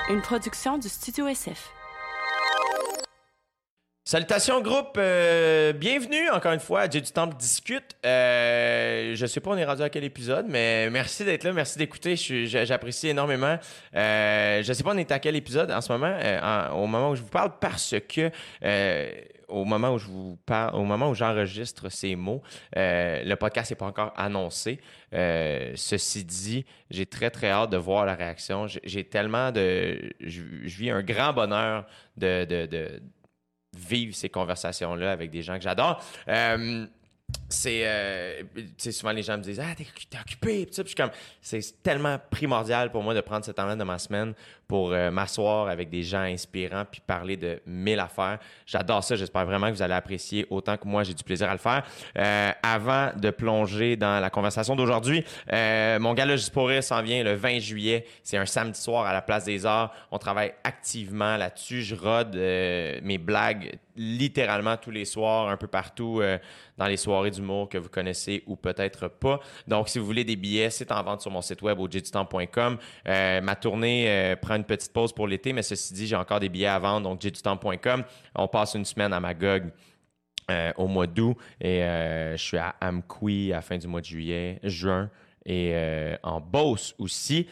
une production du Studio SF. Salutations groupe, bienvenue encore une fois à J'ai du temps pour discute. Je sais pas on est rendu à quel épisode, mais merci d'être là, merci d'écouter, j'apprécie énormément. Je sais pas on est à quel épisode en ce moment, au moment où je vous parle, parce que au moment où je vous parle, au moment où j'enregistre ces mots, le podcast n'est pas encore annoncé. Ceci dit, j'ai très très hâte de voir la réaction. J'ai tellement je vis un grand bonheur de vivre ces conversations-là avec des gens que j'adore. Souvent les gens me disent « Ah, t'es occupé! » Puis je suis comme, c'est tellement primordial pour moi de prendre ce temps-là de ma semaine pour m'asseoir avec des gens inspirants puis parler de 1000 affaires. J'adore ça. J'espère vraiment que vous allez apprécier autant que moi, j'ai du plaisir à le faire. Avant de plonger dans la conversation d'aujourd'hui, mon gala Juste pour rire s'en vient le 20 juillet. C'est un samedi soir à la Place des Arts. On travaille activement là-dessus. Je rode mes blagues littéralement tous les soirs, un peu partout dans les soirées d'humour que vous connaissez ou peut-être pas. Donc, si vous voulez des billets, c'est en vente sur mon site web au jdutemps.com. Ma tournée prend une petite pause pour l'été, mais ceci dit, j'ai encore des billets à vendre, donc jdutemps.com. On passe une semaine à Magog au mois d'août et je suis à Amqui à la fin du mois de juin et en Beauce aussi.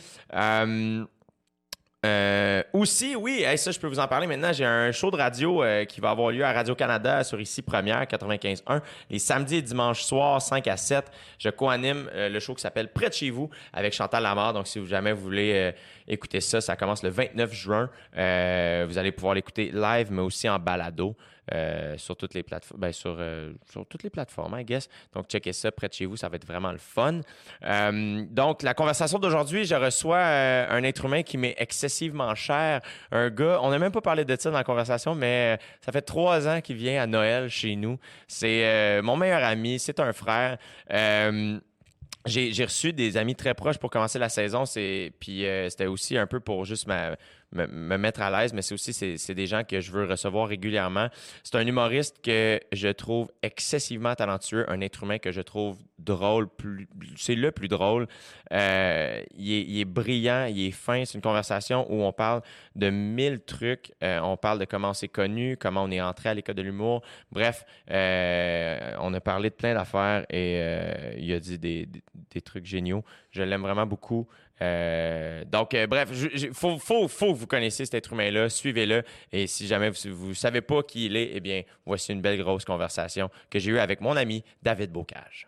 Aussi, oui, ça, je peux vous en parler maintenant. J'ai un show de radio qui va avoir lieu à Radio-Canada sur ici Première 95.1 les samedis et dimanches soirs 5 à 7. Je co-anime le show qui s'appelle Près de chez vous avec Chantal Lamarre. Donc, si jamais vous voulez écouter ça, ça commence le 29 juin. Vous allez pouvoir l'écouter live, mais aussi en balado. Sur toutes les plateformes, sur toutes les plateformes, I guess. Donc, checkez ça près de chez vous, ça va être vraiment le fun. Donc, la conversation d'aujourd'hui, je reçois un être humain qui m'est excessivement cher. Un gars, on n'a même pas parlé de ça dans la conversation, mais ça fait 3 ans qu'il vient à Noël chez nous. C'est mon meilleur ami, c'est un frère. J'ai reçu des amis très proches pour commencer la saison, puis c'était aussi un peu pour juste me mettre à l'aise, mais c'est des gens que je veux recevoir régulièrement. C'est un humoriste que je trouve excessivement talentueux, un être humain que je trouve drôle, c'est le plus drôle. Il est brillant, il est fin. C'est une conversation où on parle de 1000 trucs. On parle de comment on s'est connus, comment on est entré à l'école de l'humour. Bref, on a parlé de plein d'affaires et il a dit des trucs géniaux. Je l'aime vraiment beaucoup. Bref, faut que vous connaissiez cet être humain-là, suivez-le. Et si jamais vous savez pas qui il est, eh bien, voici une belle grosse conversation que j'ai eue avec mon ami David Bocage.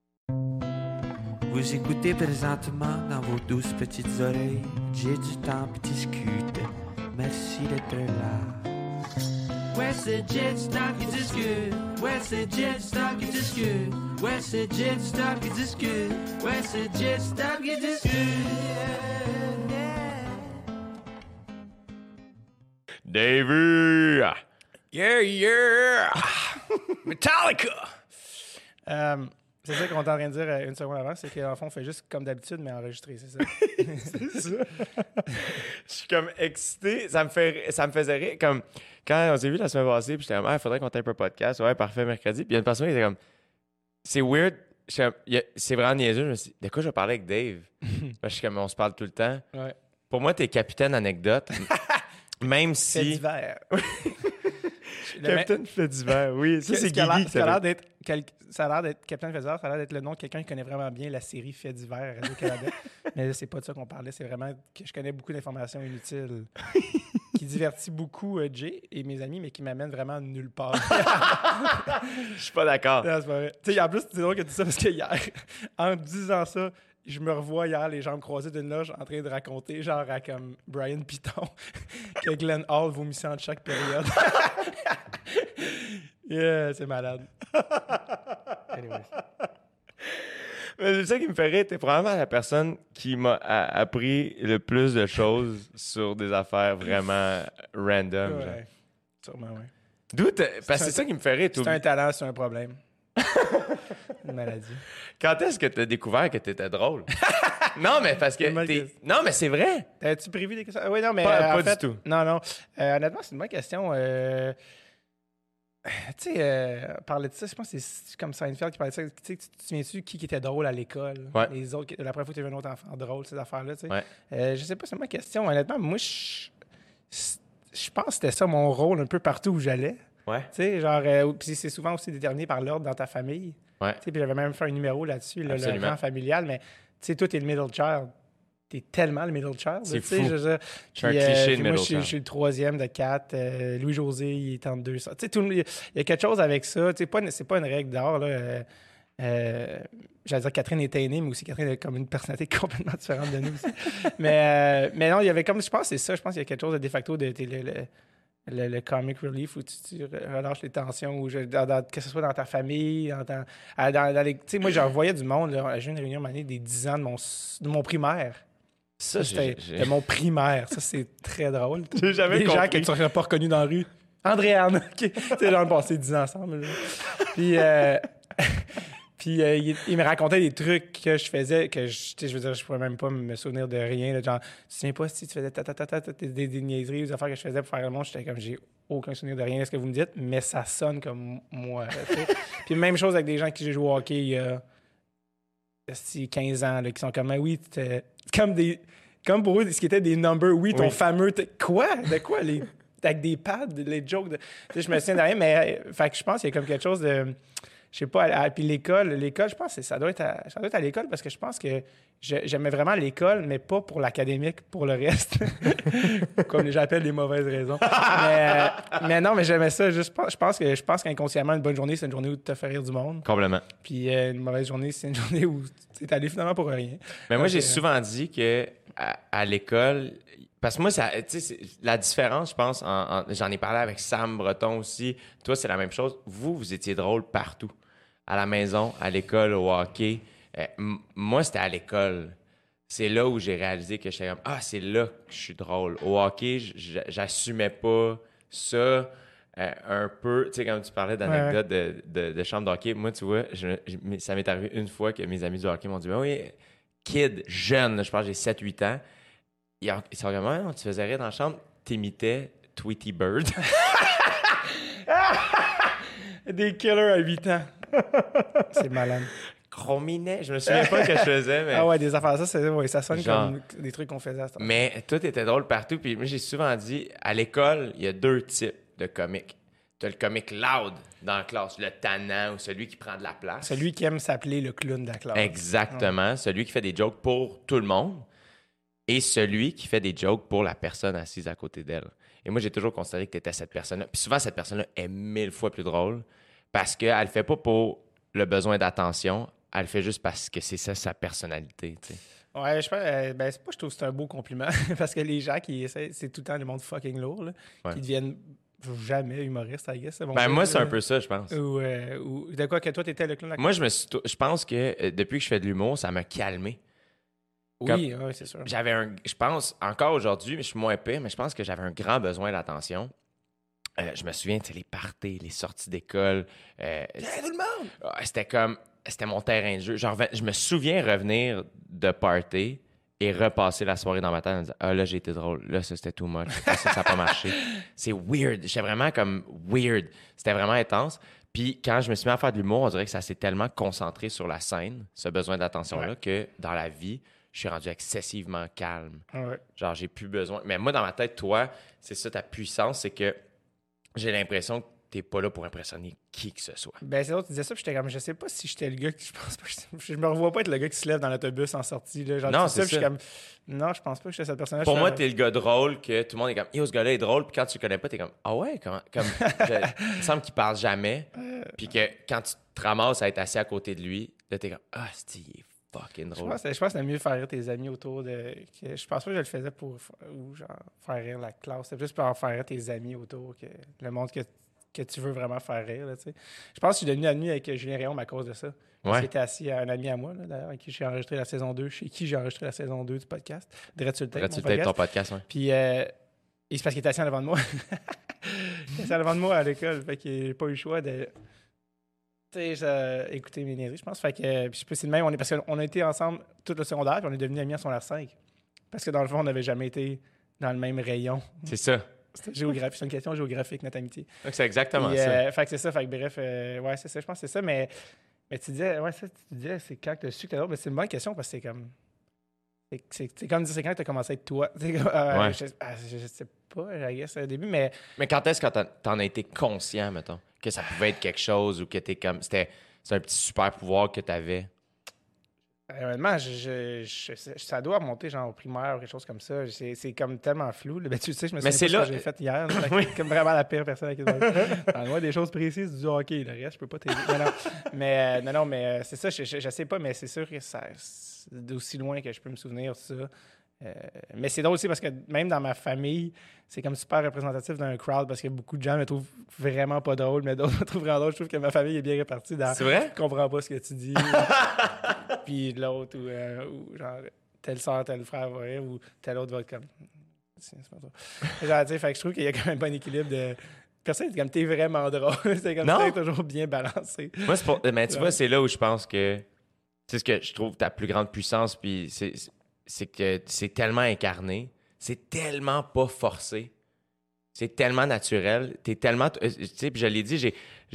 Vous écoutez présentement dans vos douces petites oreilles. J'ai du temps puis discute. Merci d'être là. Ouais, c'est J'ai du temps qui discute. Ouais, c'est J'ai du temps qui discute. Ouais, c'est J'ai du temps qui discute. Ouais, c'est J'ai du temps qui discute. Davey! Yeah! Metallica! C'est ça qu'on est en train de dire une seconde avant, c'est qu'en fond, on fait juste comme d'habitude, mais enregistrer, c'est ça? C'est ça. Je suis comme excité. Ça me faisait rire. Comme quand on s'est vu la semaine passée, puis j'étais comme, il faudrait qu'on tape un podcast. Ouais, parfait, mercredi. Puis il y a une personne qui était comme, c'est weird. C'est vraiment niaiseux. Je me suis dit, de quoi je vais parler avec Dave? Je suis comme, on se parle tout le temps. Ouais. Pour moi, t'es capitaine anecdote. Même si. Fait divers. Capitaine fait divers, oui. Ça, c'est Guigui. Ça a l'air d'être Capitaine Fait divers, ça a l'air d'être le nom de quelqu'un qui connaît vraiment bien la série Fait divers à Radio-Canada. Mais c'est pas de ça qu'on parlait, c'est vraiment que je connais beaucoup d'informations inutiles qui divertit beaucoup Jay et mes amis, mais qui m'amènent vraiment nulle part. Je suis pas d'accord. Non, c'est pas vrai. Tu sais, en plus, c'est drôle que tu dis ça parce que hier, en disant ça, je me revois hier les jambes croisées d'une loge en train de raconter, genre à comme Brian Piton, que Glenn Hall vomissait entre chaque période. Yeah, c'est malade. Anyways. Mais c'est ça qui me fait rire. T'es probablement la personne qui m'a appris le plus de choses sur des affaires vraiment random. Ouais, genre. sûrement, oui. D'où parce que c'est ça qui me fait rire. C'est un talent, c'est un problème. Une maladie. Quand est-ce que t'as découvert que t'étais drôle? Non, mais parce que non, mais c'est vrai. As-tu prévu des questions? Oui, non, mais Pas en fait, du tout. Non. Honnêtement, c'est une bonne question. Tu sais, parlait de ça, je pense que c'est comme Seinfeld qui parlait de ça. Tu sais, tu te souviens-tu qui était drôle à l'école? Ouais. Les autres, la première fois que tu avais un autre enfant drôle, ces affaires-là, tu sais. Ouais. Je sais pas, c'est ma question. Honnêtement, moi, je pense que c'était ça mon rôle un peu partout où j'allais. Ouais. Tu sais, genre, puis c'est souvent aussi déterminé par l'ordre dans ta famille. Ouais. Tu sais, puis j'avais même fait un numéro là-dessus, le Absolument. rang familial, mais tu sais, toi, t'es le middle child. T'es tellement le middle child. C'est tu sais, fou. Je suis un cliché de moi, middle je child. suis le troisième de 4. Louis-José, il est en 2. Tu sais, il y a quelque chose avec ça. Tu sais, c'est pas une règle d'or, là. J'allais dire Catherine est aînée, mais aussi Catherine a comme une personnalité complètement différente de nous aussi. mais non, il y avait comme, je pense que c'est ça. Je pense qu'il y a quelque chose de de facto de le comic relief où tu relâches les tensions, ou que ce soit dans ta famille, dans les... Tu sais, moi, j'en voyais du monde. Là, j'ai eu une réunion année des 10 ans de mon primaire. Ça, C'était de mon primaire. Ça, c'est très drôle. J'ai jamais Des gens compris. que tu n'aurais pas reconnus dans la rue. Andréane. OK. Tu sais, là, on passait 10 ans ensemble. Là. Puis, il me racontait des trucs que je faisais, que je veux dire, je pourrais même pas me souvenir de rien. Là, genre, tu te souviens pas si tu faisais des niaiseries ou des affaires que je faisais pour faire le monde. J'étais comme, j'ai aucun souvenir de rien de ce que vous me dites, mais ça sonne comme moi. Là, puis même chose avec des gens qui j'ai joué au hockey il y a 15 ans, là, qui sont comme, oui, comme pour eux, ce qui était des numbers, oui, ton fameux... Quoi? De quoi? Avec des pads, les jokes. Je me souviens de rien, mais fait que je pense qu'il y a comme quelque chose de... Je sais pas, puis l'école, je pense que ça doit être à l'école, parce que je pense que j'aimais vraiment l'école, mais pas pour l'académique, pour le reste. Comme j'appelle les mauvaises raisons. mais non, mais j'aimais ça. Je pense qu'inconsciemment, une bonne journée, c'est une journée où tu te fais rire du monde. Complètement. Puis une mauvaise journée, c'est une journée où tu es allé finalement pour rien. Mais moi, j'ai souvent dit que à l'école... Parce que moi, la différence, je pense, j'en ai parlé avec Sam Breton aussi. Toi, c'est la même chose. Vous étiez drôle partout. À la maison, à l'école, au hockey. Moi, c'était à l'école. C'est là où j'ai réalisé que j'étais comme, c'est là que je suis drôle. Au hockey, j'assumais pas ça un peu. Tu sais, comme tu parlais d'anecdotes de chambre de hockey, moi, tu vois, ça m'est arrivé une fois que mes amis du hockey m'ont dit, oui, kid, jeune, je pense que j'ai 7-8 ans. Ils sont comme, tu faisais rire dans la chambre, t'imitais Tweety Bird. Des killers à 8 ans. C'est malade. Chrominet, je me souviens pas ce que je faisais, mais... Ah ouais, des affaires, ça sonne genre, comme des trucs qu'on faisait à ce temps. Mais tout était drôle partout, puis moi, j'ai souvent dit, à l'école, il y a 2 types de comiques. T'as le comique loud dans la classe, le tannant ou celui qui prend de la place. Celui qui aime s'appeler le clown de la classe. Exactement, celui qui fait des jokes pour tout le monde. Et celui qui fait des jokes pour la personne assise à côté d'elle. Et moi, j'ai toujours considéré que tu étais cette personne-là. Puis souvent, cette personne-là est 1000 fois plus drôle parce qu'elle le fait pas pour le besoin d'attention, elle le fait juste parce que c'est ça sa personnalité, tu sais. Ouais, je trouve que c'est un beau compliment parce que les gens qui essaient, c'est tout le temps des mondes fucking lourds, là, qui deviennent jamais humoristes, I guess. Moi, c'est un peu ça, je pense. Ou de quoi que toi, t'étais le clown de la Moi, je pense que depuis que je fais de l'humour, ça m'a calmé. Oui, c'est sûr. Je pense, encore aujourd'hui, mais je suis moins épais, mais je pense que j'avais un grand besoin d'attention. Je me souviens, tu sais, les parties, les sorties d'école. Tout le monde! C'était mon terrain de jeu. Genre, je me souviens revenir de party et repasser la soirée dans ma tête en me disant, là, j'ai été drôle. Là, ça, c'était too much. Ça n'a pas marché. C'est weird. J'étais vraiment comme weird. C'était vraiment intense. Puis quand je me suis mis à faire de l'humour, on dirait que ça s'est tellement concentré sur la scène, ce besoin d'attention-là, que dans la vie, je suis rendu excessivement calme. Ouais. Genre, j'ai plus besoin. Mais moi, dans ma tête, toi, c'est ça ta puissance, c'est que j'ai l'impression que t'es pas là pour impressionner qui que ce soit. Ben, c'est l'autre, tu disais ça, puis j'étais comme, je sais pas si j'étais le gars qui, je pense pas, je me revois pas être le gars qui se lève dans l'autobus en sortie, là. Genre, non, c'est ça. Puis je suis comme, non, je pense pas que j'étais cette personne-là. Pour moi, t'es le gars drôle que tout le monde est comme, yo, ce gars-là est drôle, puis quand tu le connais pas, t'es comme, ah ouais, comment, il me semble qu'il parle jamais, puis que quand tu te ramasses à être assis à côté de lui, là, t'es comme, il est fucking drôle. Je pense que c'est mieux faire rire tes amis autour de. Je pense pas que je le faisais pour genre, faire rire la classe. C'était plus pour faire rire tes amis autour que le monde que tu veux vraiment faire rire. Là, je pense que je suis devenu ami avec Julien Réaume à cause de ça. Ouais. Il était assis à un ami à moi, là, d'ailleurs, avec qui j'ai enregistré la saison 2, chez qui j'ai enregistré la saison 2 du podcast. Direct sur le tape, ton podcast, ouais. Puis c'est parce qu'il était assis en avant de moi. Il était assis en avant de moi à l'école. Fait qu'il n'a pas eu le choix de. Tu sais, écouter mes niaiseries, je pense. Fait que, je sais pas si c'est le même. Parce qu'on a été ensemble tout le secondaire, puis on est devenus amis en secondaire 5. Parce que dans le fond, on n'avait jamais été dans le même rayon. C'est ça. C'est une question géographique, notre amitié. Donc, c'est exactement Puis, ça. fait que c'est ça. Fait que bref, ouais, c'est ça. Je pense que c'est ça. Mais tu disais, c'est quand que tu as su que t'es drôle. Mais c'est une bonne question parce que c'est comme. C'est comme dire, c'est quand que tu as commencé à être toi. C'est comme, Ouais. je sais pas, I guess, au début, mais. Mais quand est-ce que t'en as été conscient, mettons, que ça pouvait être quelque chose ou que t'es comme. C'est un petit super pouvoir que t'avais? Honnêtement, ça doit remonter genre au primaire ou quelque chose comme ça. C'est comme tellement flou. Là. Ben, tu sais, je me souviens c'est pas de là- ce que j'ai fait hier. Là. Oui. Comme vraiment la pire personne à qui je parle. Des choses précises du hockey. Le reste, je peux pas t'aider. Mais c'est ça, je sais pas, mais c'est sûr que c'est d'aussi loin que je peux me souvenir de ça. Mais c'est drôle aussi parce que même dans ma famille, c'est comme super représentatif d'un crowd parce que beaucoup de gens me trouvent vraiment pas drôle, mais d'autres me trouvent vraiment drôle. Je trouve que ma famille est bien répartie dans. C'est vrai? Je comprends pas ce que tu dis. Puis l'autre, ou genre, telle soeur, tel frère va rire, ou tel autre va être comme. C'est pas ça. Genre, tu sais, fait que je trouve qu'il y a quand même un bon équilibre de. Personne, c'est comme t'es vraiment drôle. C'est comme Non. ça, toujours bien balancé. Moi, mais tu vois, c'est là où je pense que. C'est ce que je trouve ta plus grande puissance, puis c'est que c'est tellement incarné, c'est tellement pas forcé, c'est tellement naturel, t'es tellement. Tu sais, puis je l'ai dit,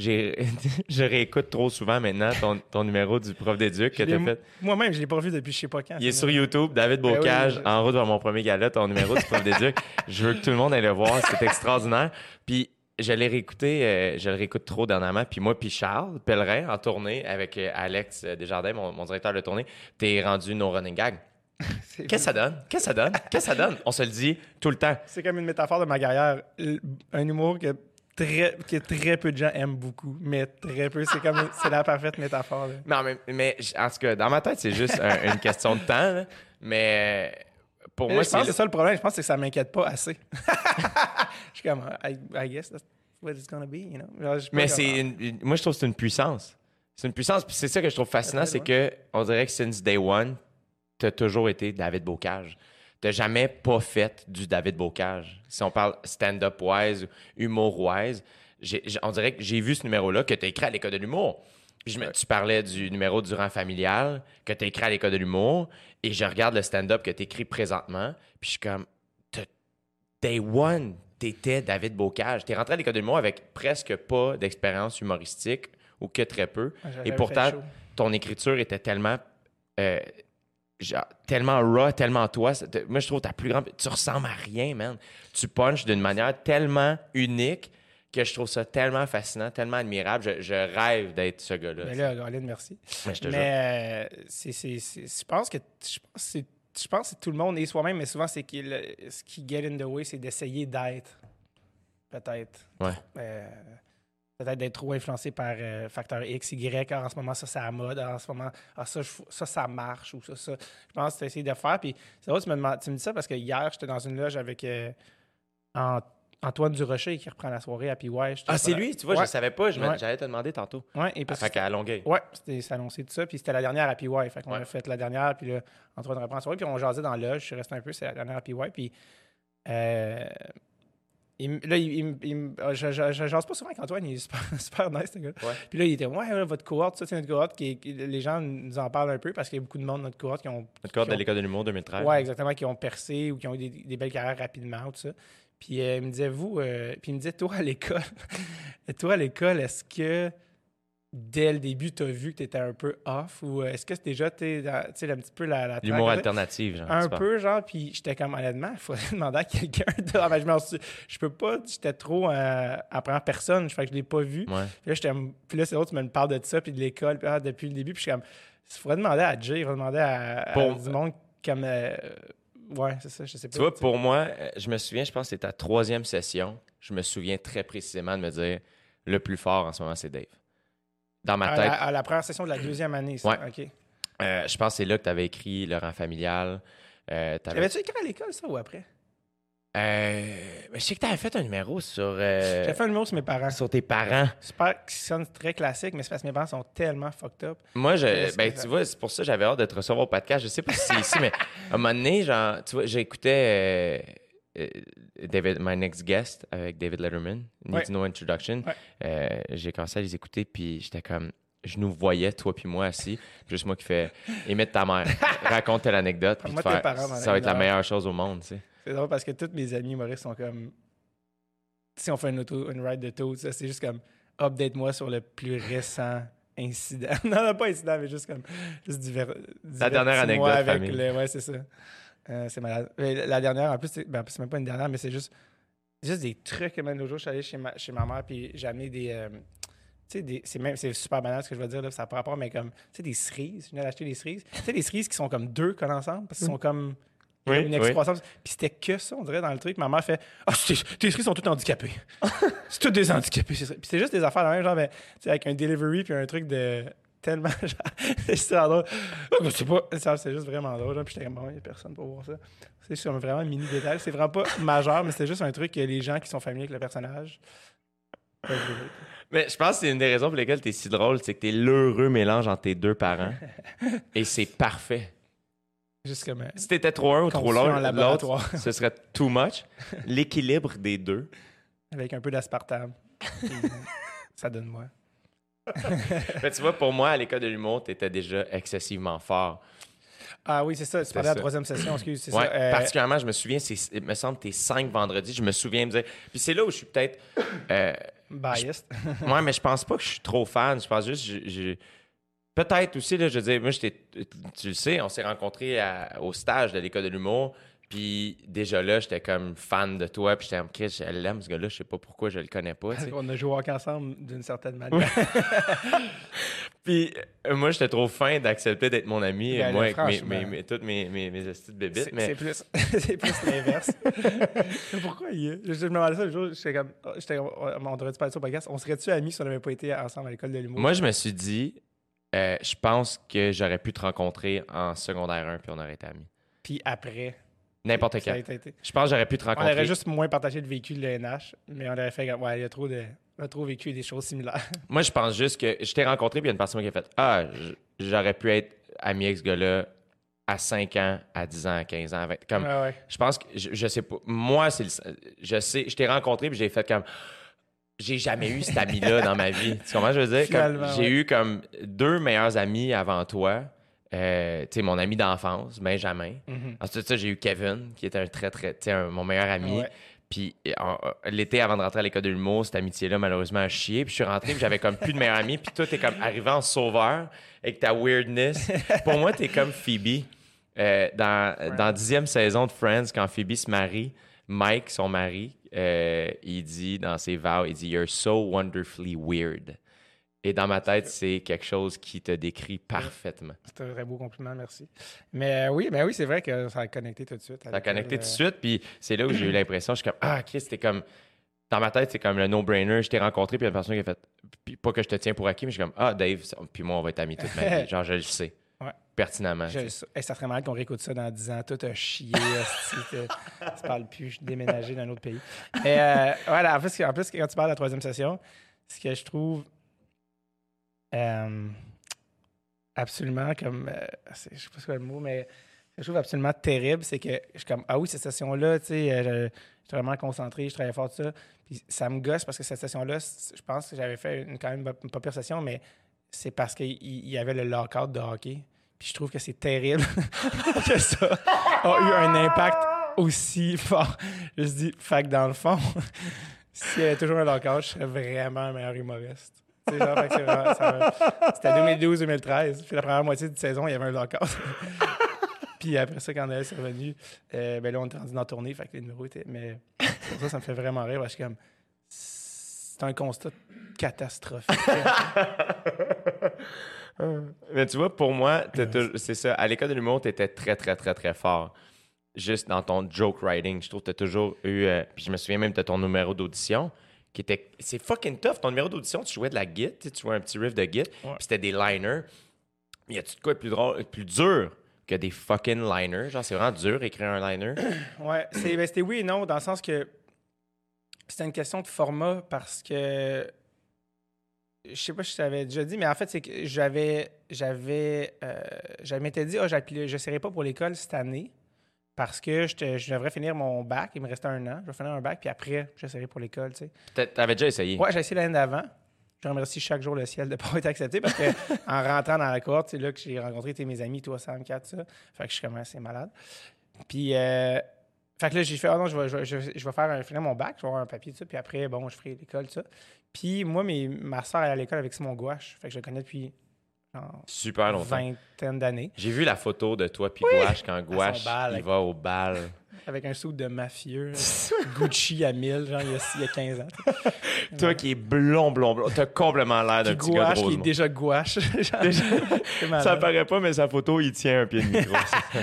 je réécoute trop souvent maintenant ton numéro du prof d'éduc que t'as fait. Moi-même, je l'ai pas vu depuis je sais pas quand. Il est sur YouTube, David Ben oui, Bocage, en route vers mon premier gala, ton numéro du prof d'éduc. Je veux que tout le monde aille le voir, c'est extraordinaire. Puis je l'ai réécouté, je le réécoute trop dernièrement. Puis moi, puis Charles Pellerin, en tournée avec Alex Desjardins, mon directeur de tournée, t'es rendu nos running gag. Qu'est-ce que ça donne? Qu'est-ce que ça donne? On se le dit tout le temps. C'est comme une métaphore de ma carrière. Un humour que très peu de gens aiment beaucoup, mais très peu. C'est la parfaite métaphore. Là. Non, mais en tout cas, dans ma tête, c'est juste une question de temps. Là. Mais pour moi, Je pense que c'est ça le problème. Je pense que ça m'inquiète pas assez. Je suis comme, I guess that's what it's gonna be, you know? Genre, je suis pas Mais comme, moi, je trouve que c'est une puissance. C'est une puissance. Puis c'est ça que je trouve fascinant, c'est que on dirait que since day one, t'as toujours été David Bocage. T'as jamais pas fait du David Bocage. Si on parle stand-up-wise, humour-wise, on dirait que j'ai vu ce numéro-là que t'as écrit à l'école de l'humour. Puis tu parlais du numéro du rang familial que t'as écrit à l'école de l'humour et je regarde le stand-up que t'écris présentement puis je suis comme, day one, t'étais David Bocage. T'es rentré à l'école de l'humour avec presque pas d'expérience humoristique ou que très peu. j'avais Et fait pourtant, chaud. ton écriture était tellement tellement raw, tellement toi. Moi, je trouve ta plus grande. Tu ressembles à rien, man. Tu punches d'une manière tellement unique que je trouve ça tellement fascinant, tellement admirable. Je rêve d'être ce gars-là. Mais là, Galine, merci. Mais je te jure. Mais je pense que c'est tout le monde et soi-même, mais souvent, c'est ce qui get in the way, c'est d'essayer d'être. Peut-être. Ouais. Peut-être d'être trop influencé par facteur X, Y. En ce moment, ça, c'est à la mode. En ce moment, ça marche. Ou ça. Je pense que tu as essayé de faire. Puis c'est vrai, tu me dis ça parce que hier, j'étais dans une loge avec Antoine Durocher qui reprend la soirée à PY. Ah, c'est lui? Tu vois, je Ouais. ne savais pas. Ouais. J'allais te demander tantôt. Ouais, et parce Fait que qu'à Longueuil. ouais, c'est annoncé tout ça. Puis c'était la dernière à PY. Fait qu'on Ouais. a fait la dernière. Puis là, Antoine reprend la soirée. Puis on jasait dans la loge. Je suis resté un peu. C'est la dernière à PY. Puis je jase pas souvent avec Antoine, il est super, super nice, ce gars. Ouais. Puis là, il était, ouais, votre cohorte, ça, c'est notre cohorte les gens nous en parlent un peu parce qu'il y a beaucoup de monde dans notre cohorte qui ont. Notre corde qui de ont- l'école de l'humour 2013. Ouais, exactement, qui ont percé ou qui ont eu des belles carrières rapidement, tout ça. Puis il me disait, puis il me disait, toi, à l'école, est-ce que dès le début, tu as vu que tu étais un peu off ou est-ce que déjà, tu sais, un petit peu la L'humour traque, alternatif, genre. un tu parles. peu, genre, puis j'étais comme, honnêtement, il faudrait demander à quelqu'un. Je peux pas, j'étais trop à première personne, fait que je l'ai pas vu. Ouais. Puis là, c'est l'autre, tu me parles de ça, puis de l'école, puis depuis le début, puis je suis comme, il faudrait demander à Jay, il faudrait demander à du monde comme, ouais, c'est ça, je sais pas. Tu vois, pour moi, je me souviens, je pense que c'était ta 3e session. Je me souviens très précisément de me dire le plus fort en ce moment, c'est Dave. Dans ma tête. À la première session de la 2e année, ça. Ouais. OK. Je pense que c'est là que tu avais écrit le rang familial. L'avais-tu écrit à l'école, ça, ou après? Je sais que tu avais fait un numéro sur, J'ai fait un numéro sur mes parents. sur tes parents. Super, qui sonne très classique, mais c'est parce que mes parents sont tellement fucked up. Moi, Qu'est-ce que tu ça- vois, c'est pour ça que j'avais hâte de te recevoir au podcast. Je sais pas si c'est ici, mais à un moment donné, genre, tu vois, j'écoutais David, My Next Guest avec David Letterman, Needs Ouais. No Introduction. Ouais. J'ai commencé à les écouter, puis j'étais comme, je nous voyais, toi puis moi, assis. Puis juste moi qui fais, imite ta mère, raconte l'anecdote, puis Parle-moi te de tes faire, parents dans ça va être la l'heure. meilleure chose au monde, tu sais. C'est drôle parce que tous mes amis humoristes sont comme si on fait une ride de taux, ça, c'est juste comme update-moi sur le plus récent incident. non, pas incident, mais juste comme La dernière anecdote avec famille. ouais, c'est ça. C'est malade. La dernière, en plus, c'est même pas une dernière, mais c'est juste des trucs. Même l'autre jour, je suis allé chez ma mère, puis j'ai amené des. Tu sais, c'est super banal ce que je veux dire, là, ça n'a pas rapport, mais comme, tu sais, des cerises. Je venais d'acheter des cerises. Tu sais, des cerises qui sont comme deux collées ensemble, parce qu'ils sont comme. Oui, Une excroissance. Puis c'était que ça, on dirait, dans le truc. Ma mère fait tes cerises sont toutes handicapées. C'est toutes des handicapés. Puis c'est juste des affaires, même, genre, ben, avec un delivery, puis un truc de. Tellement, genre, c'est super drôle. C'est pas. C'est juste vraiment drôle. Genre, puis j'étais comme, bon, il n'y a personne pour voir ça. C'est juste vraiment un mini détail. C'est vraiment pas majeur, mais c'était juste un truc que les gens qui sont familiers avec le personnage. Mais je pense que c'est une des raisons pour lesquelles t'es si drôle, c'est que t'es l'heureux mélange entre tes deux parents. Et c'est parfait. Juste comme. Si t'étais trop un ou trop conçu en l'autre, laboratoire. ce serait too much. L'équilibre des deux. Avec un peu d'aspartame. Puis, ça donne moi. Mais tu vois, pour moi, à l'école de l'humour, t'étais déjà excessivement fort. Ah oui, c'est ça. Tu parlais de la troisième session, excuse. C'est Ouais, ça. particulièrement, je me souviens, il me semble, tes 5 vendredis, je me souviens me dire. Puis c'est là où je suis peut-être. Biased. Ouais, mais je pense pas que je suis trop fan. Je pense juste. Peut-être aussi, là, je veux dire, moi, tu le sais, on s'est rencontrés au stage de l'école de l'humour. Puis déjà là, j'étais comme fan de toi. Puis j'étais comme, Chris, je l'aime, ce gars-là. Je sais pas pourquoi je le connais pas. Tu sais. On a joué au hockey ensemble d'une certaine manière. Puis moi, j'étais trop fin d'accepter d'être mon ami. Ben, moi, là, avec franchement. toutes mes astuces de bébites. Mais C'est plus, c'est plus l'inverse. Mais pourquoi il y a? Je me demandais ça le jour, j'étais comme, on devrait-tu parler de ça au podcast? On serait-tu amis si on n'avait pas été ensemble à l'école de l'humour? moi, je me suis dit, je pense que j'aurais pu te rencontrer en secondaire 1 puis on aurait été amis. Puis après, N'importe ça a quand. été. Je pense que j'aurais pu te On rencontrer. aurait juste moins partagé le véhicule de l'ENH, mais on aurait fait comme, ouais, il y a trop vécu des choses similaires. Moi, je pense juste que je t'ai rencontré puis il y a une personne qui a fait j'aurais pu être ami avec ce gars-là à 5 ans, à 10 ans, à 15 ans, à 20. Comme, Ouais. je pense que je sais pas. Moi, je t'ai rencontré puis j'ai fait comme. J'ai jamais eu cet ami-là dans ma vie. Tu comprends ce que je veux dire? Finalement, j'ai ouais. eu comme 2 meilleurs amis avant toi. Tu sais, mon ami d'enfance, Benjamin. Ensuite, ça, j'ai eu Kevin, qui était un très, très, tu sais, mon meilleur ami. Ouais. Puis l'été, avant de rentrer à l'école de l'humour, cette amitié-là, malheureusement, a chié. Puis je suis rentré, puis j'avais comme plus de meilleurs amis. Puis toi, t'es comme arrivé en sauveur avec ta weirdness. Pour moi, t'es comme Phoebe. Dans la 10e saison de Friends, quand Phoebe se marie, Mike, son mari, il dit dans ses vows, il dit « You're so wonderfully weird ». Et dans ma tête, c'est quelque chose qui te décrit parfaitement. C'est un très beau compliment, merci. Mais oui, c'est vrai que ça a connecté tout de suite. Ça a connecté tout de suite, puis c'est là où j'ai eu l'impression, je suis comme, Chris, c'était comme, dans ma tête, c'est comme le no-brainer, je t'ai rencontré, puis il y a une personne qui a fait, puis pas que je te tiens pour acquis, mais je suis comme, Dave, puis moi, on va être amis toute ma vie. Genre, je le sais. Ouais. Pertinemment. Ça serait mal qu'on réécoute ça dans 10 ans. Tout a chié, tu parles plus, je suis déménagé dans un autre pays. Mais voilà, en plus, quand tu parles de la troisième session, ce que je trouve absolument comme. Je sais pas c'est quoi le mot, mais ce que je trouve absolument terrible, c'est que je suis comme, ah oui, cette session-là, tu sais, j'étais vraiment concentré, je travaillais fort de ça. Puis ça me gosse parce que cette session-là, je pense que j'avais fait quand même une pas pire session, mais c'est parce qu'il y avait le lockout de hockey. Puis je trouve que c'est terrible que ça a eu un impact aussi fort. Je me dis, fait que dans le fond, s'il y avait toujours un lockout, je serais vraiment un meilleur humoriste. Tu sais, genre, fait que c'était 2012-2013. Puis la première moitié de saison, il y avait un lockout. Puis après ça, quand Noël est revenu, ben là, on était rendu dans la tournée, fait que les numéros étaient... Mais pour ça me fait vraiment rire, parce que comme... C'est un constat catastrophique. Mais tu vois, pour moi, c'est ça. À l'école de l'humour, tu étais très, très, très, très fort. Juste dans ton joke writing. Je trouve que tu as toujours eu... puis je me souviens même de ton numéro d'audition, qui était... C'est fucking tough. Ton numéro d'audition, tu jouais de la git, tu jouais un petit riff de git, puis c'était des liners. Mais y a-tu de quoi de plus drôle, plus dur que des fucking liners? Genre, c'est vraiment dur d'écrire un liner. Ouais, c'était oui et non, dans le sens que c'était une question de format, parce que je sais pas si je t'avais déjà dit, mais en fait, c'est que j'avais m'étais dit, je serai pas pour l'école cette année parce que je devrais finir mon bac. Il me restait 1 an. Je vais finir un bac, puis après, je serai pour l'école, tu sais. T'avais déjà essayé? Ouais, j'ai essayé l'année d'avant. Je remercie chaque jour le ciel de ne pas être accepté, parce que en rentrant dans la cohorte, c'est là que j'ai rencontré mes amis, toi, Sam, Kat, ça. Fait que je suis comme assez malade. Puis Fait que là, j'ai fait, ah non, je vais finir mon bac, je vais avoir un papier, tout ça, puis après, bon, je ferai l'école, tout ça. Puis moi, ma soeur est à l'école avec Simon Gouache. Fait que je le connais depuis Super longtemps. vingtaine d'années. J'ai vu la photo de toi puis Gouache quand Gouache, il va au bal. Avec un suit de mafieux, Gucci à 1000, genre, il y a 15 ans. Toi qui es blond, t'as complètement l'air d'un petit gars de Gouache qui est Rosemont. déjà Gouache. Ça paraît pas, mais sa photo, il tient un pied de micro.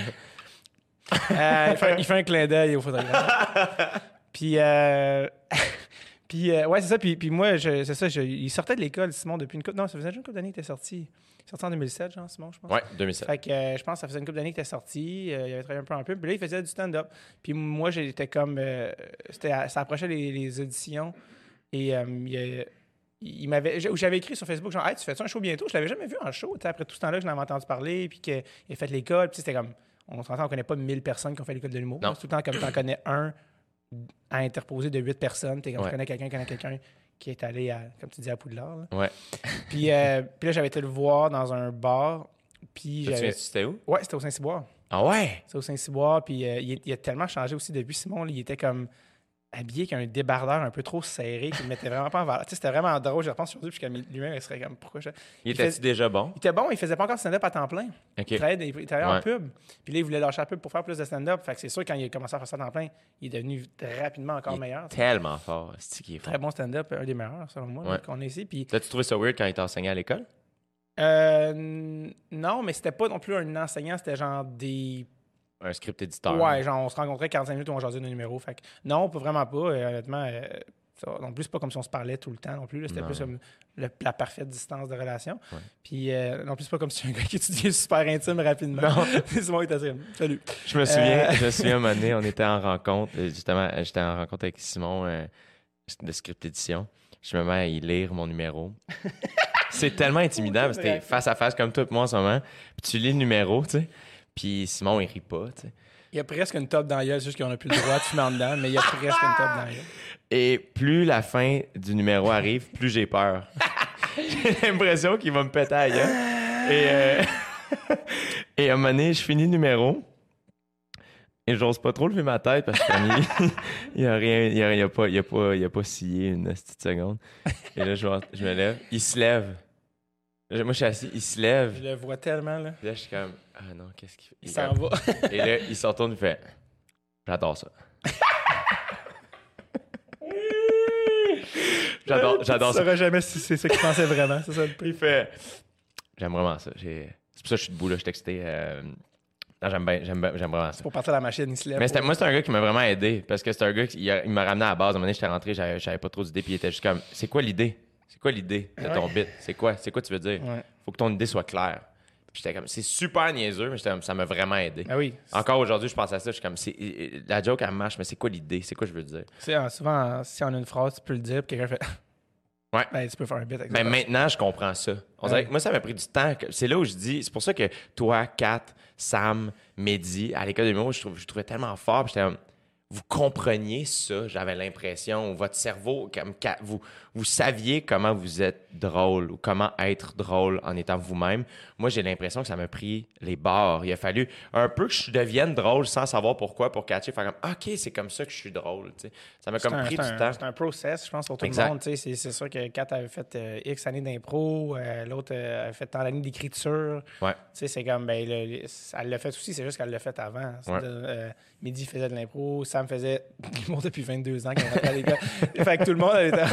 Il fait un clin d'œil au photographe. Puis, ouais, c'est ça. Puis moi, c'est ça. Il sortait de l'école, Simon, depuis une couple... Non, ça faisait déjà une couple d'années qu'il était sorti. Il est sorti en 2007, genre, Simon, je pense. Ouais, 2007. Fait que je pense que ça faisait une couple d'années qu'il était sorti. Il avait travaillé un peu en pub. Puis là, il faisait du stand-up. Puis moi, j'étais comme... ça approchait les auditions. Et j'avais écrit sur Facebook, genre, hey, tu fais-tu un show bientôt? Je l'avais jamais vu en show. Après tout ce temps-là, je l'avais entendu parler. Puis qu'il a fait l'école. Puis c'était comme... On s'entend, on connaît pas 1000 personnes qui ont fait l'école de l'humour. Non. C'est tout le temps comme tu en connais un à interposer de 8 personnes. T'es comme, Ouais. je connais quelqu'un qui est allé, comme tu dis, à Poudlard. Là. Ouais. Puis là, j'avais été le voir dans un bar. Puis Tu j'avais... c'était où? Ouais, c'était au Saint-Cyboire. Ah ouais? C'était au Saint-Cyboire. Puis il a tellement changé aussi depuis Simon. Là, il était comme habillé avec un débardeur un peu trop serré qui ne mettait vraiment pas en valeur. Tu sais, c'était vraiment drôle. Je repense sur lui, puis lui-même, il serait comme, pourquoi je... Il était-tu déjà bon? Il était bon, il faisait pas encore de stand-up à temps plein. OK. Il travaillait en Ouais. pub. Puis là, il voulait lâcher la pub pour faire plus de stand-up. Fait que c'est sûr, quand il a commencé à faire ça à temps plein, il est devenu rapidement encore meilleur. Tellement fort. C'est qui est fort. Très bon stand-up, un des meilleurs, selon moi, Ouais. là, qu'on a ici. Puis, T'as-tu trouvé ça weird quand il t'enseignait à l'école? non, mais c'était pas non plus un enseignant, c'était genre des... Un script éditeur. Ouais, genre on se rencontrait 45 minutes où on jasait de numéros. Fait que non, pas vraiment pas. Honnêtement, ça, non plus, c'est pas comme si on se parlait tout le temps non plus. Là. C'était Non. plus comme la parfaite distance de relation. Ouais. Puis non plus, c'est pas comme si un gars qui étudiait super intime rapidement. Non. C'est moi qui était comme, salut. Je me souviens, un moment donné, on était en rencontre. Justement, j'étais en rencontre avec Simon de script édition. Je me mets à y lire mon numéro. C'est tellement intimidant parce que t'es face à face comme toi et moi en ce moment. Puis tu lis le numéro, tu sais. Puis Simon, il rit pas, tu sais. Il y a presque une top dans la gueule, c'est juste qu'on n'a plus le droit de fumer en dedans, mais il y a presque une top dans la gueule. Et plus la fin du numéro arrive, plus j'ai peur. J'ai l'impression qu'il va me péter à la gueule. Et à un moment donné, je finis le numéro. Et j'ose pas trop lever ma tête parce qu'il a pas scié une petite seconde. Et là, je me lève. Il se lève. Moi, je suis assis. Il se lève. Je le vois tellement, là. Puis là, je suis comme, ah non, qu'est-ce qu'il fait? Il s'en va. Et là, il se retourne et fait, j'adore ça. J'adore Tu ça. sauras jamais si c'est ça qu'il pensait vraiment. C'est ça le prix. Il fait, j'aime vraiment ça. C'est pour ça que je suis debout, là. Je suis excité. Non, j'aime vraiment ça. Pour partir à la machine, il se lève. Mais moi, c'est un gars qui m'a vraiment aidé parce que c'est un gars qui il m'a ramené à la base. À un moment donné, j'étais rentré, j'avais pas trop d'idées, puis il était juste comme, c'est quoi l'idée? C'est quoi l'idée de ton bit? C'est quoi tu veux dire? Ouais. Faut que ton idée soit claire. Puis j'étais comme, c'est super niaiseux, mais ça m'a vraiment aidé. Ah oui. Encore aujourd'hui, je pense à ça, je suis comme, la joke, elle marche, mais c'est quoi l'idée? C'est quoi je veux dire? Tu sais, souvent, si on a une phrase, tu peux le dire, puis quelqu'un fait. Ouais. Ben, tu peux faire un bit avec Ben ça. maintenant, je comprends ça. On dirait que moi, ça m'a pris du temps. C'est là où je dis, c'est pour ça que toi, Kat, Sam, Mehdi, à l'école de l'humour, je trouvais tellement fort. Puis j'étais comme, vous compreniez ça, j'avais l'impression, ou votre cerveau, comme vous saviez comment vous êtes drôle ou comment être drôle en étant vous-même. Moi, j'ai l'impression que ça m'a pris les bords. Il a fallu un peu que je devienne drôle sans savoir pourquoi, pour catcher, faire comme, OK, c'est comme ça que je suis drôle. Tu sais. Ça m'a comme pris du temps. C'est un process, je pense, pour tout Exact. le monde. Tu sais, c'est sûr que Kat avait fait X années d'impro, l'autre avait fait tant d'années d'écriture. Ouais. Tu sais, c'est comme, ben, elle l'a fait aussi, c'est juste qu'elle l'a fait avant. Ouais. Mehdi faisait de l'impro, Sam faisait de l'humour depuis 22 ans quand il était à l'école. Fait que tout le monde était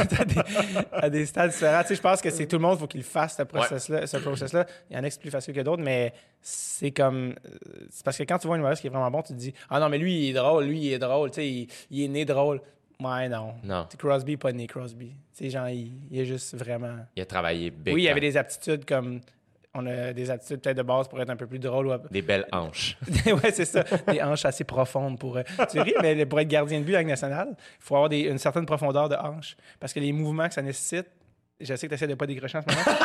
à des stades différents. Tu sais, je pense que c'est tout le monde, il faut qu'il fasse ce process-là. Il y en a qui c'est plus facile que d'autres, mais c'est comme... C'est parce que quand tu vois un humoriste qui est vraiment bon, tu te dis « Ah non, mais lui, il est drôle, tu sais, il est né drôle. » Ouais, non. Non. C'est Crosby, pas né Crosby. Tu sais, genre, il est juste vraiment... Il a travaillé big Oui, il y avait time. des aptitudes comme... On a des aptitudes peut-être de base pour être un peu plus drôle. Des belles hanches. Ouais, c'est ça. Des hanches assez profondes pour... tu ris, mais pour être gardien de but à la Ligue nationale, il faut avoir une certaine profondeur de hanches. Parce que les mouvements que ça nécessite, je sais que tu essaies de pas décrocher en ce moment,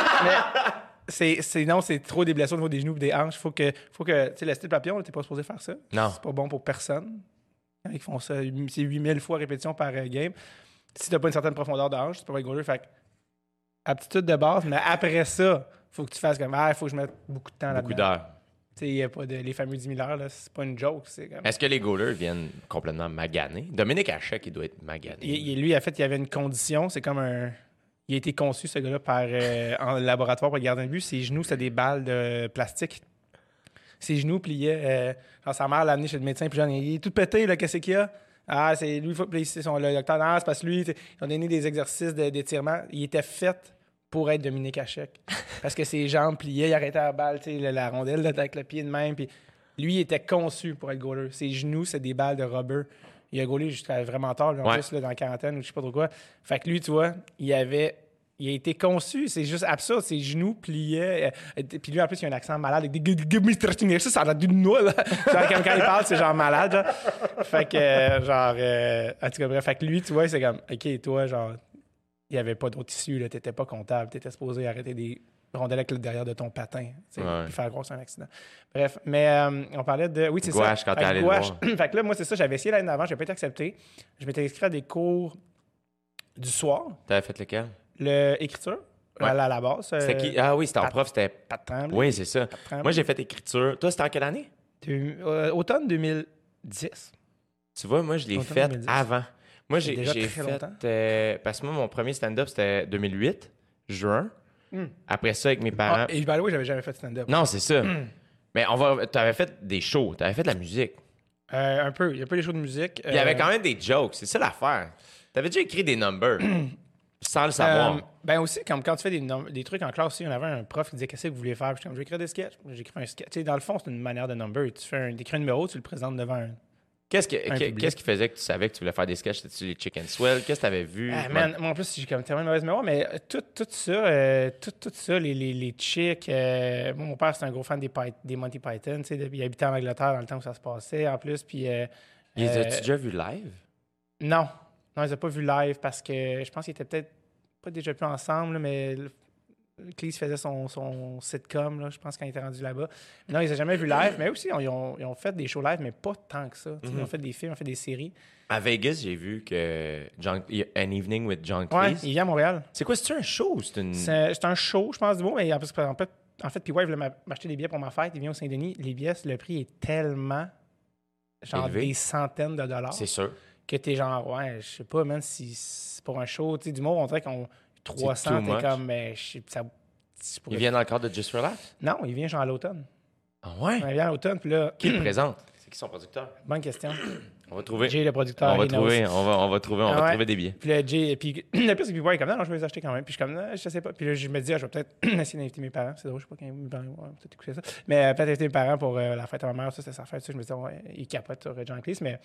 mais c'est trop des blessures au niveau des genoux et des hanches. Faut que tu sais, le style papillon, t'es pas supposé faire ça. Non. C'est pas bon pour personne. Il y en a qui font ça, c'est 8000 fois répétition par game. Si t'as pas une certaine profondeur de hanche, tu peux pas être goaler. Fait que, aptitude de base, mais après ça, faut que tu fasses comme, il faut que je mette beaucoup de temps là-dedans. Beaucoup d'heures. Il n'y a pas les fameux 10 000 heures, là, c'est pas une joke. C'est comme... Est-ce que les goalers viennent complètement maganés? Dominique Hachek, il doit être magané. Lui, en fait, il y avait une condition. C'est comme un... Il a été conçu, ce gars-là, en laboratoire pour le gardien de but. Ses genoux, c'était des balles de plastique. Ses genoux pliaient. Sa mère l'a amené chez le médecin, puis il est tout pété, là, qu'est-ce qu'il y a? Ah, c'est lui, le docteur, non, c'est parce que lui, ils ont donné des exercices d'étirement. Il était fait pour être Dominique Hachek. Parce que ses jambes pliaient, il arrêtait la balle, la rondelle là, avec le pied de même. Puis lui, il était conçu pour être goaler. Ses genoux, c'est des balles de rubber. Il a goalé jusqu'à vraiment tard, en plus, là, dans la quarantaine ou je sais pas trop quoi. Fait que lui, tu vois, il a été conçu. C'est juste absurde. Ses genoux pliaient. Puis lui, en plus, il a un accent malade. Give me stretching exercise. Ça a l'air d'une noix, là. Genre, quand il parle, c'est genre malade, là. Fait que, en tout cas, bref. Fait que lui, tu vois, c'est comme, OK, toi, genre, il n'y avait pas d'autre issue, là. T'étais pas comptable. T'étais supposé arrêter des rondelles avec le derrière de ton patin, puis faire gros un accident. Bref, mais on parlait de... Oui, c'est gouache, ça. Quand t'es allé le voir. Fait que là, moi, c'est ça. J'avais essayé l'année d'avant. J'ai pas été accepté. Je m'étais inscrit à des cours du soir. T'avais fait lequel? L'écriture, à la base. C'était qui? Ah oui, c'était en prof, c'était... Pas de tremble. Oui, c'est ça. Moi, j'ai fait écriture. Toi, c'était en quelle année? Automne 2010. Tu vois, moi, je l'ai fait 2010. avant. Moi, C'est j'ai déjà très fait... parce que moi, mon premier stand-up, c'était 2008, juin. Après ça, avec mes parents... Et by the way, j'avais jamais fait de stand-up. Non, c'est ça. Mais t'avais fait des shows, t'avais fait de la musique. Un peu. Il y a pas des shows de musique. Il y avait quand même des jokes, c'est ça l'affaire. T'avais déjà écrit des numbers sans le savoir. Ben aussi, quand tu fais des trucs en classe aussi, on avait un prof qui disait qu'est-ce que vous voulez faire. Puis je suis comme, je vais écrire des sketchs. J'écris un sketch. Tu sais, dans le fond, c'est une manière de number. Tu écris un numéro, tu le présentes devant un. Qu'est-ce qui faisait que tu savais que tu voulais faire des sketchs? C'était-tu les Chicken Swell? Qu'est-ce que tu avais vu? Moi, en plus, j'ai comme tellement une mauvaise mémoire, mais tout ça, les chicks. Mon père, c'était un gros fan des Monty Python. Il habitait en Angleterre dans le temps où ça se passait, en plus. Puis, les as-tu déjà vus live? Non, ils les ont pas vus live parce que je pense qu'ils étaient peut-être pas déjà plus ensemble, là, mais Cleese faisait son sitcom, là, je pense, quand il était rendu là-bas. Non, ils n'ont jamais vu live, mais aussi, ils ont fait des shows live, mais pas tant que ça. Ils ont fait des films, ils ont fait des séries. À Vegas, j'ai vu que An Evening with John Ouais, Cleese. il vient à Montréal. C'est quoi, c'est un show? C'est un show, je pense, du mot, mais en fait, puis ouais, il voulait m'acheter des billets pour ma fête. Il vient au Saint-Denis. Les billets, le prix est tellement, genre, élevé. des centaines de dollars. C'est sûr. Que t'es genre, ouais, je sais pas, même si c'est pour un show, tu sais, d'humour, on dirait qu'on 300, too much. t'es comme, mais Il vient dans le cadre de Just for Laugh? Non, il vient genre à l'automne. Ah ouais? Il vient à l'automne, puis là... Qui le présente? C'est qui son producteur? Bonne question. On va trouver. Jay, le producteur. On va il knows. trouver, on va trouver des billets. Puis là, Jay, puis le pire, c'est que ouais, comme non, je vais les acheter quand même. Puis je suis comme, non, je sais pas. Puis là, je me dis, je vais peut-être essayer d'inviter mes parents. C'est drôle, je sais pas quand mes parents vont peut-être écouter ça. Mais peut-être inviter mes parents pour la fête à ma mère. Ça, c'était sa fête. Ça, je me dis, ouais, il capote sur John Cleese. Mais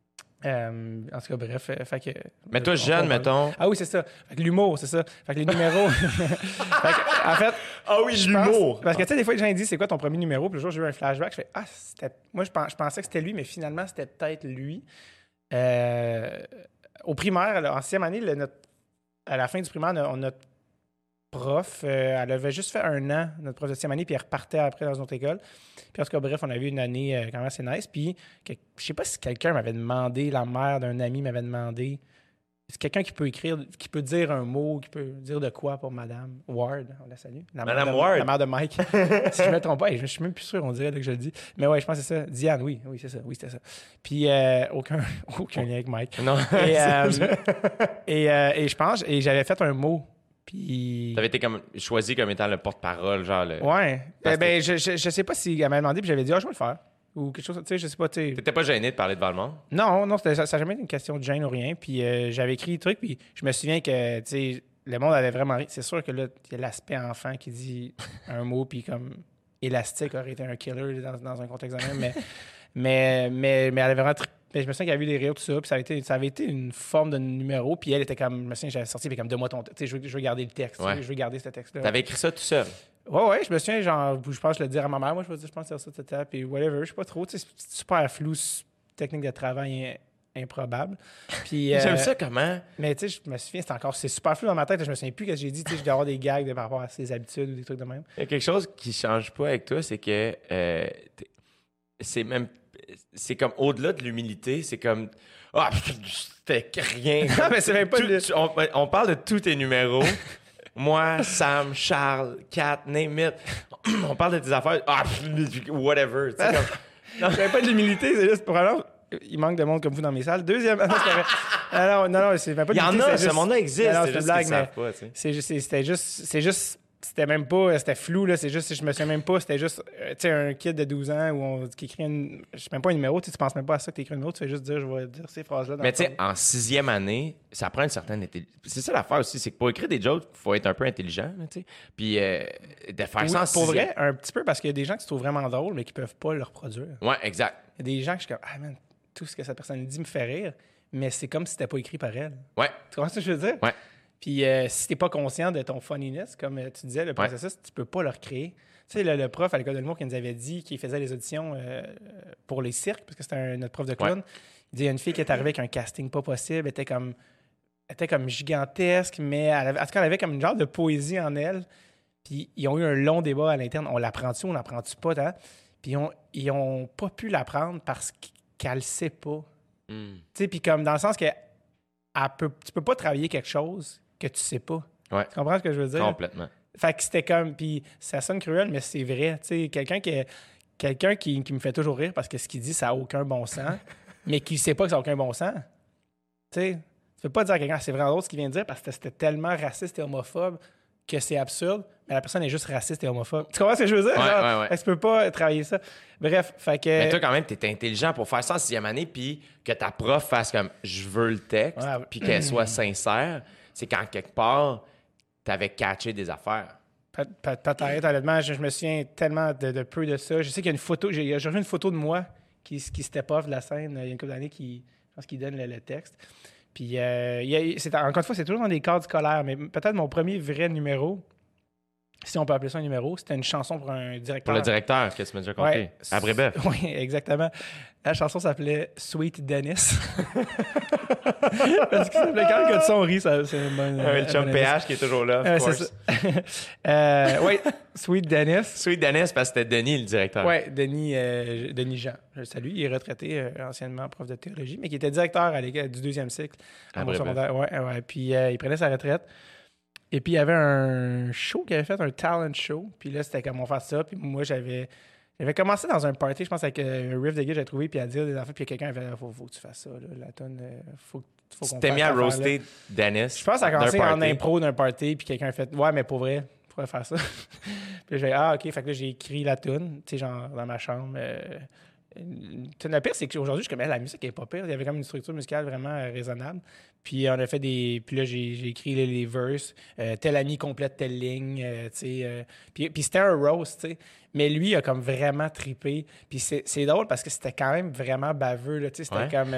en tout cas, bref. Fait que, Mais toi, jeune, mettons. Ah oui, c'est ça. Fait que l'humour, c'est ça. Fait que les numéros. Fait que, en fait. Ah oui, l'humour. Parce que tu sais, des fois, les gens disent, c'est quoi ton premier numéro? Puis le jour, j'ai eu un flashback. Je fais, c'était. Moi, je pensais que c'était lui, mais finalement, c'était peut-être lui. Au primaire, en 6e année, à la fin du primaire, notre prof, elle avait juste fait 1 an, notre prof de 6e année, puis elle repartait après dans une autre école. Puis en tout cas, bref, on a eu une année quand même assez nice. Puis je sais pas si quelqu'un m'avait demandé, la mère d'un ami m'avait demandé, c'est quelqu'un qui peut écrire, qui peut dire un mot, qui peut dire de quoi pour Madame Ward, on la salue. Madame Ward? La mère de Mike. Si je me trompe pas, je suis même plus sûr, on dirait que je le dis. Mais ouais, je pense que c'est ça. Diane, oui, c'est ça. Oui, c'était ça. Puis aucun lien avec Mike. Non. Et je pense, et j'avais fait un mot. Puis... T'avais été choisi comme étant le porte-parole, genre le... Ouais. Je sais pas si elle m'a demandé, puis j'avais dit, je vais le faire. Ou quelque chose, tu sais, je sais pas, tu sais. T'étais pas gêné de parler devant le monde? Non, ça n'a jamais été une question de gêne ou rien. Puis j'avais écrit des trucs, puis je me souviens que, tu sais, le monde avait vraiment ri. C'est sûr que là, il y a l'aspect enfant qui dit un mot, puis comme élastique aurait été un killer dans un contexte de même, mais elle avait vraiment... Mais je me souviens qu'il y avait eu des rires, tout ça, puis ça avait été une forme de numéro, puis elle était comme... Je me souviens, j'avais sorti, puis comme, donne-moi ton texte. Tu sais, je veux garder le texte, ouais. Je veux garder ce texte-là. T'avais écrit ça tout seul? Ouais, je me souviens, genre, je pense le dire à ma mère, moi, je pense que c'est ça, puis whatever, je sais pas trop, tu sais, c'est super flou, technique de travail improbable. Puis, j'aime ça comment? Mais tu sais, je me souviens, c'est super flou dans ma tête, je me souviens plus ce que j'ai dit, tu sais, je dois avoir des gags par rapport à ses habitudes ou des trucs de même. Il y a quelque chose qui change pas avec toi, c'est que c'est comme au-delà de l'humilité, c'est comme je fais rien. Non, mais c'est même pas on parle de tous tes numéros. Moi, Sam, Charles, Kat, name it. On parle de tes affaires. Whatever. Tu sais, comme... J'avais pas de l'humilité, c'est juste probablement. Il manque de monde comme vous dans mes salles. Deuxième. Non, c'est même pas de Il y en l'humilité, a, c'est ce juste- monde-là existe. Non, C'est c'est juste une qu'ils blague, savent pas, tu sais. c'était juste. C'était même pas. C'était flou, là. C'est juste, je me souviens même pas. C'était juste, tu sais, un kid de 12 ans qui écrit je sais même pas un numéro. Tu penses même pas à ça que tu écris un numéro. Tu fais juste dire, je vais dire ces phrases-là. Mais tu sais, en 6e année, ça prend une certaine intelligence. C'est ça l'affaire aussi, c'est que pour écrire des jokes, il faut être un peu intelligent, là, tu sais. Puis de faire ça en Pour 6e. vrai, un petit peu, parce qu'il y a des gens qui se trouvent vraiment drôles, mais qui peuvent pas le reproduire. Ouais, exact. Il y a des gens que je suis comme, ah man, tout ce que cette personne dit me fait rire, mais c'est comme si c'était pas écrit par elle. Ouais, Tu comprends ce que je veux dire? ouais. Puis si t'es pas conscient de ton funniness, comme tu disais, le processus, tu peux pas le recréer. Tu sais, le prof à l'école de l'humour qui nous avait dit qu'il faisait les auditions pour les cirques, parce que c'était notre prof de clown, il dit il y a une fille qui est arrivée avec un casting pas possible, était comme gigantesque, mais en tout cas, elle avait comme une genre de poésie en elle. Puis ils ont eu un long débat à l'interne. On l'apprend-tu, on l'apprend-tu pas? Hein? Puis ils ont pas pu l'apprendre parce qu'elle sait pas. Tu sais, puis comme dans le sens que tu peux pas travailler quelque chose que tu sais pas. Ouais. Tu comprends ce que je veux dire? Complètement. Fait que c'était comme... Puis ça sonne cruel, mais c'est vrai. Tu sais, quelqu'un qui me fait toujours rire parce que ce qu'il dit, ça n'a aucun bon sens, mais qui sait pas que ça n'a aucun bon sens. Tu sais, tu peux pas dire à quelqu'un, c'est vraiment drôle ce qu'il vient de dire parce que c'était tellement raciste et homophobe que c'est absurde, mais la personne est juste raciste et homophobe. Tu comprends ce que je veux dire? Ouais. Fait que tu peux pas travailler ça. Bref, fait que... Mais toi, quand même, t'es intelligent pour faire ça en 6e année, puis que ta prof fasse comme « je veux le texte Ouais. puis qu'elle soit sincère, c'est quand quelque part, t'avais catché des affaires. Peut-être, honnêtement, je me souviens tellement de peu de ça. Je sais qu'il y a une photo, j'ai revu une photo de moi qui step off de la scène il y a une couple d'années je pense qu'il donne le texte. Puis, encore une fois, c'est toujours dans des cadres scolaires, mais peut-être mon premier vrai numéro, si on peut appeler ça un numéro, c'était une chanson pour un directeur. Pour le directeur, que tu m'as déjà compris. Ouais. À Brébeuf. Oui, exactement. La chanson s'appelait Sweet Dennis. Parce qu'il s'appelait quand le gars de son rit, c'est une bonne. Le chum PH qui est toujours là, of c'est course. ça. Oui, Sweet Dennis. Sweet Dennis, parce que c'était Denis, le directeur. Oui, Denis Jean. Je le salue. Il est retraité, anciennement prof de théologie, mais qui était directeur à l'école du 2e cycle. À mon Brébeuf. secondaire. Ouais. Puis il prenait sa retraite. Et puis il y avait un show qu'il avait fait, un talent show. Puis là, c'était comme on fait ça. Puis moi, j'avais commencé dans un party, je pense, avec un riff de gars que j'avais trouvé, puis à dire des affaires. Puis quelqu'un avait dit faut que tu fasses ça. Là, la tonne, faut qu'on Tu t'es fasse mis à cette affaire-là. roaster Dennis. Je pense que ça a commencé d'un en party. impro d'un party, puis quelqu'un a fait ouais, mais pour vrai, on pourrait faire ça. Puis j'ai ok. Fait que là, j'ai écrit la tune, tu sais, genre dans ma chambre. Le pire, c'est qu'aujourd'hui, je suis comme, la musique est pas pire. Il y avait comme une structure musicale vraiment raisonnable. Puis on a fait puis là, j'ai écrit les verses. Tel ami complète telle ligne, tu sais. Puis c'était un roast, tu sais. Mais lui, il a comme vraiment trippé. Puis c'est drôle parce que c'était quand même vraiment baveux, là, tu sais. C'était Ouais. comme...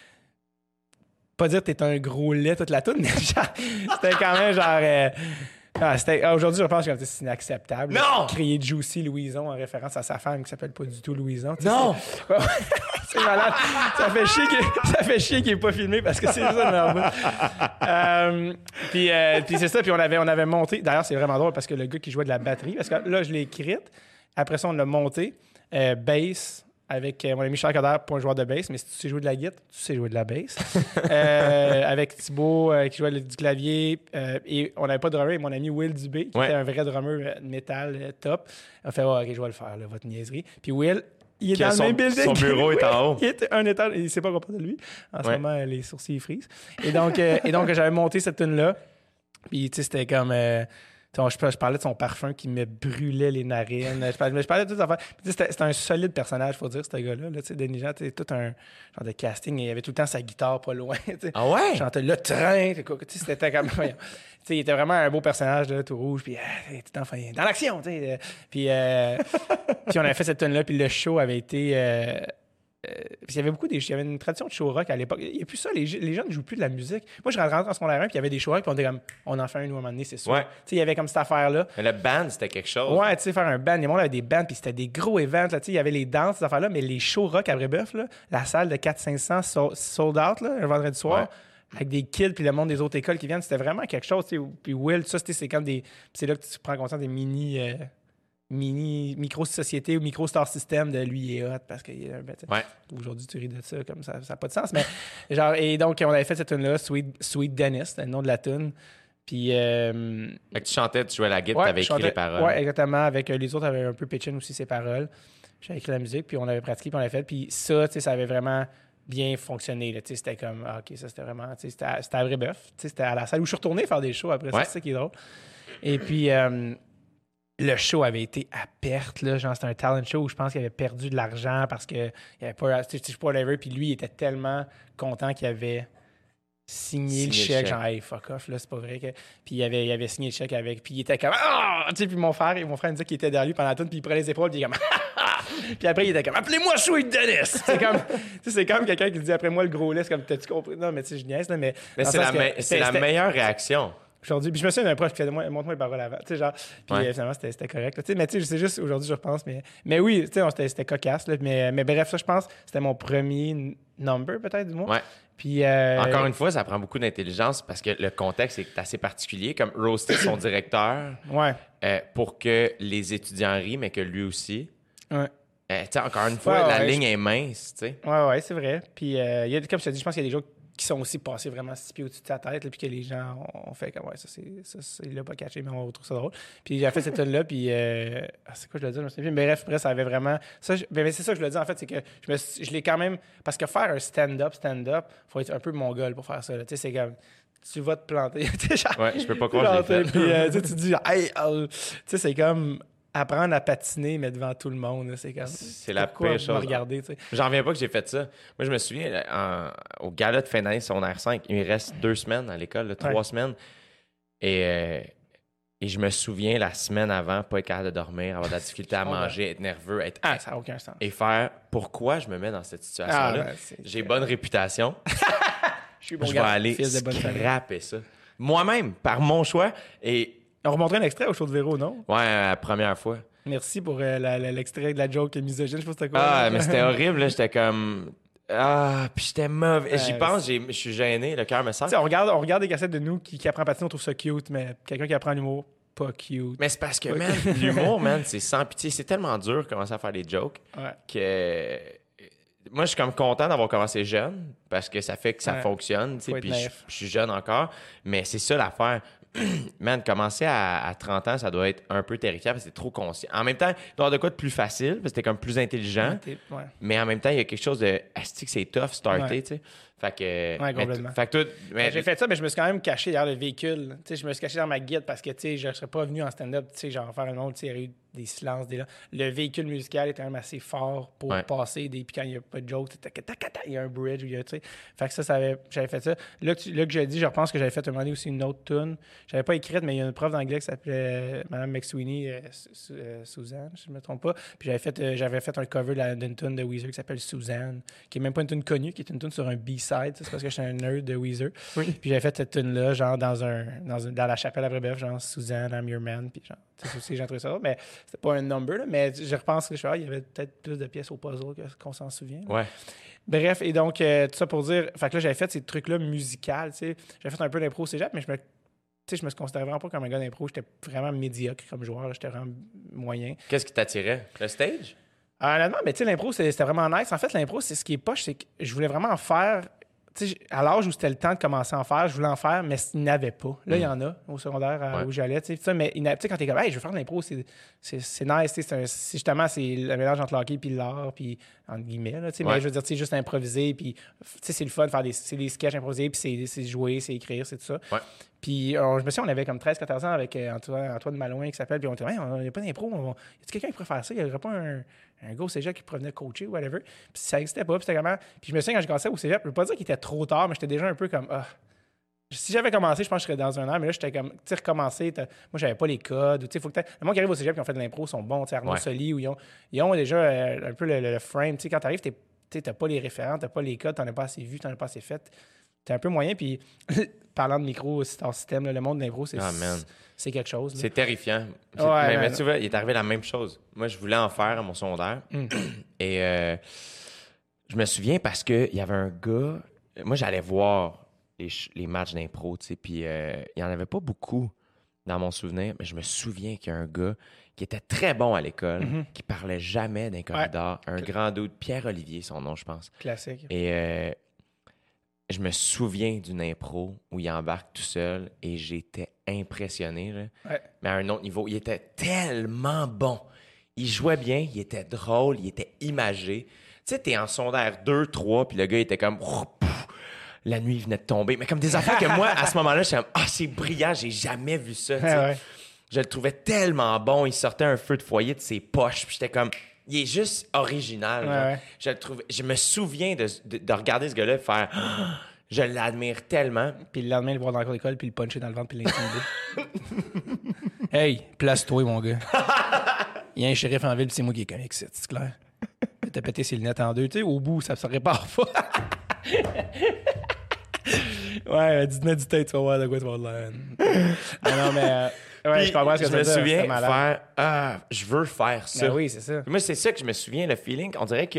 pas dire que t'es un gros lait toute la toune, mais genre, c'était quand même genre... aujourd'hui, je pense que c'est inacceptable. Non! Crier Juicy Louison en référence à sa femme qui s'appelle pas du tout Louison. Tu sais, Non! c'est malade. Ça fait chier qu'il n'est pas filmé parce que c'est ça le meilleur bout. Puis c'est ça. Puis on avait monté. D'ailleurs, c'est vraiment drôle parce que le gars qui jouait de la batterie, parce que là, je l'ai écrite. Après ça, on l'a monté. Bass avec mon ami Charles Coderre, pas un joueur de bass, mais si tu sais jouer de la guitare, tu sais jouer de la bass. Avec Thibaut qui jouait du clavier. Et on n'avait pas de drummer. Et mon ami Will Dubé, qui était un vrai drummer métal top, a fait OK, je vais le faire, là, votre niaiserie. Puis Will, il est dans le même building. Son bureau est en haut. Il était un étage. Il ne sait pas quoi parler de lui. En ce moment, les sourcils ils frisent. Et donc j'avais monté cette tune-là. Puis, tu sais, c'était comme... je parlais de son parfum qui me brûlait les narines. Je parlais de toutes les affaires. Puis, c'était un solide personnage, il faut dire, ce gars-là. Là, Denis Jean, tout un genre de casting. Il avait tout le temps sa guitare pas loin. Ah ouais? Il chantait le train. C'était comme... il était vraiment un beau personnage, là, tout rouge. Puis, tout le temps, dans l'action. Puis on avait fait cette tune-là. Puis le show avait été... il y avait il y avait une tradition de show rock à l'époque. Il n'y a plus ça, les gens ne jouent plus de la musique. Moi, je rentrais en secondaire 1, puis il y avait des show rock, puis on était comme, on en fait un, nous, à un moment donné, c'est sûr. Ouais. Il y avait comme cette affaire-là. Mais le band, c'était quelque chose. Ouais, tu sais, faire un band. Les gens avaient des bands, puis c'était des gros events. Il y avait les danses, ces affaires-là, mais les show rock à Brébeuf, là, la salle de 400-500 sold out, là, un vendredi soir, avec des kids, puis le monde des autres écoles qui viennent, c'était vraiment quelque chose. Puis Will, ça, c'est comme des. C'est là que tu prends conscience des micro-société ou micro-star system de lui il est hot parce qu'il est un aujourd'hui tu ris de ça comme ça n'a pas de sens mais genre et donc on avait fait cette tune là Sweet Dennis c'était le nom de la tune Puis... Fait que tu chantais, tu jouais la guitare, t'avais écrit les paroles. Oui, exactement. Avec les autres, avaient un peu pitché aussi ses paroles. J'avais écrit la musique, puis on avait pratiqué, puis on l'avait fait. Puis ça, tu sais, ça avait vraiment bien fonctionné. Là, c'était comme, OK, ça, c'était vraiment... C'était à Brébeuf. C'était à la salle où je suis retourné faire des shows après ça. C'est ça qui est drôle. Et puis... le show avait été à perte, là. Genre, c'était un talent show où je pense qu'il avait perdu de l'argent parce qu'il n'y avait pas... Tu sais, whatever. Puis lui, il était tellement content qu'il avait signé le chèque. Genre, hey, fuck off, là, c'est pas vrai. Puis il avait signé le chèque avec... Puis il était comme... Ah! Tu sais, puis mon frère me disait qu'il était derrière lui pendant la tourne, puis il prenait les épaules, puis il était comme... Puis après, il était comme... Appelez-moi Sweet Dennis! C'est comme quelqu'un qui dit après moi le gros lait, c'est comme... T'as-tu compris? Non, mais tu sais, je niaise, là, mais c'est la meilleure réaction. Aujourd'hui, puis je me souviens d'un prof qui faisait montre-moi les paroles avant, tu sais, genre, puis finalement c'était correct, là, tu sais, mais tu sais, c'est juste aujourd'hui je repense, mais oui, tu sais, c'était cocasse, là, mais bref, ça je pense c'était mon premier number peut-être du moins. Ouais. Puis encore une fois, ça prend beaucoup d'intelligence parce que le contexte est assez particulier, comme roaster son directeur pour que les étudiants rient, mais que lui aussi. Ouais. Tu sais, encore une fois, la ligne est mince, tu sais. Ouais, c'est vrai. Puis il y a, comme je te dis, je pense qu'il y a des gens qui sont aussi passés vraiment 6 pieds au-dessus de sa tête, là, puis que les gens ont fait comme, il l'a pas catché, mais on trouve ça drôle. Puis j'ai fait cette tune-là, puis c'est quoi je le dis, je me souviens plus. Mais bref, ça avait vraiment... c'est ça que je le dis, en fait, c'est que je l'ai quand même... Parce que faire un stand-up, faut être un peu mongol pour faire ça, tu sais, c'est comme... Tu vas te planter. Je peux pas croire que je l'ai fait. Puis tu dis, hey, tu sais, c'est comme... apprendre à patiner, mais devant tout le monde. C'est comme... C'est la pire chose. Regarder, tu sais. J'en reviens pas que j'ai fait ça. Moi, je me souviens, au gala de fin d'année secondaire 5, il me reste 2 semaines à l'école, 3 semaines. Et je me souviens, la semaine avant, pas être capable de dormir, avoir de la difficulté à manger, être nerveux, être... ça n'a aucun sens. Et faire, pourquoi je me mets dans cette situation-là? J'ai bonne réputation. Je vais aller scraper ça. Moi-même, par mon choix. Et... On remontrait un extrait au show de Véro, non? Ouais, la première fois. Merci pour l'extrait de la joke misogyne. Je sais pas c'était quoi. Mais c'était horrible. Là. J'étais comme... puis j'étais mauvais. J'y pense, je suis gêné. Le cœur me serre. On regarde des cassettes de nous qui apprend à patiner, on trouve ça cute, mais quelqu'un qui apprend l'humour, pas cute. Mais c'est parce que, man, l'humour, man, c'est sans pitié. C'est tellement dur de commencer à faire des jokes que... Moi, je suis comme content d'avoir commencé jeune parce que ça fait que ça fonctionne. Puis je suis jeune encore. Mais c'est ça l'affaire. Man, commencer à 30 ans, ça doit être un peu terrifiant parce que c'est trop conscient. En même temps, il doit y avoir de quoi de plus facile parce que t'es comme plus intelligent. Mais en même temps, il y a quelque chose de... Asti que c'est tough starter, tu sais. Fait que... complètement. Fait que j'ai fait ça, mais je me suis quand même caché derrière le véhicule. Tu sais, je me suis caché dans ma guide parce que, tu sais, je serais pas venu en stand-up, tu sais, genre faire un nom, tu sais, il y aurait eu des silences, Le véhicule musical est quand même assez fort pour passer puis quand il n'y a pas de joke, il y a un bridge, tu sais. Fait que j'avais fait ça. Là que j'ai dit, je repense que j'avais fait un moment donné aussi une autre tune. J'avais pas écrite, mais il y a une prof d'anglais qui s'appelait Mme McSweeney, Suzanne, si je me trompe pas. Puis j'avais fait un cover d'une tune de Weezer qui s'appelle Suzanne, qui est même pas une tune connue, qui est une tune sur un B-side. C'est parce que j'étais un nerd de Weezer. Oui. Puis j'avais fait cette tune-là, genre dans la chapelle à Brébeuf, genre Suzanne, I'm your man. Puis genre, c'est aussi, j'ai trouvé ça. Mais c'était pas un number, là, mais je repense que il y avait peut-être plus de pièces au puzzle qu'on s'en souvient. Ouais. Bref, et donc, tout ça pour dire, fait que là, j'avais fait ces trucs-là musicaux, tu sais. J'avais fait un peu d'impro au cégep, mais je me considérais vraiment pas comme un gars d'impro. J'étais vraiment médiocre comme joueur, là. J'étais vraiment moyen. Qu'est-ce qui t'attirait? Le stage? Honnêtement, mais tu sais, l'impro, c'était vraiment nice. En fait, l'impro, c'est ce qui est poche, c'est que je voulais vraiment en faire. Tu sais, à l'âge où c'était le temps de commencer à en faire, je voulais en faire, mais il n'y en avait pas. Là, il y en a au secondaire où j'allais. Tu sais, mais tu sais, quand t'es comme, hey, je veux faire de l'impro, c'est nice. Justement, c'est le mélange entre l'hockey et l'art, puis entre guillemets. Là, mais je veux dire, tu sais, juste improviser, puis c'est le fun de faire des sketchs improvisés, puis c'est jouer, c'est écrire, c'est tout ça. Ouais. Puis je me souviens, on avait comme 13-14 ans avec Antoine Malouin qui s'appelle, puis on était, il n'y a pas d'impro. Y a quelqu'un qui pourrait faire ça? Il n'y aurait pas un gars au cégep qui pourrait venir coacher ou whatever. Puis ça n'existait pas. Puis c'était comment. Puis je me souviens, quand j'ai commencé au cégep, je ne veux pas dire qu'il était trop tard, mais j'étais déjà un peu comme. Si j'avais commencé, je pense que je serais dans un an, mais là, j'étais comme. Tu sais, recommencer. Moi, j'avais pas les codes. Tu sais, faut que le monde qui arrive au cégep qui ont fait de l'impro sont bons. Tu sais, Arnaud Soli, où ils ont déjà un peu le frame. Tu sais, quand tu arrives, tu n'as pas les référents, tu n'as pas les codes, tu n'en as pas assez vu, tu n'en as pas assez fait. T'es un peu moyen, puis parlant de micro en système, là, le monde de l'impro, c'est quelque chose. Là. C'est terrifiant. Mais tu vois, il est arrivé la même chose. Moi, je voulais en faire à mon secondaire. Et je me souviens parce qu'il y avait un gars... Moi, j'allais voir les matchs d'impro, tu sais, puis il n'y en avait pas beaucoup dans mon souvenir, mais je me souviens qu'il y a un gars qui était très bon à l'école, qui parlait jamais d'un corridor, un grand dude, Pierre-Olivier, son nom, je pense. Classique. Et... je me souviens d'une impro où il embarque tout seul et j'étais impressionné, là. Ouais. Mais à un autre niveau. Il était tellement bon. Il jouait bien, il était drôle, il était imagé. Tu sais, t'es en secondaire 2, 3, puis le gars, il était comme... La nuit venait de tomber. Mais comme des affaires que moi, à ce moment-là, j'étais comme, c'est brillant, j'ai jamais vu ça. Tu sais. Ouais. Je le trouvais tellement bon. Il sortait un feu de foyer de ses poches. Puis j'étais comme, il est juste original. Ouais. Je me souviens de regarder ce gars-là et faire, je l'admire tellement. Puis le lendemain, le voir dans la cour d'école, puis le puncher dans le ventre, puis l'intimider. Hey, place-toi, mon gars. Il y a un shérif en ville, puis c'est moi qui est comique, c'est clair. T'as pété ses lunettes en deux. Tu sais, au bout, ça se répare pas. Ouais, dis-moi du tête, tu vas voir de quoi tu vas avoir de l'air. Non, mais... ouais, je comprends ce que tu veux dire. Je me souviens faire, je veux faire ça. Ben oui, c'est ça. Puis moi, c'est ça que je me souviens, le feeling. On dirait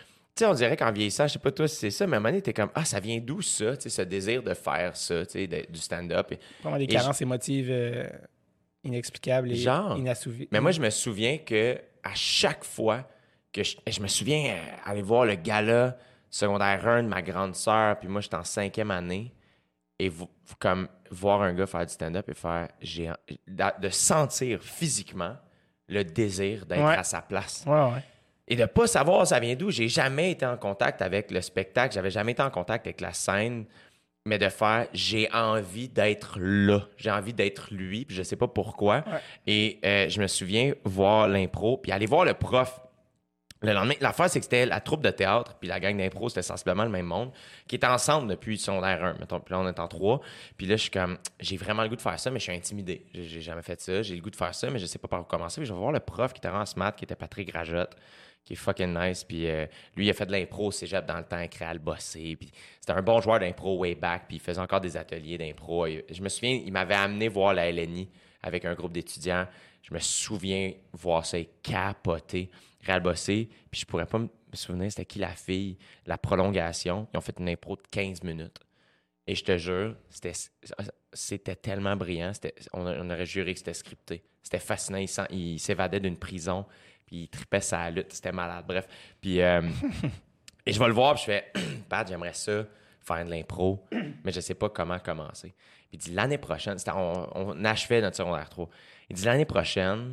qu'en vieillissant, je sais pas toi si c'est ça, mais à un moment donné, t'es comme, ça vient d'où ça, tu sais, ce désir de faire ça, tu sais, du stand-up. Vraiment des carences émotives inexplicables et inassouvies. Mais moi, je me souviens que à chaque fois que je me souviens aller voir le gala secondaire 1 de ma grande sœur, puis moi, j'étais en 5e année, et comme voir un gars faire du stand-up et faire... de sentir physiquement le désir d'être à sa place. Ouais. Et de pas savoir ça vient d'où. J'ai jamais été en contact avec le spectacle, j'avais jamais été en contact avec la scène, mais de faire, j'ai envie d'être là. J'ai envie d'être lui, puis je sais pas pourquoi. Ouais. Et je me souviens voir l'impro, puis aller voir le prof. Le lendemain, l'affaire, c'est que c'était la troupe de théâtre puis la gang d'impro, c'était sensiblement le même monde, qui était ensemble depuis secondaire 1. Mettons, puis là, on est en 3. Puis là, je suis comme, j'ai vraiment le goût de faire ça, mais je suis intimidé. J'ai jamais fait ça. J'ai le goût de faire ça, mais je sais pas par où commencer. Puis je vais voir le prof qui était en maths, qui était Patrick Rajotte, qui est fucking nice. Puis lui, il a fait de l'impro au cégep dans le temps, créé le bossé. Puis c'était un bon joueur d'impro way back. Puis il faisait encore des ateliers d'impro. Je me souviens, il m'avait amené voir la LNI avec un groupe d'étudiants. Je me souviens voir ça et capoter. Réal Bossé, puis je pourrais pas me souvenir c'était qui la fille, la prolongation. Ils ont fait une impro de 15 minutes. Et je te jure, c'était tellement brillant. On aurait juré que c'était scripté. C'était fascinant. Il s'évadait d'une prison, puis il tripait sa lutte. C'était malade. Bref. Puis, et je vais le voir, puis je fais « Pat, j'aimerais ça, faire de l'impro, mais je sais pas comment commencer. » Puis il dit « L'année prochaine, on achevait notre secondaire 3. Il dit « L'année prochaine,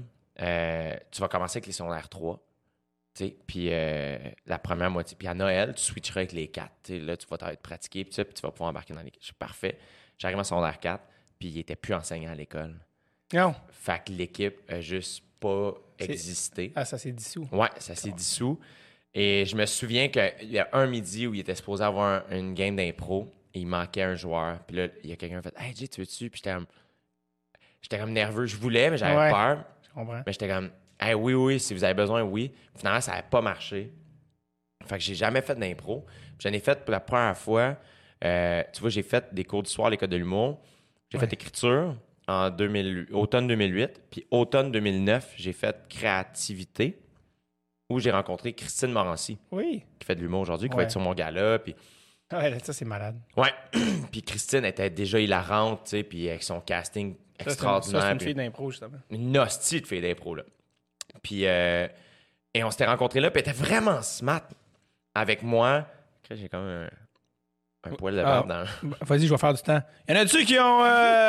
tu vas commencer avec les secondaires 3. » Puis la première moitié. Puis à Noël, tu switcheras avec les 4. T'sais, là, tu vas être pratiqué, puis tu vas pouvoir embarquer dans l'équipe. Je suis parfait. J'arrive en secondaire 4, puis il n'était plus enseignant à l'école. Non. Fait que l'équipe a juste pas existé. Ah, ça s'est dissous. Ouais, ça s'est dissous. Et je me souviens qu'il y a un midi où il était supposé avoir une game d'impro, et il manquait un joueur. Puis là, il y a quelqu'un qui a fait « Hey, Jay, tu veux-tu? » Puis j'étais comme nerveux. Je voulais, mais j'avais peur. Je comprends. Mais j'étais comme... Hey, oui, si vous avez besoin, oui. Finalement, ça n'avait pas marché. Fait que j'ai jamais fait d'impro. J'en ai fait pour la première fois. Tu vois, j'ai fait des cours d'histoire à l'école de l'humour. J'ai fait écriture en automne 2008. Puis automne 2009, j'ai fait créativité où j'ai rencontré Christine Morancy. Oui. Qui fait de l'humour aujourd'hui, qui va être sur mon gala. Puis... Ouais, ça, c'est malade. Ouais. Puis Christine était déjà hilarante, tu sais, puis avec son casting extraordinaire. Ça, c'est une fille d'impro, justement. Une hostie de fille d'impro, là. Puis, et on s'était rencontrés là, puis elle était vraiment smart avec moi. J'ai quand même un poil de barbe dans... Vas-y, je vais faire du temps. Y en a-tu qui ont...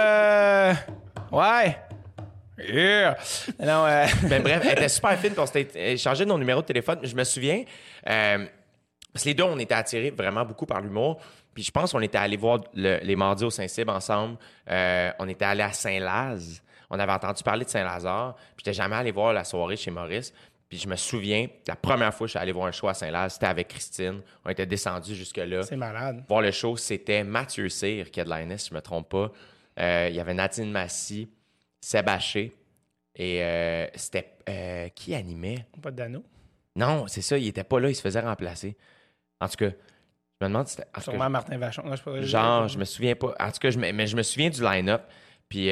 Ouais! Yeah! Non, Ben, bref, elle était super fine, puis on s'était échangé nos numéros de téléphone. Je me souviens, parce que les deux, on était attirés vraiment beaucoup par l'humour. Puis je pense qu'on était allés voir les Mardis au Saint-Cybe ensemble. On était allés à Saint-Laz. On avait entendu parler de Saint-Lazare, puis j'étais jamais allé voir la soirée chez Maurice. Puis je me souviens, la première fois que je suis allé voir un show à Saint-Laz, c'était avec Christine. On était descendus jusque-là. C'est malade. Voir le show, c'était Mathieu Cyr qui headlinait, si je me trompe pas. Il y avait Nadine Massy, Seb Haché, et c'était... qui animait? Pas de Dano? Non, c'est ça, il était pas là, il se faisait remplacer. En tout cas, je me demande si c'était... Sûrement Martin Vachon. Non, je me souviens pas. En tout cas, mais je me souviens du line-up. Puis,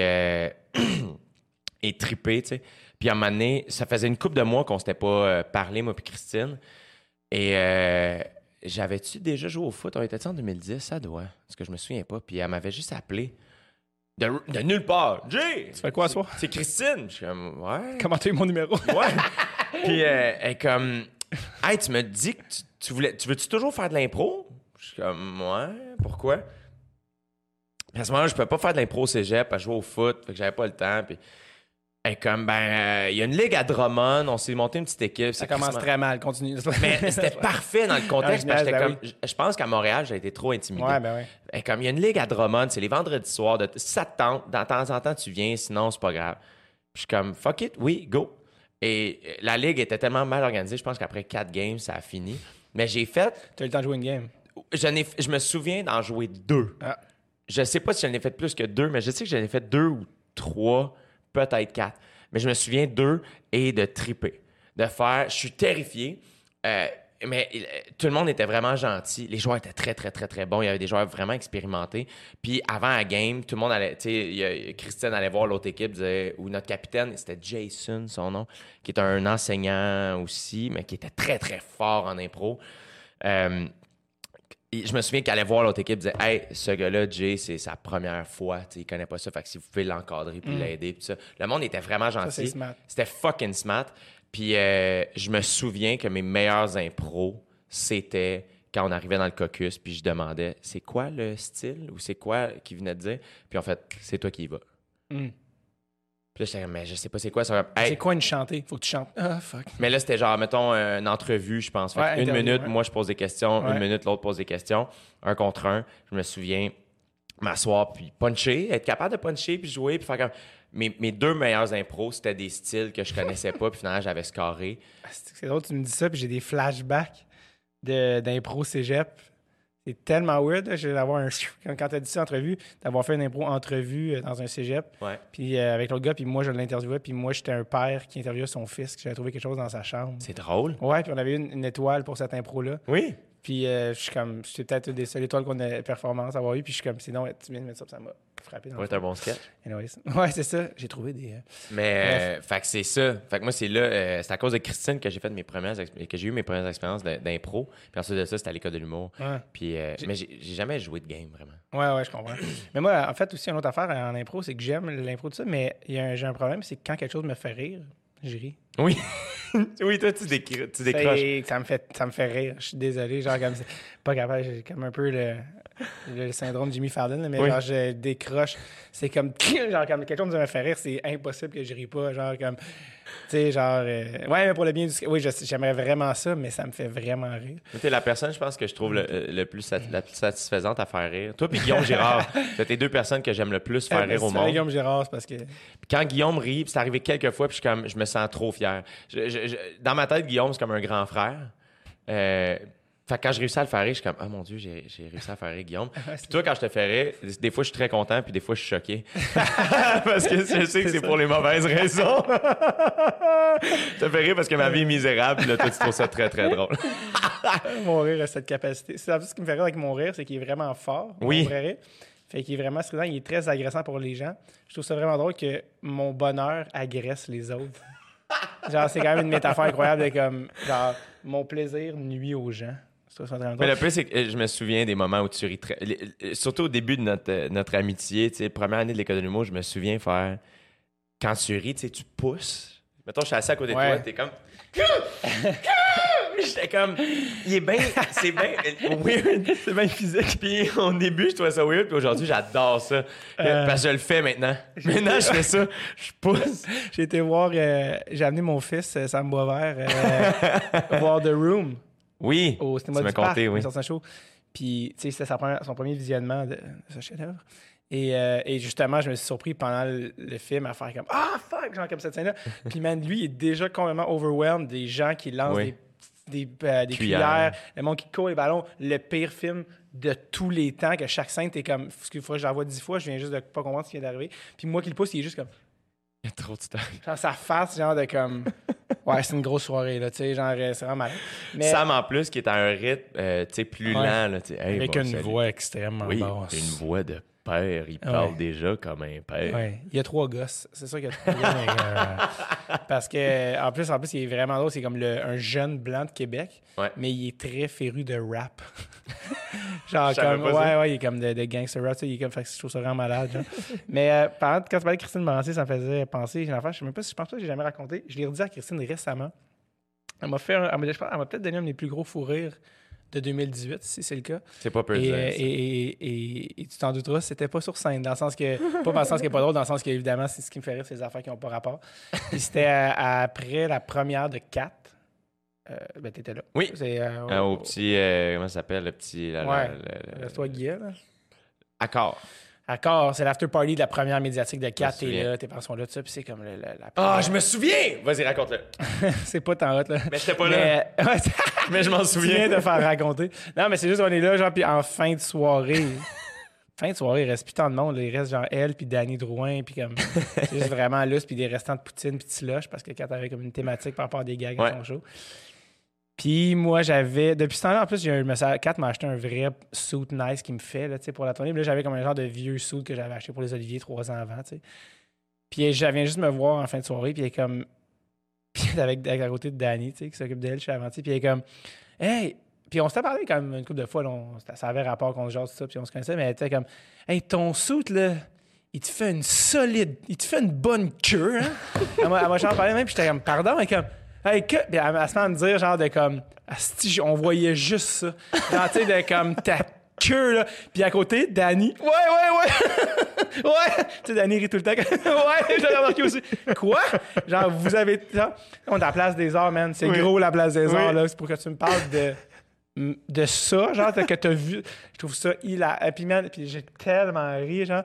et trippé, tu sais. Puis, à un moment donné, ça faisait une couple de mois qu'on s'était pas parlé, moi puis Christine. Et j'avais-tu déjà joué au foot? On était en 2010? Ça doit. Parce que je me souviens pas. Puis, elle m'avait juste appelé de nulle part. Jay! Tu fais quoi, ce soir? C'est Christine. Je suis comme, ouais. Comment t'as eu mon numéro? Ouais. Puis, elle est comme, hey, tu me dis que tu veux-tu toujours faire de l'impro? Je suis comme, ouais, Pourquoi? À ce moment-là, je pouvais pas faire de l'impro au cégep, à jouer au foot, fait que j'avais pas le temps. Puis, il y a une ligue à Drummond, on s'est monté une petite équipe. Ça commence très mal, continue. Mais c'était parfait dans le contexte, parce que j'étais ben comme... Je pense qu'à Montréal, j'ai été trop intimidé. Ouais, ben ouais. Et comme il y a une ligue à Drummond, c'est les vendredis soirs, si ça te tente, de temps en temps, tu viens, sinon, c'est pas grave. Puis je suis comme, fuck it, oui, go. Et la ligue était tellement mal organisée, je pense qu'après 4 games, ça a fini. Mais j'ai fait... Tu as eu le temps de jouer une game? Je me souviens d'en jouer 2. Ah. Je sais pas si j'en ai fait plus que 2, mais je sais que j'en ai fait 2 ou 3, peut-être 4. Mais je me souviens 2 et de triper. De faire... Je suis terrifié, mais tout le monde était vraiment gentil. Les joueurs étaient très, très, très, très bons. Il y avait des joueurs vraiment expérimentés. Puis avant la game, tout le monde allait... Tu sais, Christine allait voir l'autre équipe, ou notre capitaine, c'était Jason, son nom, qui est un enseignant aussi, mais qui était très, très fort en impro. Je me souviens qu'elle allait voir l'autre équipe, disait « Hey, ce gars-là, Jay, c'est sa première fois. Il connaît pas ça. Fait que si vous pouvez l'encadrer puis l'aider. » Puis ça. Le monde était vraiment gentil. Ça, c'est smart. C'était fucking smart. Puis je me souviens que mes meilleurs impros, c'était quand on arrivait dans le caucus puis je demandais « C'est quoi le style? » ou « C'est quoi qu'il venait de dire? » Puis en fait, « C'est toi qui y vas. Puis là, j'étais comme, mais je sais pas c'est quoi ça. Hey. C'est quoi une chantée? Faut que tu chantes. Ah, fuck. Mais là, c'était genre, mettons, une entrevue, je pense. Fait une minute, moi, je pose des questions. Une minute, l'autre pose des questions. 1 contre 1. Je me souviens m'asseoir puis puncher, être capable de puncher puis jouer puis faire comme... Mes 2 meilleurs impros, c'était des styles que je connaissais pas puis finalement, j'avais scoré. C'est drôle, tu me dis ça puis j'ai des flashbacks d'impro cégep. C'est tellement weird, là, d'avoir quand tu as dit ça entrevue, d'avoir fait une impro entrevue dans un cégep. Ouais. Puis avec l'autre gars, puis moi, je l'interviewais, puis moi, j'étais un père qui interviewait son fils, que j'avais trouvé quelque chose dans sa chambre. C'est drôle. Ouais, puis on avait eu une étoile pour cette impro-là. Oui. Puis je suis comme, c'est peut-être une des seules étoiles qu'on a performance à avoir eu, puis je suis comme, sinon, tu viens de mettre ça, puis ça m'a frappé. Ouais, c'est un bon sketch. Anyways. Ouais, c'est ça. J'ai trouvé des. Mais, fait que c'est ça. Fait que moi, c'est là, c'est à cause de Christine que j'ai fait que j'ai eu mes premières expériences d'impro. Puis ensuite de ça, c'était à l'école de l'humour. Ouais. Puis, mais j'ai jamais joué de game, vraiment. Ouais, je comprends. Mais moi, en fait, aussi, une autre affaire en impro, c'est que j'aime l'impro de ça, mais j'ai un problème, c'est que quand quelque chose me fait rire, je ris. Oui. Oui, toi, tu décroches. Ça me fait rire. Je suis désolé. Genre, comme pas capable. J'ai comme un peu le syndrome Jimmy Fallon, là, mais genre, je décroche. C'est comme, genre, comme quelque chose me fait rire, c'est impossible que je ris pas. Genre, comme, tu sais, genre, ouais, mais pour le bien du. Oui, j'aimerais vraiment ça, mais ça me fait vraiment rire. T'es la personne, je pense, que je trouve la plus satisfaisante à faire rire. Toi puis Guillaume Girard, c'est tes 2 personnes que j'aime le plus faire rire au monde. Guillaume Girard, c'est parce que. Puis quand Guillaume rit, puis c'est arrivé quelques fois, puis je me sens trop fier. Dans ma tête, Guillaume, c'est comme un grand frère. Fait que quand je réussis à le faire rire, je suis comme « Oh mon Dieu, j'ai réussi à faire rire Guillaume. » Puis toi, quand je te fais rire, des fois, je suis très content, puis des fois, je suis choqué. Parce que je sais que c'est pour les mauvaises raisons. Je te fais rire parce que ma vie est misérable, puis là, toi, tu trouves ça très, très drôle. Mon rire a cette capacité. C'est ce qui me fait rire avec mon rire, c'est qu'il est vraiment fort. Oui. Mon vrai rire. Fait qu'il est vraiment strident, il est très agressant pour les gens. Je trouve ça vraiment drôle que mon bonheur agresse les autres. Genre, c'est quand même une métaphore incroyable de comme, genre, mon plaisir nuit aux gens. Mais le plus, c'est que je me souviens des moments où tu ris très... Surtout au début de notre amitié, tu sais, première année de l'école de l'humour, je me souviens faire... Quand tu ris, tu sais, tu pousses. Mettons, je suis assis à côté de toi, t'es comme... J'étais comme... Il est bien... C'est bien weird. C'est bien physique. Puis au début, je trouvais ça weird, puis aujourd'hui, j'adore ça. Parce que je le fais maintenant. Maintenant, je fais ça. Je pousse. J'ai été voir... j'ai amené mon fils, Sam Boisvert, voir The Room. Oui, au cinéma du Parc, oui. Un show. Puis, tu sais, c'était son premier visionnement de ce chef-d'œuvre. Et justement, je me suis surpris pendant le film à faire comme « Ah, fuck! » genre comme cette scène-là. Puis, man, lui, il est déjà complètement overwhelmed des gens qui lancent des cuillères, le monde qui court les ballons. Le pire film de tous les temps, que chaque scène, t'es comme « Il faudrait que je la vois 10 fois, je viens juste de pas comprendre ce qui vient d'arriver. » Puis moi qui le pousse, il est juste comme... Il y a trop de temps. Genre, sa face, genre de comme... Ouais, c'est une grosse soirée, là, tu sais, genre, c'est vraiment malin. Mais... Sam, en plus, qui est à un rythme, tu sais, plus lent, là, tu sais. Hey, avec une voix extrêmement basse. Oui, une voix de père. Il parle déjà comme un père. Oui, il y a 3 gosses. C'est sûr qu'il y a 3 gosses. Parce que, en plus, il est vraiment drôle. C'est comme un jeune blanc de Québec, mais il est très féru de rap. Genre, comme, il est comme de gangster rap. Il est comme, fait que je trouve ça vraiment malade. Genre. Mais quand tu parlais de Christine Morancier, ça me faisait penser. Je pense pas que j'ai jamais raconté. Je l'ai redit à Christine récemment. Elle m'a peut-être donné un des plus gros fous rires de 2018, si c'est le cas. C'est pas peu dire. Et tu t'en douteras, c'était pas sur scène, dans le sens que... Pas dans le sens qu'il n'est pas drôle, dans le sens qu'évidemment, c'est ce qui me fait rire, c'est des affaires qui n'ont pas rapport. Puis c'était après la première de 4. Ben, t'étais là. Oui. C'est, Au petit... comment ça s'appelle, le petit... Reste-toi Guillaume, là. Accord. Accord, c'est l'after party de la première médiatique de 4. T'es souviens. là, tes parents sont là, tout ça, puis c'est comme la Ah, je me souviens! Vas-y, raconte-le. C'est pas tant hot, là. Mais j'étais pas là. Ouais, Mais je m'en tu viens souviens. de faire raconter. Non, mais c'est juste, on est là, genre, puis en fin de soirée. Fin de soirée, il reste plus tant de monde. Là. Il reste genre elle, puis Danny Drouin, puis comme. C'est juste vraiment lousse, puis des restants de poutine, puis de slush, parce que Kat avait comme une thématique par rapport à des gags à son show. Puis moi, j'avais. Depuis ce temps-là, en plus, Kat m'a acheté un vrai suit nice qui me fait, là, pour la tournée. Puis là, j'avais comme un genre de vieux suit que j'avais acheté pour les Oliviers 3 ans avant, tu sais. Puis elle vient juste me voir en fin de soirée, puis elle est comme. Puis elle est avec à côté de Danny, tu sais, qui s'occupe d'elle chez Avanti, puis elle est comme. Hey! Puis on s'était parlé quand même une couple de fois, là, ça avait rapport qu'on se jase tout ça, puis on se connaissait, mais elle était comme. Hey, ton suit, là. Il te fait une bonne queue, hein? elle m'a genre parlé même, puis j'étais comme, pardon, mais comme. Hey, que... Puis elle se met à me dire, genre, de comme. Asti, on voyait juste ça. Genre, tu sais, de comme ta queue, là. Puis à côté, Danny. Ouais. Ouais. Tu sais, Danny rit tout le temps. Ouais, je l'ai remarqué aussi. Quoi? Genre, vous avez. Genre, on est à la Place des Arts, man. C'est gros, la Place des Arts, là. C'est pour que tu me parles de ça, genre, que t'as vu. Je trouve ça hilarant. Puis j'ai tellement ri, genre.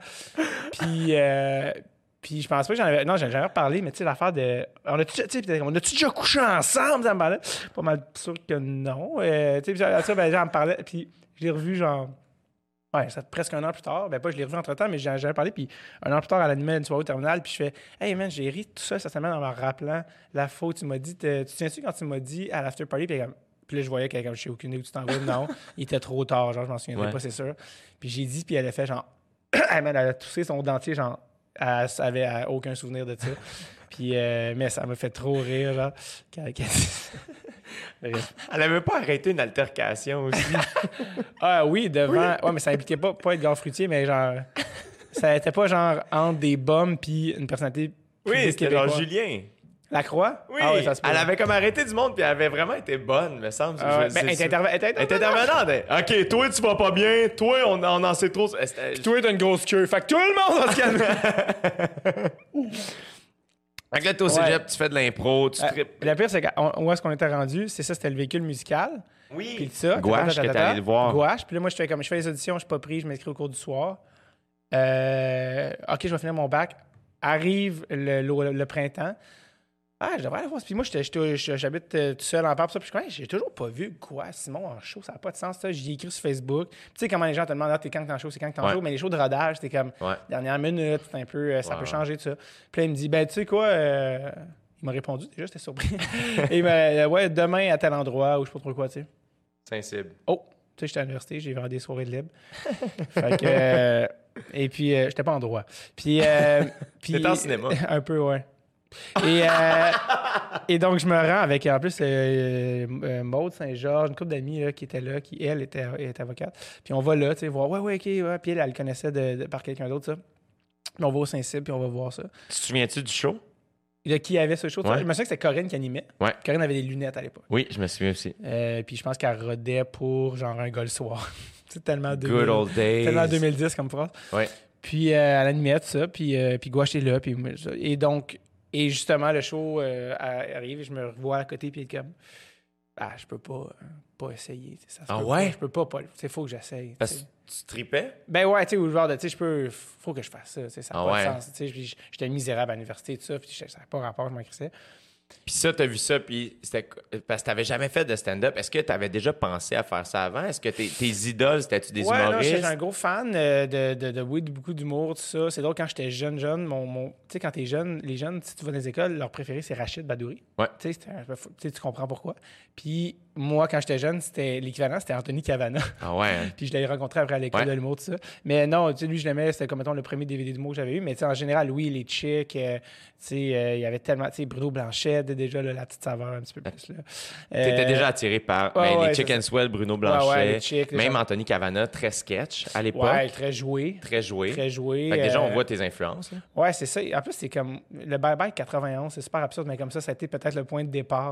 Puis je pense pas que j'en avais... Non, j'en ai jamais reparlé, mais tu sais, l'affaire de... On a-tu déjà couché ensemble? Ça me parlait. Pas mal sûr que non. Tu sais, ça, ben, j'en me parlais. Puis je l'ai revu, genre... Ouais, ça presque un an plus tard. Ben pas, je l'ai revu entre-temps, mais j'en avais parlé. Puis un an plus tard, elle animait une soirée au terminal. Puis je fais « Hey, man, j'ai ri tout ça cette semaine en me rappelant la faute. Tu m'as dit... Tu te souviens-tu quand tu m'as dit à l'after party? » Puis là, je voyais qu'elle comme « Je sais aucune idée où tu t'en vas. » Non, il était trop tard. Genre, je m'en souviendrai pas, c'est sûr. Puis j'ai dit, puis elle a fait genre... Hey, man, elle a toussé son dentier, genre... Elle avait aucun souvenir de ça. Puis, mais ça m'a fait trop rire, genre. Elle avait pas arrêté une altercation aussi. Ah oui, devant... Ouais, mais ça impliquait pas Edgar Fruitier, mais genre... Ça n'était pas genre entre des bombes puis une personnalité... Oui, c'était genre Julien. Lacroix? Oui, ah, oui, ça se peut. Elle avait comme arrêté du monde, puis elle avait vraiment été bonne, me semble. Elle était intervenante. OK, toi, tu vas pas bien. Toi, on en sait trop. Puis toi, t'as une grosse queue. Fait que tout le monde va se calmer. Fait que là, t'es au cégep, tu fais de l'impro, tu tripes. Le pire, c'est où est-ce qu'on était rendu? C'est ça, c'était le véhicule musical. Oui. Puis ça. Gouache, que t'es allé le voir. Gouache. Puis là, moi, je fais les auditions, je suis pas pris, je m'inscris au cours du soir. OK, je vais finir mon bac. Arrive le printemps. Ah, je devrais aller voir. Puis moi, j'habite tout seul en part. Puis je suis j'ai toujours pas vu quoi, Simon, en show. Ça n'a pas de sens, ça. J'y écris sur Facebook. Tu sais comment les gens te demandent, t'es quand t'es en show, c'est quand t'es en show. Mais les shows de rodage, c'était comme dernière minute, c'est un peu, ça peut changer, tout ça. Puis là, il me dit, ben, tu sais quoi, il m'a répondu déjà, j'étais surpris. Et il m'a ouais, demain à tel endroit, ou je sais pas trop quoi, tu sais. Saint-Cybe. Oh, tu sais, j'étais à l'université, j'ai vraiment des soirées de libre. Fait que, et puis, j'étais pas en droit. Puis. T'étais en cinéma. Un peu, ouais. Et donc, je me rends avec, en plus, Maude Saint-Georges, une couple d'amis là, qui était là, qui, elle, était avocate. Puis on va là, tu sais, voir, ouais, OK, ouais. Puis elle connaissait par quelqu'un d'autre, ça. Puis on va au Saint-Cybe, puis on va voir ça. Tu te souviens-tu du show? De qui avait ce show? Je me souviens que c'était Corinne qui animait. Ouais. Corinne avait des lunettes à l'époque. Oui, je me souviens aussi. Puis je pense qu'elle rodait pour, genre, un gars le soir. C'est tellement... Good old days. Tellement 2010 comme phrase. Ouais. Puis elle animait tout ça, puis Gouache est là, puis... Et donc... Et justement, le show arrive et je me revois à côté puis comme je peux pas essayer. Ça ouais? Je peux pas. Il faut que j'essaye. Parce que tu tripais? Ben ouais, tu sais, ou genre de, tu sais, faut que je fasse ça. Ça n'a pas de sens. Tu sais, j'étais misérable à l'université, tout ça, puis ça n'avait pas rapport, je m'en crissais. Puis ça, t'as vu ça, puis c'était... Parce que t'avais jamais fait de stand-up. Est-ce que t'avais déjà pensé à faire ça avant? Est-ce que tes idoles, c'était-tu des humoristes? Non, j'étais un gros fan de beaucoup d'humour, tout ça. C'est drôle, quand j'étais jeune, tu sais, quand t'es jeune, les jeunes, si tu vas dans les écoles, leur préféré, c'est Rachid Badouri. Ouais. Tu sais, tu comprends pourquoi. Puis moi, quand j'étais jeune, l'équivalent, c'était Anthony Cavana. Ah ouais? Hein? Puis je l'avais rencontré après à l'école de l'humour, tout ça. Mais non, tu sais, lui, je l'aimais, c'était comme, mettons, le premier DVD d'humour que j'avais eu. Mais tu sais, en général, oui, les chicks, tu sais, il y avait tellement, tu sais, Bruno Blanchet, déjà, là, la petite saveur un petit peu plus, là. T'étais déjà attiré par les Chick and Swell, Bruno Blanchet, même Anthony Cavana, très sketch à l'époque. Ouais, très joué. Très joué. Très joué. Fait que déjà, on voit tes influences. Là. Ouais, c'est ça. En plus, c'est comme le Bye Bye 91, c'est super absurde, mais comme ça a été peut-être le point de départ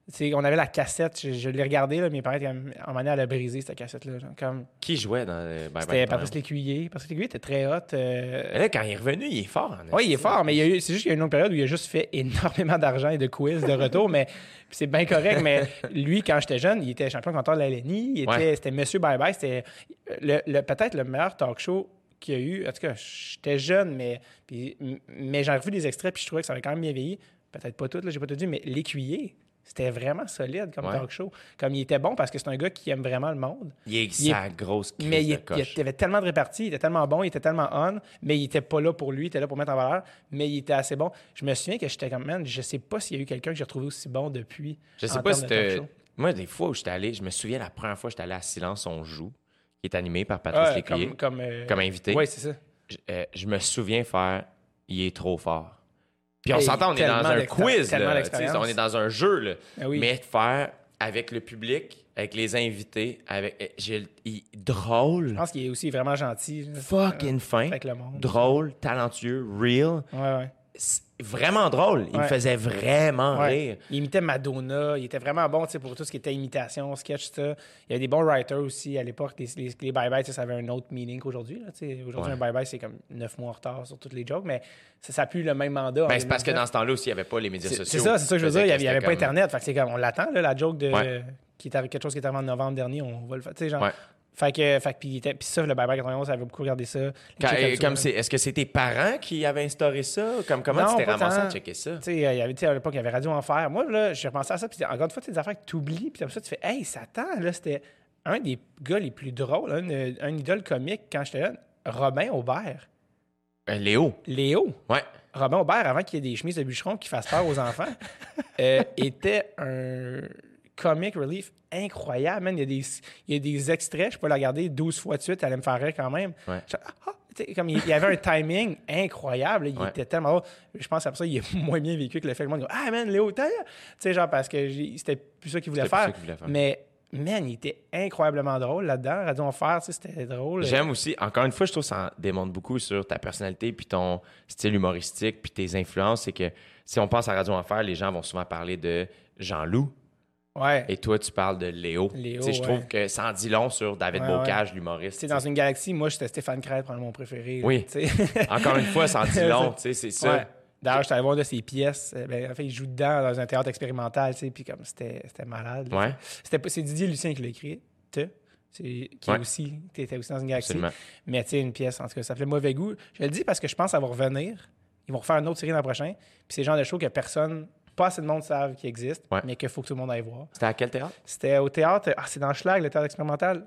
On avait la cassette, je l'ai regardée, là, mes parents étaient en manière à la briser, cette cassette-là. Genre, comme... Qui jouait dans C'était Patrice Lécuyer. Patrice Lécuyer était très hot. Là, quand il est revenu, il est fort. Oui, il est fort, mais c'est juste qu'il y a eu une autre période où il a juste fait énormément d'argent et de quiz de retour, mais c'est bien correct. Mais lui, quand j'étais jeune, il était champion compteur de la LNI. C'était Monsieur Bye Bye. C'était peut-être le meilleur talk show qu'il y a eu. En tout cas, j'étais jeune, mais j'ai revu des extraits puis je trouvais que ça avait quand même bien vieilli. Peut-être pas tout, là, j'ai pas tout dit, mais Lécuyer, c'était vraiment solide comme talk show. Comme il était bon parce que c'est un gars qui aime vraiment le monde. Il est sa grosse crise mais de coche. Il avait tellement de réparties, il était tellement bon, il était tellement on, mais il était pas là pour lui, il était là pour mettre en valeur, mais il était assez bon. Je me souviens que j'étais comme, man, je sais pas s'il y a eu quelqu'un que j'ai retrouvé aussi bon depuis. Je sais pas si c'était... Moi, des fois où j'étais allé, je me souviens la première fois que j'étais allé à Silence on joue, qui est animé par Patrice Lécuyer, comme invité. Oui, c'est ça. Je me souviens faire « Il est trop fort ». Puis on s'entend, on est dans un quiz, là, on est dans un jeu, là. Mais faire avec le public, avec les invités, drôle. Je pense qu'il est aussi vraiment gentil. Fucking fin. Avec le monde. Drôle, talentueux, real. Ouais. Vraiment drôle. Il me faisait vraiment rire. Il imitait Madonna. Il était vraiment bon pour tout ce qui était imitation, sketch, ça. Il y avait des bons writers aussi à l'époque. Les bye-bye, ça avait un autre meaning qu'aujourd'hui. Aujourd'hui, un bye-bye, c'est comme 9 mois en retard sur tous les jokes, mais ça n'a plus le même mandat. C'est parce que dans ce temps-là aussi, il n'y avait pas les médias sociaux. C'est ça que je veux dire. Il n'y avait pas Internet. Fait que c'est comme, on l'attend, là, la joke de qui était quelque chose qui était arrivé en novembre dernier. On va le faire. Genre. Puis ça, le Bye-Bye 91, ça avait beaucoup regardé ça. Est-ce que c'est tes parents qui avaient instauré ça? Comment tu t'es ramassé à checker ça? À l'époque, il y avait Radio Enfer. Moi, là, j'ai repensé à ça, puis encore une fois, des affaires que tu oublies, puis après ça, tu fais « Hey, Satan! » Là, c'était un des gars les plus drôles, un idole comique quand j'étais là, Robin Aubert. Léo. Ouais. Robin Aubert, avant qu'il y ait des chemises de bûcheron qui fassent peur aux enfants, était un comic relief incroyable, man. Il y a des extraits, je peux le regarder 12 fois de suite, elle allait me faire rire quand même. Ouais. Comme il y avait un timing incroyable, il était tellement drôle. Je pense après ça, il est moins bien vécu que le fait que le monde dit « Ah, man, Léo, tu sais, genre, parce que c'était plus ça qu'il voulait faire. Mais, man, il était incroyablement drôle là-dedans. Radio Enfer, c'était drôle. J'aime aussi, encore une fois, je trouve que ça en démontre beaucoup sur ta personnalité, puis ton style humoristique, puis tes influences. C'est que si on passe à Radio Enfer, les gens vont souvent parler de Jean-Loup. Ouais. Et toi, tu parles de Léo. Je trouve que ça en dit long sur David Bocage, l'humoriste. Dans une galaxie, moi, j'étais Stéphane Crête, probablement mon préféré. Oui. Encore une fois, ça en dit long, c'est ça. Ouais. D'ailleurs, j'étais allé voir de ses pièces. En fait, il joue dedans dans un théâtre expérimental, puis comme c'était malade. Ouais. C'est Didier Lucien qui l'a écrit. Qui était aussi dans une galaxie. Absolument. Mais tu sais, une pièce, en tout cas, ça s'appelait Mauvais Goût. Je le dis parce que je pense que ça va revenir. Ils vont refaire une autre série l'an prochain. Puis c'est le genre de show que pas assez de monde savent qu'il existe, mais qu'il faut que tout le monde aille voir. C'était à quel théâtre? C'était au théâtre... c'est dans Schlag, le théâtre expérimental.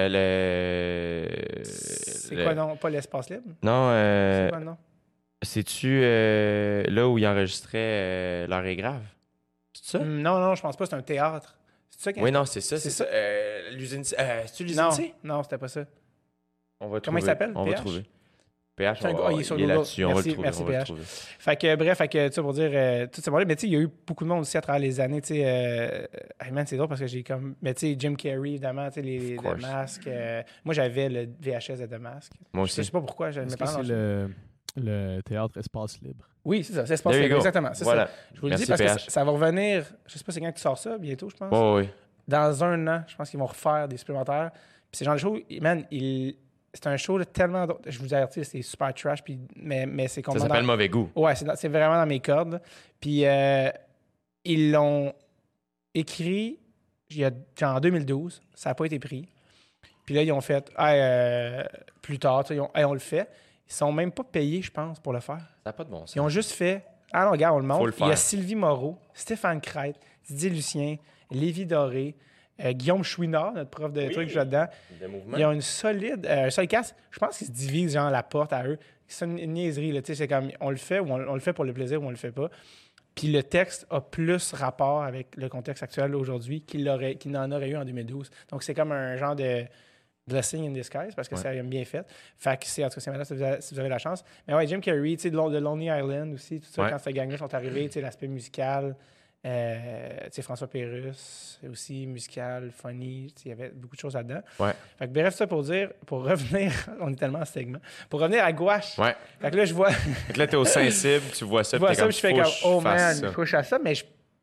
C'est quoi, non? Pas l'Espace Libre? Non, c'est quoi le nom? C'est-tu là où ils enregistraient L'heure est grave? C'est ça? Non, je pense pas. C'est un théâtre. C'est ça oui, non, c'est ça. C'est ça. L'usine... c'est-tu l'usine C? Non, c'était pas ça. On va Comment il s'appelle? On va trouver. PH, il est là-dessus. On va le trouver. Merci, PH. Fait que, bref, tu sais, pour dire, tout c'est bon. Mais tu sais, il y a eu beaucoup de monde aussi à travers les années. Tu sais, man, c'est drôle parce que j'ai comme. Mais tu sais, Jim Carrey, évidemment, tu sais, les masques. Moi, j'avais le VHS de masques. Moi aussi. Je sais pas pourquoi. Est-ce que c'est le théâtre Espace Libre? Oui, c'est ça. C'est Espace Libre, exactement. C'est voilà. Ça. Je vous le dis parce que ça va revenir. Je sais pas c'est quand tu sors ça, bientôt, je pense. Oh, oui. Dans 1 an, je pense qu'ils vont refaire des supplémentaires. Puis c'est genre de show, man, c'est un show tellement... Je vous avertis, c'est super trash, mais c'est complètement... Ça s'appelle Mauvais Goût. Ouais, c'est vraiment dans mes cordes. Puis ils l'ont écrit en 2012. Ça n'a pas été pris. Puis là, ils ont fait plus tard, on le fait. Ils sont même pas payés, je pense, pour le faire. Ça n'a pas de bon sens. Ils ont juste fait... Ah non, regarde, on le montre. Il y a Sylvie Moreau, Stéphane Crête, Didier Lucien, Lévi Doré, Guillaume Chouinard, notre prof de trucs là-dedans. Ils ont un solide cast. Je pense qu'ils se divisent genre la porte à eux. C'est une niaiserie. Là, c'est comme on le fait ou on le fait pour le plaisir ou on le fait pas. Puis le texte a plus rapport avec le contexte actuel aujourd'hui qu'il n'en aurait eu en 2012. Donc c'est comme un genre de blessing in disguise parce que ça a bien fait. Fait que c'est, en tout cas, c'est maintenant si vous avez la chance. Mais ouais, Jim Carrey, tu sais, de Lonely Island aussi, tout ça, quand ces gangs-là sont arrivés, tu sais, l'aspect musical. Tu sais, François Pérusse, aussi musical, funny, il y avait beaucoup de choses là-dedans. Ouais. Fait que bref, ça pour dire, pour revenir, on est tellement en segment, pour revenir à Gouache. Ouais. Fait que là, je vois... Fait que là, t'es au Saint-Cybe, tu vois ça, je vois ça, je fais comme, oh man, il faut que je fasse ça, mais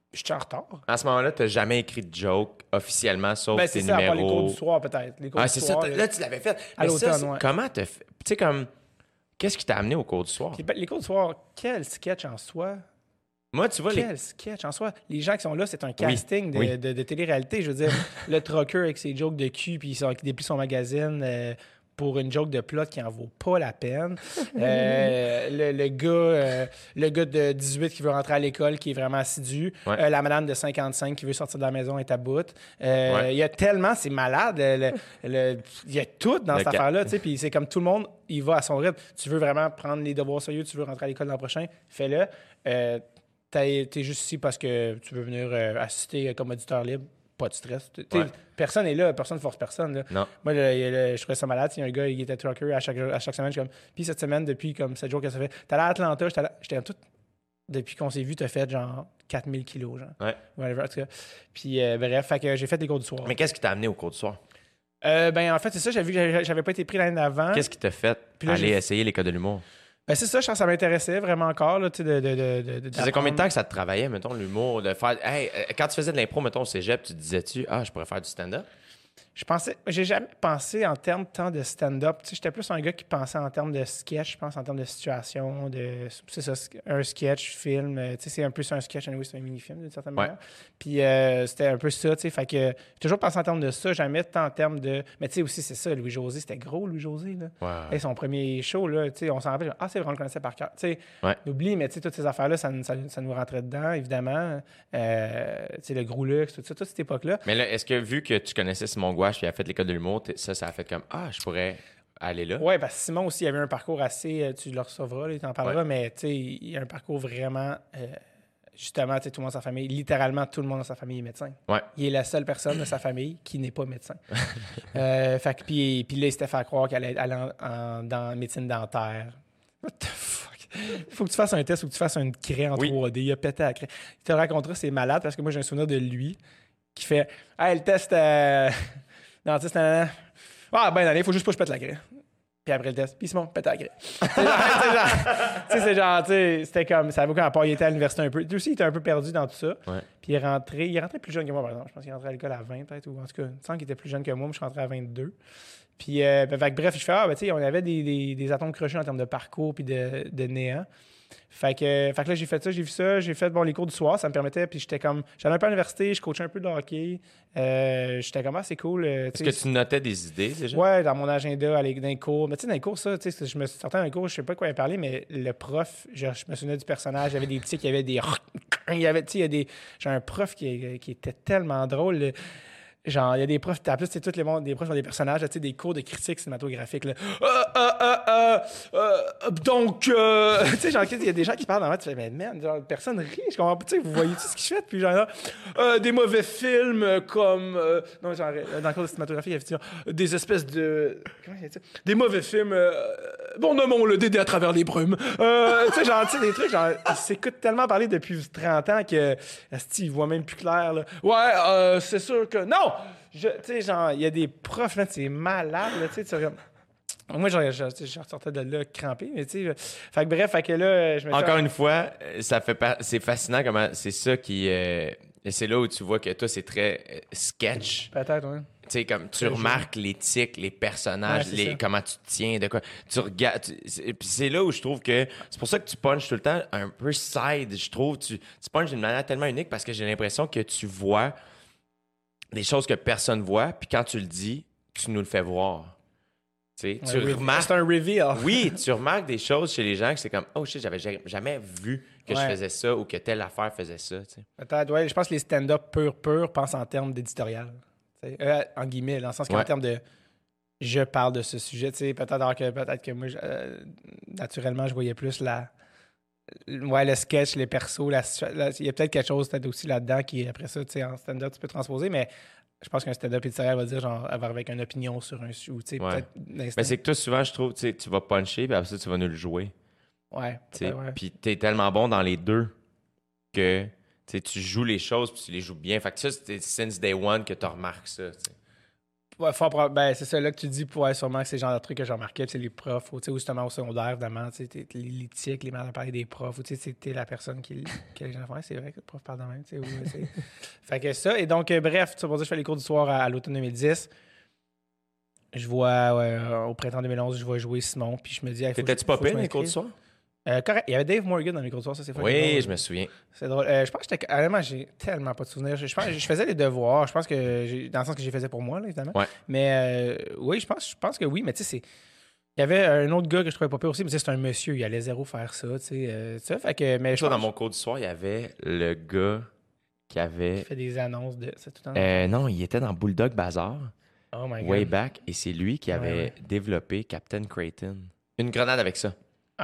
Je suis en retard. À ce moment-là, tu n'as jamais écrit de joke officiellement, sauf Ben, tes c'est ça, à part numéros. les cours du soir, peut-être. Les cours Ah, du c'est soir, ça. Là, tu l'avais fait. À Mais ça, l'automne, ouais. comment tu fait? Tu sais, comme, qu'est-ce qui t'a amené au cours du soir? Puis, ben, les cours du soir, quel sketch en soi. Moi, tu vois, Quel sketch en soi. Les gens qui sont là, c'est un casting oui. de télé-réalité. Je veux dire, le trucker avec ses jokes de cul, puis qui déplie son magazine pour une joke de plot qui en vaut pas la peine. Le gars de 18 qui veut rentrer à l'école, qui est vraiment assidu. Ouais. La madame de 55 qui veut sortir de la maison est à bout. Ouais. Il y a tellement, c'est malade. Il y a tout dans cette affaire-là. Tu sais, puis c'est comme tout le monde, il va à son rythme. Tu veux vraiment prendre les devoirs sérieux, tu veux rentrer à l'école l'an prochain, fais-le. T'es juste ici parce que tu veux venir assister comme auditeur libre. Pas de stress. Ouais. Personne n'est là, personne ne force personne. Là. Non. Moi, je trouvais ça malade. Il y a un gars, il était trucker à chaque semaine. Je suis comme, puis cette semaine, depuis comme 7 jours que ça fait, t'es allé à Atlanta, j'étais tout. Depuis qu'on s'est vu, t'as fait genre 4000 kilos. Genre. Ouais. Whatever, en tout cas. Puis bref, fait que j'ai fait des cours du soir. Mais qu'est-ce qui t'a amené au cours du soir? Ben en fait, c'est ça, j'ai vu que j'avais pas été pris l'année d'avant. Qu'est-ce qui t'a fait Puis là, aller essayer l'école de l'humour? Ben c'est ça, je pense que ça m'intéressait vraiment encore. Là, tu sais, Ça faisait combien de temps que ça te travaillait, mettons, l'humour, de faire... Hey, quand tu faisais de l'impro, mettons, au cégep, tu te disais-tu, je pourrais faire du stand-up? J'ai jamais pensé en termes tant de stand-up. Tu sais, j'étais plus un gars qui pensait en termes de sketch, je pense en termes de situation, c'est ça, un sketch, film. Tu sais, c'est un peu ça, un sketch, anyway, c'est un mini-film d'une certaine manière. Puis c'était un peu ça, tu sais. Fait que j'ai toujours pensé en termes de ça, jamais tant en termes de. Mais tu sais, aussi, c'est ça, Louis-José, c'était gros, Louis-José, là. Ouais. Hey, son premier show, là, tu sais, on s'en rappelle, c'est vrai, on le connaissait par cœur. Tu sais, Ouais. oublie, mais tu sais, toutes ces affaires-là, ça nous rentrait dedans, évidemment. Tu sais, le gros luxe, tout ça, toute cette époque-là. Mais là, est-ce que vu que tu connaissais Simon Gouache et a fait l'école de l'humour, ça a fait comme je pourrais aller là? Oui, parce que Simon aussi, il avait un parcours assez. Tu le recevras, là, il t'en parlera, mais tu sais, il a un parcours vraiment. Justement, tu sais, tout le monde dans sa famille, littéralement tout le monde dans sa famille est médecin. Ouais. Il est la seule personne de sa famille qui n'est pas médecin. Fait que, puis là, il s'était fait croire qu'elle allait aller dans médecine dentaire. What the fuck? Faut que tu fasses un test, faut que tu fasses une craie en 3D. Il a pété la craie. Il te racontera, c'est malade parce que moi, j'ai un souvenir de lui qui fait le test dentiste, ben, il faut juste pas que je pète la craie. Puis après le test, puis Simon, pète la craie. C'est genre, c'était comme, ça avait aucun rapport. Il était à l'université un peu. Lui aussi, il était un peu perdu dans tout ça. Ouais. Puis il est rentré plus jeune que moi, par exemple. Je pense qu'il est rentré à l'école à 20, peut-être, ou en tout cas, il me semble qu'il était plus jeune que moi, je suis rentré à 22. Puis, bref, je fais, tu sais, on avait des atomes crochus en termes de parcours puis de néant. Fait que là, j'ai fait ça, j'ai vu ça, j'ai fait les cours du soir, ça me permettait, puis j'allais un peu à l'université, je coachais un peu de hockey, j'étais comme, c'est cool. Est-ce que tu notais des idées déjà? Ouais, dans mon agenda, aller dans les cours. Mais tu sais, dans les cours, ça, tu sais, je me sortais dans les cours, je sais pas de quoi il parlait, mais le prof, je me souvenais du personnage, il y avait des petits, il y avait des... Il y avait, tu sais, j'ai un prof qui était tellement drôle, genre, il y a des profs, en plus, c'est tous les mondes, des profs ont des personnages, tu sais, des cours de critique cinématographique, là. Donc, tu sais, genre, il y a des gens qui parlent dans la tête, tu fais, mais merde, genre, personne rit, je comprends pas, tu sais, vous voyez tout ce qu'ils font, puis genre, des mauvais films comme, non, genre, dans le cours de cinématographie, il y avait genre, des espèces de, comment il y a dit? Des mauvais films, bon, nommons-le Dédé à travers les brumes, tu sais, genre, tu sais, des trucs, genre, ils s'écoutent tellement parler depuis 30 ans que, ils voient même plus clair, là. Ouais, c'est sûr que, non! Tu sais, genre, il y a des profs, là, c'est malade, là, tu sais, moi, je ressortais de là crampé, mais tu sais, fait que bref, fait que là, je me Encore une fois, c'est fascinant comment c'est ça qui... c'est là où tu vois que toi, c'est très sketch. Peut-être, oui. Tu sais, comme tu remarques les tics, les personnages, comment tu te tiens, de quoi. Tu regardes. Puis c'est là où je trouve que. C'est pour ça que tu punches tout le temps un peu side, je trouve. Tu punches d'une manière tellement unique parce que j'ai l'impression que tu vois des choses que personne voit, puis quand tu le dis, tu nous le fais voir. Tu sais, remarques. C'est un reveal. Oui, tu remarques des choses chez les gens que c'est comme, oh shit, j'avais jamais vu que je faisais ça ou que telle affaire faisait ça. Tu sais. Peut-être, ouais. Je pense que les stand-up purs pensent en termes d'éditorial. En guillemets, dans le sens qu'en termes de je parle de ce sujet, tu sais, peut-être que moi, naturellement, je voyais plus le sketch, les persos, il y a peut-être quelque chose peut-être aussi là-dedans qui, après ça, tu sais, en stand-up, tu peux transposer, mais je pense qu'un stand-up éditorial va dire, genre, avoir avec une opinion sur un sujet, tu sais, peut-être... Mais c'est que toi, souvent, je trouve, tu vas puncher, puis après ça, tu vas nous le jouer. Ouais. Puis t'es tellement bon dans les deux que tu joues les choses, puis tu les joues bien. Fait que ça, c'est since day one que tu remarques ça, t'sais. Ouais, ben, c'est ça là que tu dis, sûrement que c'est le genre de truc que j'ai remarqué, c'est les profs, ou justement au secondaire, évidemment, l'éthique, les manières de parler des profs, ou c'était la personne qui les gens font. C'est vrai que le prof parle de même, fait que ça, et donc, bref, pour dire, je fais les cours du soir à l'automne 2010. Je vois, au printemps 2011, je vois jouer Simon, puis je me dis... T'étais-tu pas pire dans les cours du soir? Correct. Il y avait Dave Morgan dans les cours de soir, ça c'est fou. Oui, je me souviens. C'est drôle. Je pense que honnêtement, j'ai tellement pas de souvenirs. Je pense que je faisais les devoirs. Je pense que dans le sens que je les faisais pour moi, là, évidemment. Ouais. Mais oui, je pense que oui. Mais tu sais, il y avait un autre gars que je trouvais pas pire aussi, mais c'est un monsieur. Il allait zéro faire ça. Fait que, mais dans mon cours du soir, il y avait le gars qui avait. Il fait des annonces de. C'est tout le temps. Non, il était dans Bulldog Bazaar. Oh my God. Way back. Et c'est lui qui avait développé Captain Creighton. Une grenade avec ça.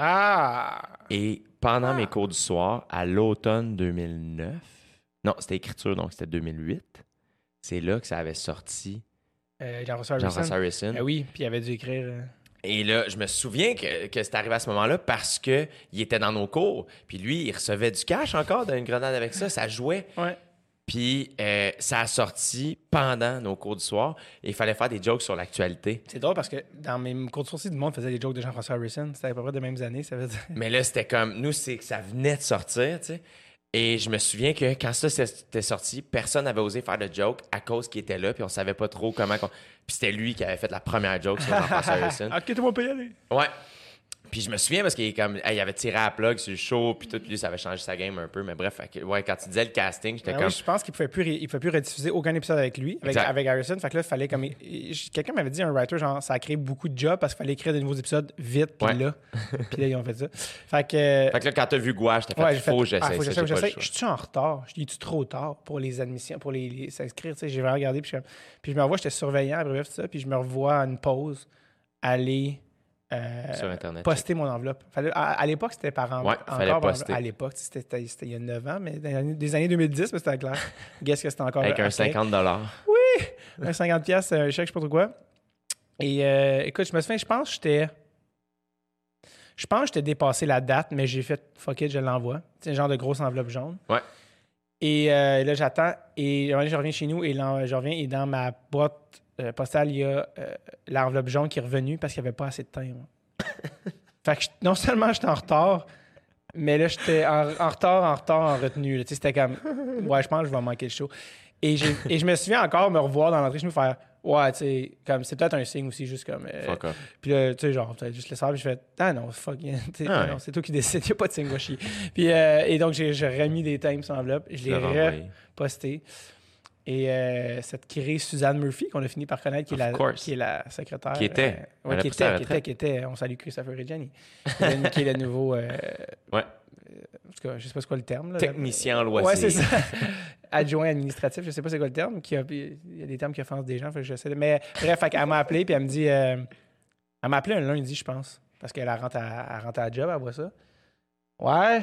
Ah! Et pendant mes cours du soir, à l'automne 2009, non, c'était écriture, donc c'était 2008, c'est là que ça avait sorti Jean-François Harrison. Oui, puis il avait dû écrire... Et là, je me souviens que c'est arrivé à ce moment-là parce qu'il était dans nos cours. Puis lui, il recevait du cash encore d'une grenade avec ça. Ça jouait. Ouais. Puis ça a sorti pendant nos cours du soir et il fallait faire des jokes sur l'actualité. C'est drôle parce que dans mes cours de sourcils, du monde faisait des jokes de Jean-François Harrison. C'était à peu près des mêmes années, ça veut dire. Mais là, c'était comme... Nous, c'est que ça venait de sortir, tu sais. Et je me souviens que quand ça c'était sorti, personne n'avait osé faire de joke à cause qu'il était là puis on savait pas trop comment... Puis c'était lui qui avait fait la première joke sur Jean-François Harrison. OK, tout le monde peut y aller. Ouais. Puis je me souviens parce qu'il avait tiré à la plug sur le show, puis tout, lui, ça avait changé sa game un peu. Mais bref, quand tu disais le casting, j'étais comme... Oui, je pense qu'il ne pouvait plus rediffuser aucun épisode avec lui, avec Harrison. Fait que là, il fallait comme... Quelqu'un m'avait dit, un writer, genre, ça a créé beaucoup de jobs parce qu'il fallait écrire de nouveaux épisodes vite, puis là. Puis là, ils ont fait ça. Fait que là, quand t'as vu Gouache, t'as fait, faut que j'essaie ça, je suis en retard. Je dis trop tard pour les admissions, pour les s'inscrire, tu sais. J'ai vraiment regardé, puis je me revois, j'étais surveillant, bref, tout ça, puis je me revois à une pause aller... sur Internet. Poster mon enveloppe. À l'époque, c'était par enveloppe. Ouais, fallait poster. À l'époque, c'était il y a 9 ans, mais des années 2010, mais c'était clair. Guess que c'était encore... Avec un 50$. Oui! Un 50$, un chèque, je sais pas trop quoi. Et écoute, je me souviens, je pense que j'étais dépassé la date, mais j'ai fait « fuck it, je l'envoie ». C'est un genre de grosse enveloppe jaune. Ouais. Et là, j'attends. Et je reviens chez nous et et dans ma boîte postale, il y a l'enveloppe jaune qui est revenue parce qu'il n'y avait pas assez de temps. Fait que non seulement j'étais en retard, mais là, j'étais en retard, en retenue. Là. C'était comme, ouais, je pense que je vais manquer le show. Et je me souviens encore me revoir dans l'entrée chez nous faire, ouais, tu sais, comme c'est peut-être un signe aussi, juste comme. Fuck off. Puis là, tu sais, genre, peut-être juste le savoir, puis je fais, ah non, fuck, non, c'est toi qui décides, il n'y a pas de signe, va chier. Puis, et donc, j'ai remis des times sur l'enveloppe, je l'ai reposté. Et cette Kirée Suzanne Murphy, qu'on a fini par connaître, qui est la secrétaire. Qui était. Qui était. On salue Christopher et Jenny. Qui est le nouveau. Ouais. En tout cas, je sais pas c'est quoi le terme. Là, technicien en loisirs. Ouais, c'est ça. Adjoint administratif, je sais pas c'est quoi le terme. Il y a des termes qui offensent des gens. Fait que je sais. Mais bref, elle m'a appelé, puis elle me dit. Elle m'a appelé un lundi, je pense. Parce qu'elle rentre à la job, elle voit ça. Ouais.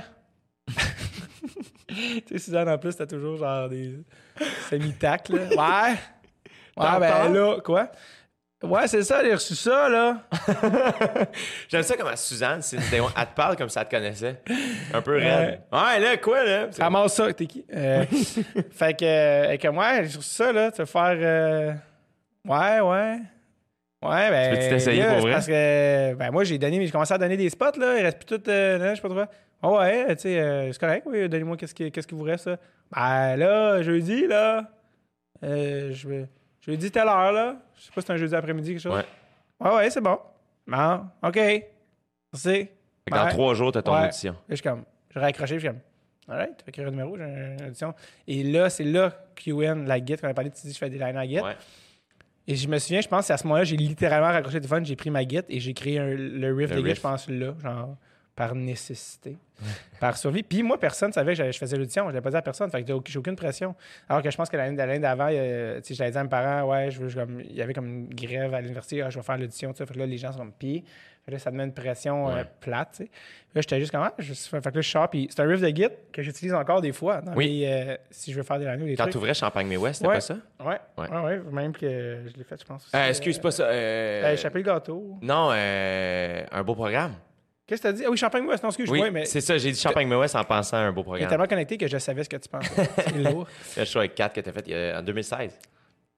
Tu sais, Suzanne, en plus, t'as toujours genre des semi-tacs, là. Ouais. Ouais, ben là, quoi? Ouais, c'est ça, j'ai reçu ça, là. J'aime ça comment Suzanne, elle te parle comme si elle te connaissait. Un peu raide. Ouais, là, quoi, là? Ramasse ça, t'es qui? Fait que moi, j'ai reçu ça, là, tu vas faire... Ouais, ben... Tu peux t'essayer pour vrai? Parce que, ben, moi, j'ai commencé à donner des spots, là. Il reste plus tout, je sais pas trop. Oh ouais, tu sais, c'est correct, oui, donnez-moi qu'est-ce qui vous reste, là. Ben là, jeudi, là, jeudi telle heure, là. Je sais pas si c'est un jeudi après-midi, quelque chose. Ouais, c'est bon. Bon, OK. Merci. Dans 3 jours, t'as ton audition. Là, je raccroché, je suis comme, alright, tu fais écrire un numéro, j'ai une audition. Et là, c'est là, QN, la guide, quand on a parlé, tu dis, je fais des lines à guide. Ouais. Et je me souviens, je pense, c'est à ce moment-là, j'ai littéralement raccroché le téléphone, j'ai pris ma guide et j'ai créé le riff de guide, je pense, là, genre... par nécessité, par survie. Puis moi, personne ne savait que je faisais l'audition. Je ne l'ai pas dit à personne. Fait que j'ai aucune pression. Alors que je pense que l'année d'avant, je l'avais dit à mes parents, ouais, il y avait comme une grève à l'université, je vais faire l'audition. Fait que là, les gens sont comme pis. Fait que là, ça te met une pression plate. T'sais. Là, j'étais juste comme, fait que là, je sors. Puis c'est un riff de Git que j'utilise encore des fois. Dans si je veux faire des années ou des trucs. Quand tu ouvrais Champagne mais West, c'était pas ça? Ouais. Même que je l'ai fait, je pense. Excuse pas ça. Échapper le gâteau. Non, un beau programme. Qu'est-ce que t'as dit? Ah oui, Champagne West, non, excuse-moi. Oui, mais c'est ça, j'ai dit Champagne West en pensant à un beau programme. T'es tellement connecté que je savais ce que tu pensais. C'est lourd. Le show avec 4 que t'as fait en 2016.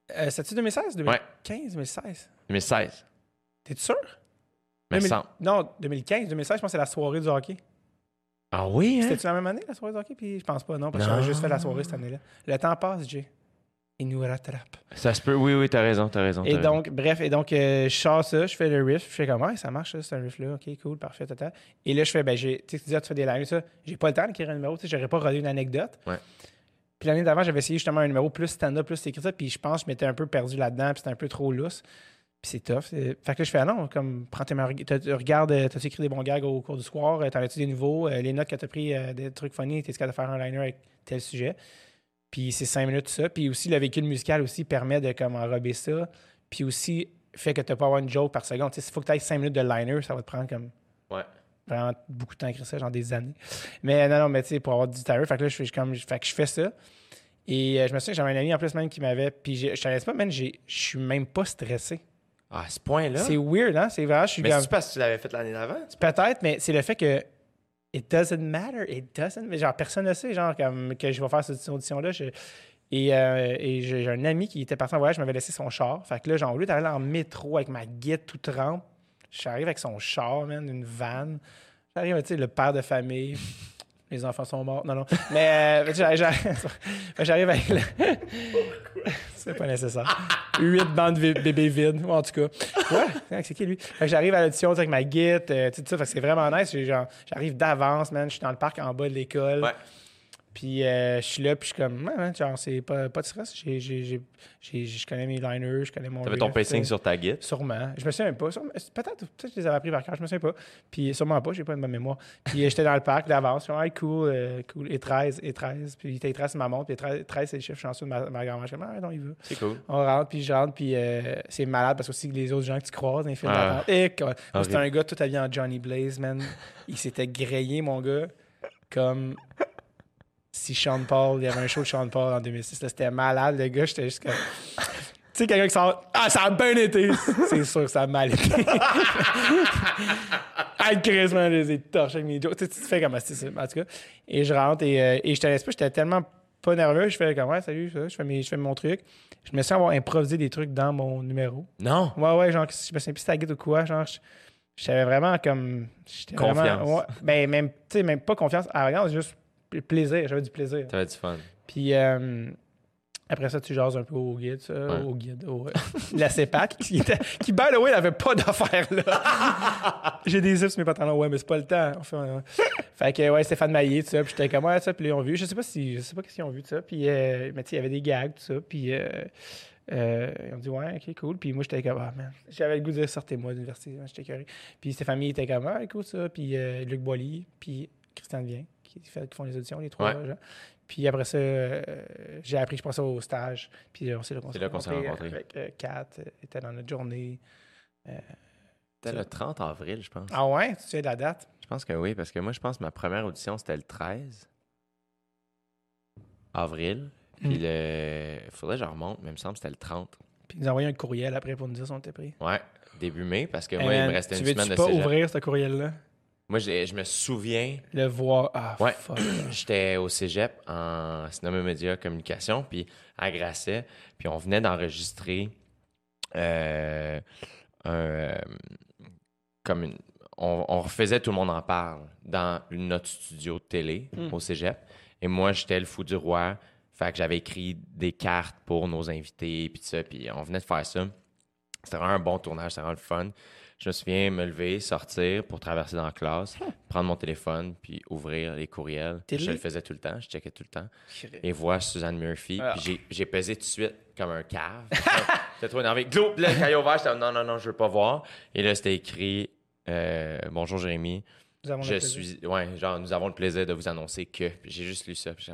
C'est-tu 2016? 2015, 2016? 2016. T'es sûr? Me semble. Non, 2015. 2016, je pense que c'est la soirée du hockey. Ah oui, hein? C'était-tu la même année, la soirée du hockey? Puis je pense pas, non, parce que j'avais juste fait la soirée cette année-là. Le temps passe, Jay. Il nous rattrape. Ça se peut. Oui, t'as raison. Et donc, bref, je sors ça, je fais le riff, je fais comme, ouais, ça marche, ça, c'est un riff-là, ok, cool, parfait, tata. Et là, je fais, tu sais, tu fais des lives, ça, j'ai pas le temps d'écrire un numéro, tu sais, j'aurais pas rodé une anecdote. Ouais. Puis l'année d'avant, j'avais essayé justement un numéro plus stand-up, plus écrit ça, puis je pense que je m'étais un peu perdu là-dedans, puis c'était un peu trop lousse. Puis c'est tough. Fait que là, je fais, ah non, comme, prends tes regarde, t'as-tu écrit des bons gags au cours du soir, t'en as-tu des nouveaux, les notes que t'as pris, des trucs funny, t'es capable de faire un liner avec tel sujet. Puis c'est 5 minutes, ça. Puis aussi, le véhicule musical aussi permet de comme enrober ça. Puis aussi, fait que tu pas avoir une joke par seconde. Il faut que tu aies 5 minutes de liner, ça va te prendre comme vraiment beaucoup de temps à écrire ça, genre des années. Mais non, mais tu sais, pour avoir du timer, fait que là, je fais ça. Et je me souviens que j'avais un ami en plus même qui m'avait. Puis je te laisse pas, man, je suis même pas stressé. Ah, à ce point-là? C'est weird, hein? C'est vrai, je suis mais comme... c'est parce que tu l'avais fait l'année d'avant? Peut-être, mais c'est le fait que it doesn't matter, mais genre personne ne sait genre comme que je vais faire cette audition-là. Et j'ai un ami qui était parti en voyage, je m'avais laissé son char. Fait que là, genre, au lieu d'aller en métro avec ma guide toute trempe, j'arrive avec son char, man, une vanne. J'arrive, tu sais, le père de famille. Les enfants sont morts. Non. Mais j'arrive avec le... C'est pas nécessaire. 8 bandes bébés vides, en tout cas. Ouais, c'est qui lui? Fait que j'arrive à l'audition avec ma guide, tout ça. Fait que c'est vraiment nice. Genre, j'arrive d'avance, man. Je suis dans le parc en bas de l'école. Ouais. Puis je suis là, puis je suis comme, genre, c'est pas de stress. Je connais mes liners, je connais mon. T'avais ton pacing sur ta guide? Sûrement. Je me souviens même pas. Peut-être que je les avais appris par cœur, je me souviens pas. Puis sûrement pas, j'ai pas de bonne mémoire. Puis j'étais dans le parc d'avance. Je suis cool. Et 13. Puis il était 13 sur ma montre. Puis 13, c'est le chiffre chanceux de ma grand-mère. Je suis comme, non, il veut. C'est cool. On rentre, puis je rentre, puis c'est malade parce que aussi les autres gens que tu croises dans les films d'attente. C'était un gars tout habillé en Johnny Blaze, man. Il s'était grillé, mon gars, comme. Si Sean Paul, il y avait un show de Sean Paul en 2006, là, c'était malade, le gars, j'étais juste comme... Tu sais, quelqu'un qui sort, ça a bien été! C'est sûr que ça a mal été. Chris, man, je les ai torchés avec mes jokes. Tu te fais comme ça, en tout cas. Et je rentre, et je te laisse pas, j'étais tellement pas nerveux, je fais comme, ouais, salut, je fais mon truc. Je me sens avoir improvisé des trucs dans mon numéro. Non? Ouais, genre, je me souviens plus si c'était guide ou quoi, genre... J'avais vraiment comme... Confiance. Vraiment, ben, même, tu sais, même pas confiance, arrogance, juste... plaisir, j'avais du plaisir. T'avais du fun. Puis après ça, tu jases un peu au guide, la CEPAC, qui, by the way, n'avait pas d'affaires là. J'ai des zips sur mes pantalons, mais c'est pas le temps. Fait que, Stéphane Maillé, tout ça, puis j'étais comme, ça, puis ils ont vu. Je sais pas qu'est-ce qu'ils ont vu de ça, puis, mais tu sais, il y avait des gags, tout ça, puis ils ont dit, ouais, ok, cool. Puis moi, j'étais comme, man, j'avais le goût de dire, sortez-moi de l'université, j'étais curé. Puis Stéphane Maillé était comme, écoute ça, puis Luc Boilly, puis Christian Devien. Qui font les auditions, les trois. Genre. Puis après ça, j'ai appris, je passais au stage. Puis c'est là qu'on s'est rencontrés. Avec Kat, était dans notre journée. C'était le 30 avril, je pense. Ah ouais? Tu sais de la date? Je pense que oui, parce que moi, je pense que ma première audition, c'était le 13 avril. Puis il faudrait que je remonte, mais il me semble que c'était le 30. Puis il nous a envoyé un courriel après pour nous dire si on était pris. Ouais, début mai, parce que moi, il me restait une semaine de cégep. Tu veux pas cégep. ouvrir ce courriel-là? Moi, je me souviens... Le voir... Ah, ouais, fuck. J'étais au cégep en cinéma média communication, puis à Grasset, puis on venait d'enregistrer on refaisait Tout le monde en parle dans notre studio de télé au cégep. Et moi, j'étais le fou du roi. Fait que j'avais écrit des cartes pour nos invités, puis tout ça, puis on venait de faire ça. C'était vraiment un bon tournage, c'était vraiment le fun. Je me souviens me lever, sortir pour traverser dans la classe, prendre mon téléphone, puis ouvrir les courriels. Je le faisais tout le temps, je checkais tout le temps. Et voir Suzanne Murphy, puis j'ai pesé tout de suite comme un cave. J'étais trop énervé. Glou! Là, quand il a ouvert, j'étais non, je veux pas voir. Et là, c'était écrit Bonjour Jérémy. Nous avons le plaisir de vous annoncer que. Puis j'ai juste lu ça. Puis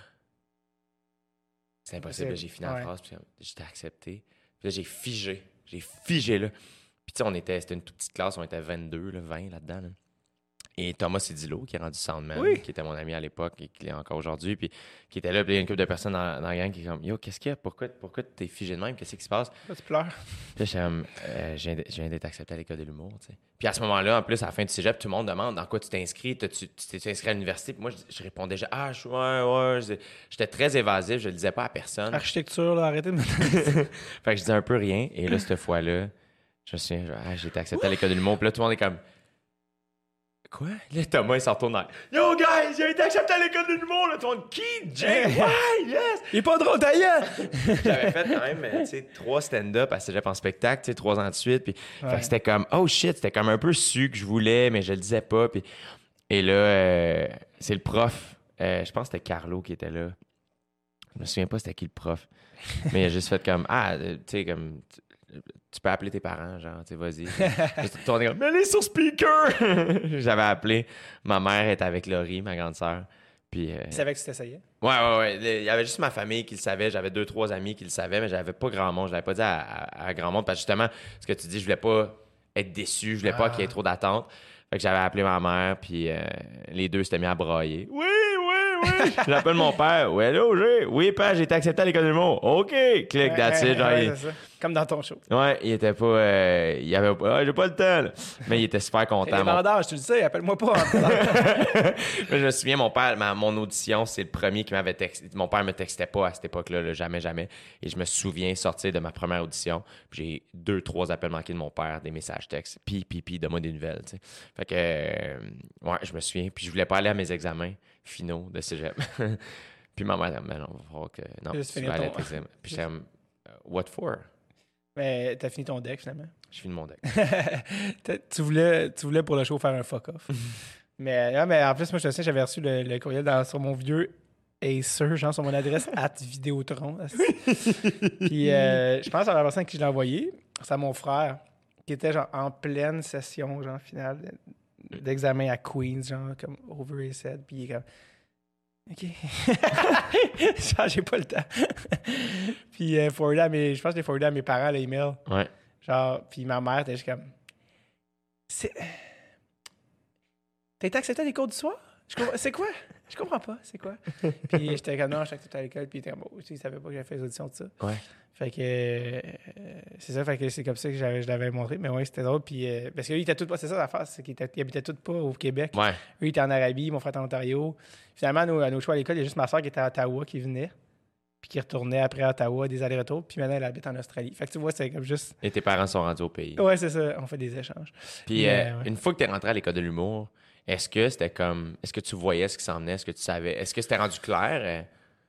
c'est impossible. J'ai fini la phrase, puis j'étais accepté. Puis là, j'ai figé là. Puis tu sais, c'était une toute petite classe, on était 22, 20 là-dedans. Là. Et Thomas Cédillo, qui est rendu Soundman, Oui. qui était mon ami à l'époque et qui l'est encore aujourd'hui, puis qui était là, puis il y a une couple de personnes dans la gang qui est comme « Yo, qu'est-ce qu'il y a? Pourquoi t'es figé de même? Qu'est-ce qui se passe? » Là, tu pleures. Puis là, j'étais comme je viens d'être accepté à l'école de l'humour, tu sais. Puis à ce moment-là, en plus, à la fin du cégep, tout le monde demande dans quoi tu t'es inscrit. Tu t'es inscrit à l'université? Puis moi, je répondais ouais. J'étais très évasif, je le disais pas à personne. Architecture, là, arrêtez de me... Fait que je disais un peu rien. Et là, cette fois-là, je me souviens, j'ai été accepté à l'école de l'humour. Puis là, tout le monde est comme quoi? Là, Thomas, il s'en retourne dans Yo, guys, j'ai été accepté à l'école de l'humour. Là, tout le monde, qui? Jay? Ouais, yes! Il est pas drôle, d'ailleurs! J'avais fait quand même, tu sais, 3 stand-up à Cégep en spectacle, tu sais, 3 ans de suite. Puis, Ouais. fait que c'était comme, oh shit, c'était comme un peu su que je voulais, mais je le disais pas. Puis, et là, c'est le prof, je pense que c'était Carlo qui était là. Je me souviens pas c'était qui le prof. Mais il a juste fait comme, tu sais, comme, tu peux appeler tes parents, genre, tu sais, vas-y. Juste tourner comme, mets-les sur speaker! J'avais appelé. Ma mère était avec Laurie, ma grande sœur. Puis, Il savait que tu t'essayais. Ouais. Il y avait juste ma famille qui le savait. J'avais 2-3 amis qui le savaient, mais j'avais pas grand monde. Je l'avais pas dit à grand monde parce que justement, ce que tu dis, je voulais pas être déçu. Je voulais pas qu'il y ait trop d'attentes. Fait que j'avais appelé ma mère, puis les deux s'étaient mis à brailler. Oui. J'appelle mon père. Oui, allô, oui, père, j'ai été accepté à l'école de l'humour. OK. Clic, that's it. Genre, Ouais, c'est ça. Comme dans ton show. ouais, il était pas. Il avait pas. J'ai pas le temps, là. Mais il était super T'es content. vendeur, je te le sais, appelle-moi pas. Mais je me souviens, mon père, mon audition, c'est le premier qui m'avait texté. Mon père me textait pas à cette époque-là, là, jamais. Et je me souviens sortir de ma première audition, puis j'ai 2-3 appels manqués de mon père, des messages textes. Puis, donne-moi des nouvelles, tu sais. Fait que, ouais, je me souviens. Puis je voulais pas aller à mes examens finaux de cégep. Puis ma mère dit, mais non, il va falloir que. Non, Juste tu finir vas aller à ton- tes examens. Puis j'étais comme, what for? Mais t'as fini ton deck, finalement. Je finis mon deck. Tu voulais pour le show faire un fuck-off. mais en plus, moi, je te sais, j'avais reçu le courriel sur mon vieux Acer, genre sur mon adresse @Vidéotron. Puis je pense à la personne à qui je l'ai envoyé, c'est à mon frère, qui était genre en pleine session, genre finale d'examen à Queens, genre comme over his head. Puis il est comme OK. Genre, j'ai pas le temps. Puis je pense que je l'ai forwardé à mes parents, l'email. Ouais. Genre, puis ma mère était juste comme T'as été accepté à des cours du soir? C'est quoi? Je comprends pas, c'est quoi? Puis j'étais comme non, je suis accepté à l'école, puis il était comme bon, il savait pas que j'avais fait les auditions de ça. Ouais. Fait que c'est ça, fait que c'est comme ça que je l'avais montré, mais ouais, c'était drôle. Puis parce qu'eux, ils étaient tous pas, c'est ça l'affaire, c'est qu'ils habitaient tous pas au Québec. Ouais. Eux, ils étaient en Arabie, mon frère était en Ontario. Finalement, à nos choix à l'école, il y a juste ma soeur qui était à Ottawa qui venait, puis qui retournait après à Ottawa, des allers-retours, puis maintenant elle habite en Australie. Fait que tu vois, c'est comme juste. Et tes parents sont rendus au pays. Ouais, c'est ça, on fait des échanges. Puis Mais, ouais. une fois que tu es rentré à l'école de l'humour, est-ce que c'était comme. Est-ce que tu voyais ce qui s'en venait? Est-ce que tu savais? Est-ce que c'était rendu clair?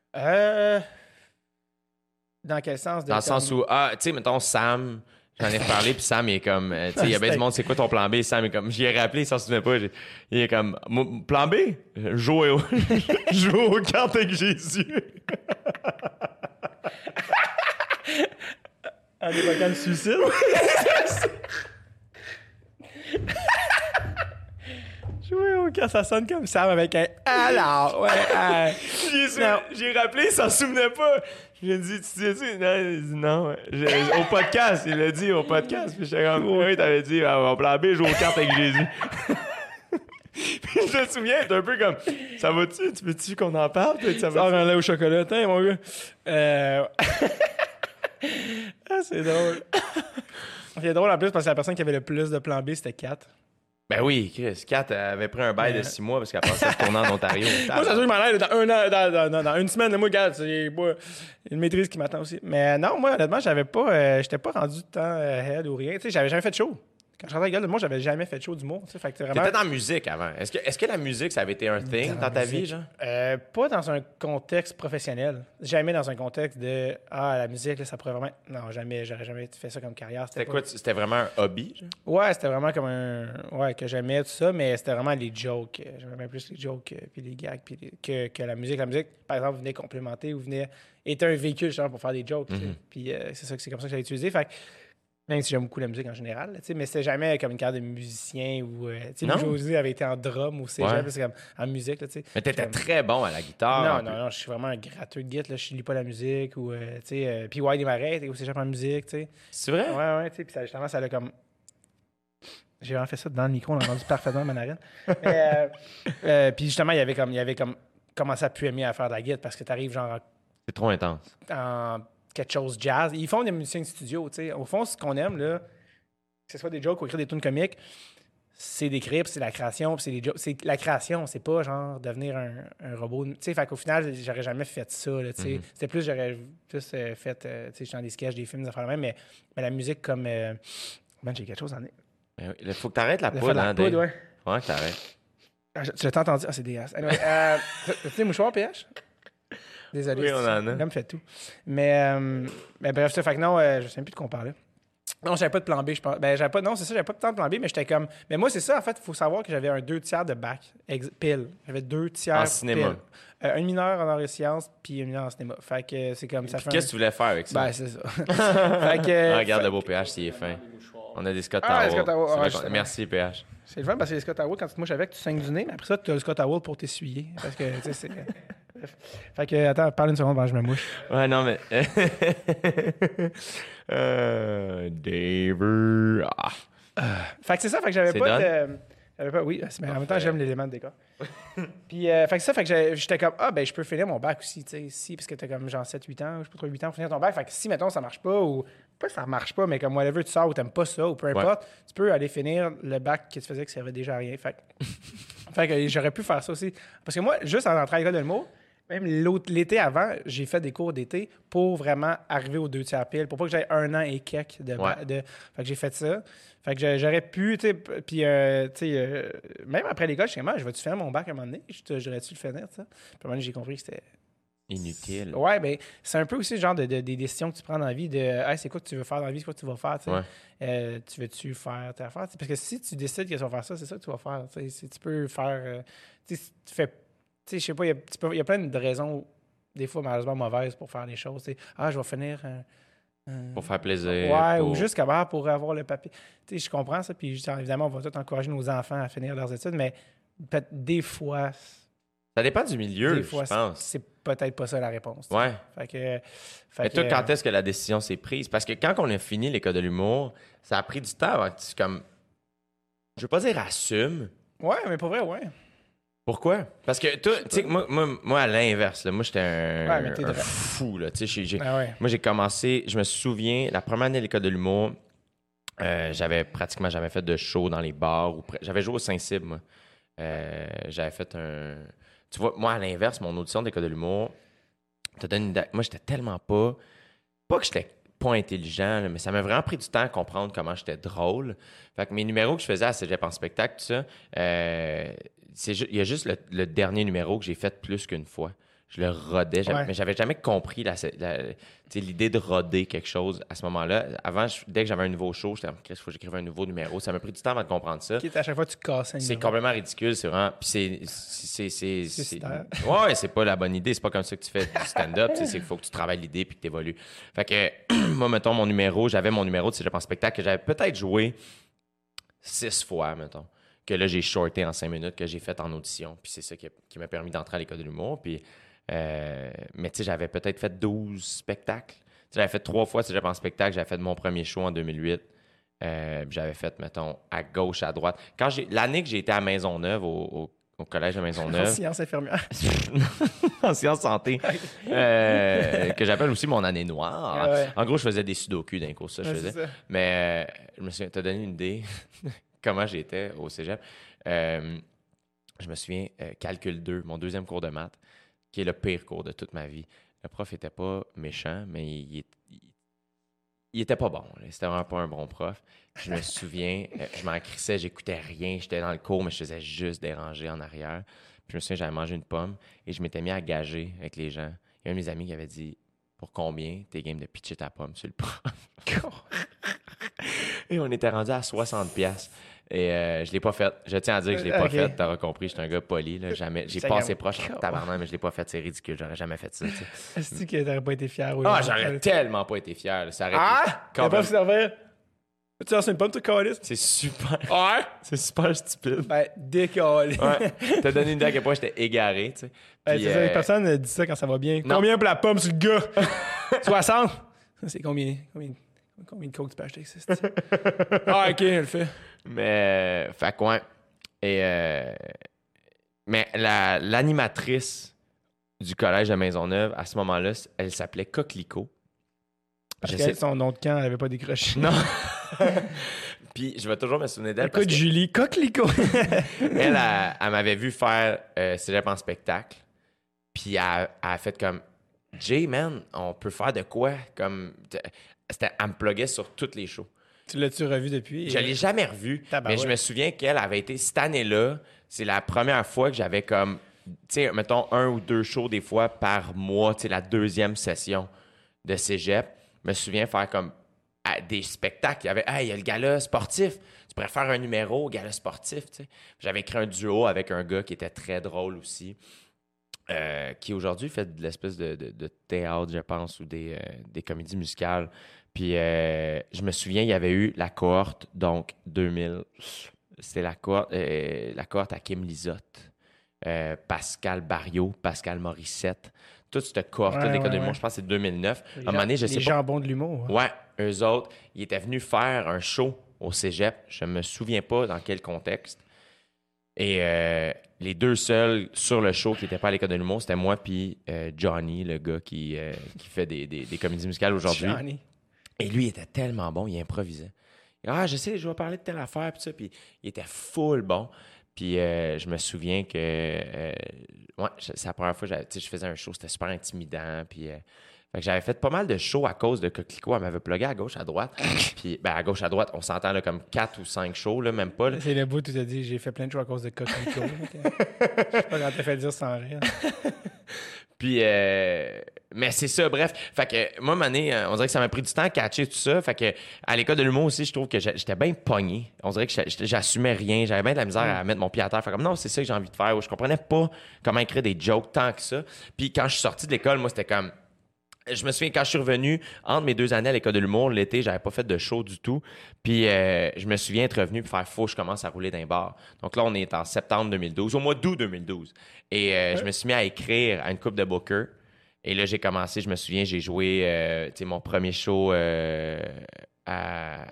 Dans quel sens? Dans le sens où, tu sais, mettons, Sam, j'en ai reparlé, puis Sam, il est comme. Tu sais, il y a bien du monde, c'est quoi ton plan B? Sam est comme. J'y ai rappelé, il s'en souvenait pas. Il est comme. Plan B? Jouer aux cartes avec Jésus. En évoquant le suicide? Jouer au cas, ça sonne comme Sam avec un alors, ouais. J'ai rappelé, il s'en souvenait pas. J'ai dit, tu dis ça? Non, il a dit non. Au podcast, il l'a dit au podcast. Puis j'étais comme, oui, t'avais dit, mon plan B, joue aux cartes avec Jésus. Puis je me souviens, c'est un peu comme, ça va-tu? Tu veux-tu qu'on en parle? Ça Sors va un lait au chocolat, tiens, mon gars. Ah, c'est drôle. C'est drôle en plus parce que la personne qui avait le plus de plan B, c'était Kat. Ben oui, Chris. Kat avait pris un bail de 6 mois parce qu'elle pensait se tourner en Ontario. Moi, ça se trouve, malade dans un an, dans une semaine, là, moi, regarde, c'est une maîtrise qui m'attend aussi. Mais non, moi, honnêtement, j'étais pas rendu tant head ou rien. Tu sais, j'avais jamais fait de show. Quand je rentrais à l'école de moi, j'avais jamais fait de show d'humour. Fait que vraiment... T'étais dans la musique avant. Est-ce que la musique, ça avait été un thing dans ta vie, genre? Pas dans un contexte professionnel. Jamais dans un contexte de la musique, là, ça pourrait vraiment. Non, jamais. J'aurais jamais fait ça comme carrière. C'était quoi? C'était vraiment un hobby, genre? Ouais, c'était vraiment comme un. Ouais, que j'aimais tout ça, mais c'était vraiment les jokes. J'aimais bien plus les jokes puis les gags que la musique. La musique, par exemple, venait complémenter ou était un véhicule justement pour faire des jokes. Tu sais. Puis c'est comme ça que j'avais utilisé. Fait que, même si j'aime beaucoup la musique en général, là, mais c'était jamais comme une carrière de musicien ou. José avait été en drum au cégep, c'est comme en musique. Là, mais t'étais très bon à la guitare. Non, je suis vraiment un gratteux de guitare. Je lis pas la musique. Ou, puis Why des Marais était au cégep en musique. T'sais. C'est vrai? Ouais, puis justement, ça l'a comme. J'ai vraiment fait ça dans le micro, on a entendu parfaitement ma narine. Puis justement, il y avait comme commencé à plus aimer à faire de la guitare parce que tu arrives genre C'est trop intense. en quelque chose jazz. Ils font des musiciens de studio, tu sais. Au fond, ce qu'on aime, là, que ce soit des jokes ou écrire des tunes comiques, c'est d'écrire, puis c'est la création, puis c'est des jokes. C'est la création, c'est pas genre devenir un robot. Tu sais, fait qu'au final, j'aurais jamais fait ça, là, tu sais. C'était plus, j'aurais plus fait, tu sais, dans des sketchs, des films, des affaires de même, mais la musique comme... man, j'ai quelque chose en... Il faut que t'arrêtes la poudre, la hein, poudre, Dave. ouais. Ouais, que t'arrêtes. Tu l'as entendu? Ah, c'est dégueulasse. Anyway, t'as-tu des mouchoirs, PH? Désolé. Oui, on en a. L'homme fait tout. Mais bref, ça fait que non, je sais même plus de quoi on parlait. Non, j'avais pas de plan B, je pense. Ben, j'avais pas de temps de plan B, mais j'étais comme... Mais moi, c'est ça, en fait, il faut savoir que j'avais un 2/3 de bac, pile. J'avais 2/3 En cinéma. pile. Un mineur en arts et sciences, puis un mineur en cinéma. Fait que c'est comme ça. Qu'est-ce que tu voulais faire avec ça? Ben, c'est ça. Fait que... Ah, regarde le beau PH, s'il est fin. On a des Scott Ah, les Towel. Scott Towel. C'est Ah, vrai justement. Merci, PH. C'est le fun parce que les Scott Towel, quand tu te mouches avec, tu saignes du nez, mais après ça, tu as le Scott Towel pour t'essuyer. Parce que, tu sais, c'est... Bref. Fait que, attends, parle une seconde avant que je me mouche. Ouais, non, mais... Dave... Fait que c'est ça, fait que j'avais C'est pas done? de... j'avais pas, oui, mais en même temps, j'aime l'élément de décor. Puis, fait que ça, fait que j'étais comme, ben, je peux finir mon bac aussi, tu sais, si, parce que t'as comme genre 7-8 ans, je sais pas trop 8 ans pour finir ton bac. Fait que si, mettons, ça marche pas, ou pas ça marche pas, mais comme whatever, tu sors ou t'aimes pas ça, ou peu importe, tu peux aller finir le bac que tu faisais qui servait déjà à rien. Fait que j'aurais pu faire ça aussi. Parce que moi, juste en entrant à l'école de l'humour, même l'été avant, j'ai fait des cours d'été pour vraiment arriver aux 2/3 pile, pour pas que j'aille 1 an et quelques de... Fait que j'ai fait ça. Fait que j'aurais pu, tu sais, puis, tu sais, même après l'école, je suis comme, je vais-tu faire mon bac à un moment donné? J'aurais-tu le finir, ça? Puis à un moment donné, j'ai compris que c'était... Inutile. Ouais, ben c'est un peu aussi le genre des décisions que tu prends dans la vie, de, hey, c'est quoi que tu veux faire dans la vie, c'est quoi que tu vas faire, tu sais. Tu veux-tu faire ta affaire? Parce que si tu décides que tu vas faire ça, c'est ça que tu vas faire. Si tu peux faire... tu sais, si tu fais... Tu sais, je sais pas, il y a plein de raisons, des fois malheureusement mauvaises, pour faire les choses. T'sais. Je vais finir... Pour faire plaisir. Ouais, ou juste pour avoir le papier. Tu sais, je comprends ça, puis évidemment, on va tout encourager nos enfants à finir leurs études, mais peut-être des fois... Ça dépend du milieu, je pense. C'est peut-être pas ça la réponse. Ouais. Fait que... Mais toi, quand est-ce que la décision s'est prise? Parce que quand on a fini l'école de l'humour, ça a pris du temps avant que tu, comme... Je veux pas dire assume. Ouais, mais pour vrai, ouais. Pourquoi? Parce que toi, tu sais, moi, à l'inverse, là, moi, j'étais un fou, là. Tu sais, moi, j'ai commencé, je me souviens, la première année de l'école de l'humour, j'avais pratiquement jamais fait de show dans les bars. J'avais joué au Saint-Cybe, moi. J'avais fait un... Tu vois, moi, à l'inverse, mon audition d'école de l'humour, te donne une idée. Moi, j'étais tellement pas... Pas que j'étais pas intelligent, là, mais ça m'a vraiment pris du temps à comprendre comment j'étais drôle. Fait que mes numéros que je faisais à Cégep en spectacle, tout ça... il y a juste le dernier numéro que j'ai fait plus qu'une fois. Je le rodais, mais j'avais jamais compris l'idée de roder quelque chose à ce moment-là. Avant, dès que j'avais un nouveau show, j'étais il faut que j'écrive un nouveau numéro. Ça m'a pris du temps avant de comprendre ça. À chaque fois, tu casses un C'est complètement ridicule, c'est vraiment... Puis ouais, c'est pas la bonne idée. C'est pas comme ça que tu fais du stand-up. C'est qu'il faut que tu travailles l'idée puis que tu évolues. Fait que, moi, mettons, j'avais mon numéro de Cégep en spectacle que j'avais peut-être joué 6 fois, mettons. Que là, j'ai shorté en 5 minutes, que j'ai fait en audition. Puis c'est ça qui m'a permis d'entrer à l'école de l'humour. Puis, mais tu sais, j'avais peut-être fait 12 spectacles. T'sais, j'avais fait 3 fois Cégep en spectacle. J'avais fait mon premier show en 2008. J'avais fait, mettons, à gauche, à droite. L'année que j'ai été à Maisonneuve, au collège de Maisonneuve... En sciences infirmières. En sciences santé. Que j'appelle aussi mon année noire. Ouais. En gros, je faisais des sudoku d'un cours, ça, je faisais. Ça. Mais je me souviens, t'as donné une idée comment j'étais au cégep. Je me souviens, calcul 2, mon deuxième cours de maths, qui est le pire cours de toute ma vie. Le prof était pas méchant, mais il était pas bon. Là. C'était vraiment pas un bon prof. Je me souviens, je m'en crissais, j'écoutais rien. J'étais dans le cours, mais je faisais juste déranger en arrière. Puis je me souviens, j'avais mangé une pomme et je m'étais mis à gager avec les gens. Il y a un de mes amis qui avait dit « Pour combien t'es game de pitcher ta pomme sur le prof? » Et on était rendu à 60$. Et je l'ai pas fait. Je tiens à dire que je l'ai pas fait. T'auras compris, j'étais un gars poli. Là, jamais. J'ai passé proche en tabarnak, mais je l'ai pas fait. C'est ridicule. J'aurais jamais fait ça. Est-ce que t'aurais pas été fier? J'aurais tellement pas été fier. Ça aurait été t'as pas servir? Tu lances une pomme, tu calice? C'est super. Ouais! C'est super stupide. Ben, décalé. Ouais. T'as donné une idée à quel point j'étais égaré, tu sais. Ben, ça, personne ne dit ça quand ça va bien. Non. Combien pour la pomme sur le gars? 60? C'est combien de coke tu peux acheter avec ça? OK, elle le fait. Mais, fait quoi? Et, mais l'animatrice du collège de Maisonneuve, à ce moment-là, elle s'appelait Coquelicot. Parce que son nom de camp, elle n'avait pas décroché. Non. Puis je vais toujours me souvenir d'elle. Écoute, Julie, Coquelicot. elle m'avait vu faire Cégep en spectacle. Puis elle a fait comme Jay, man, on peut faire de quoi? Comme, elle me pluguait sur toutes les shows. Tu l'as-tu revu depuis? Je ne l'ai jamais revu. Mais je me souviens qu'elle avait été, cette année-là, c'est la première fois que j'avais comme, tu sais, mettons 1 ou 2 shows des fois par mois, tu sais, la 2e session de Cégep. Je me souviens faire comme des spectacles. Il y a le gala sportif. Tu pourrais faire un numéro au gala sportif, tu sais. J'avais écrit un duo avec un gars qui était très drôle aussi. Qui aujourd'hui fait de l'espèce de théâtre, je pense, ou des comédies musicales. Puis je me souviens, il y avait eu la cohorte, donc 2000. C'était la cohorte à Kim Lizotte, Pascal Barriot, Pascal Morissette. Toute cette cohorte-là d'école de l'humour, je pense que c'est 2009. À un moment donné, je sais pas. Les jambons de l'humour. Ouais, eux autres, ils étaient venus faire un show au Cégep. Je me souviens pas dans quel contexte. Et les 2 seuls sur le show qui n'étaient pas à l'école de l'humour, c'était moi puis Johnny, le gars qui fait des comédies musicales aujourd'hui. Johnny. Et lui, il était tellement bon, il improvisait. Je sais, je vais parler de telle affaire, puis ça. Puis il était full bon. Puis je me souviens que c'est la première fois que je faisais un show, c'était super intimidant. Puis fait que j'avais fait pas mal de shows à cause de Coquelicot. Elle m'avait plugué à gauche, à droite. Puis à gauche, à droite, on s'entend là, comme 4 ou 5 shows, là, même pas. Là. C'est le bout où tu t'as dit, j'ai fait plein de shows à cause de Coquelicot. Je sais pas quand t'as fait dire sans rire. Puis, mais c'est ça, bref. Fait que moi, Mané, on dirait que ça m'a pris du temps à catcher tout ça. Fait que à l'école de l'humour aussi, je trouve que j'étais bien pogné. On dirait que j'assumais rien. J'avais bien de la misère à mettre mon pied à terre. Fait comme non, c'est ça que j'ai envie de faire. Je comprenais pas comment écrire des jokes tant que ça. Puis quand je suis sorti de l'école, moi, c'était comme... Je me souviens, quand je suis revenu, entre mes 2 années à l'école de l'humour, l'été, j'avais pas fait de show du tout. Puis je me souviens être revenu pour faire « Faut que je commence à rouler d'un bar ». Donc là, on est en septembre 2012, au mois d'août 2012. Et je me suis mis à écrire à une couple de bookers. Et là, j'ai commencé, je me souviens, j'ai joué mon premier show à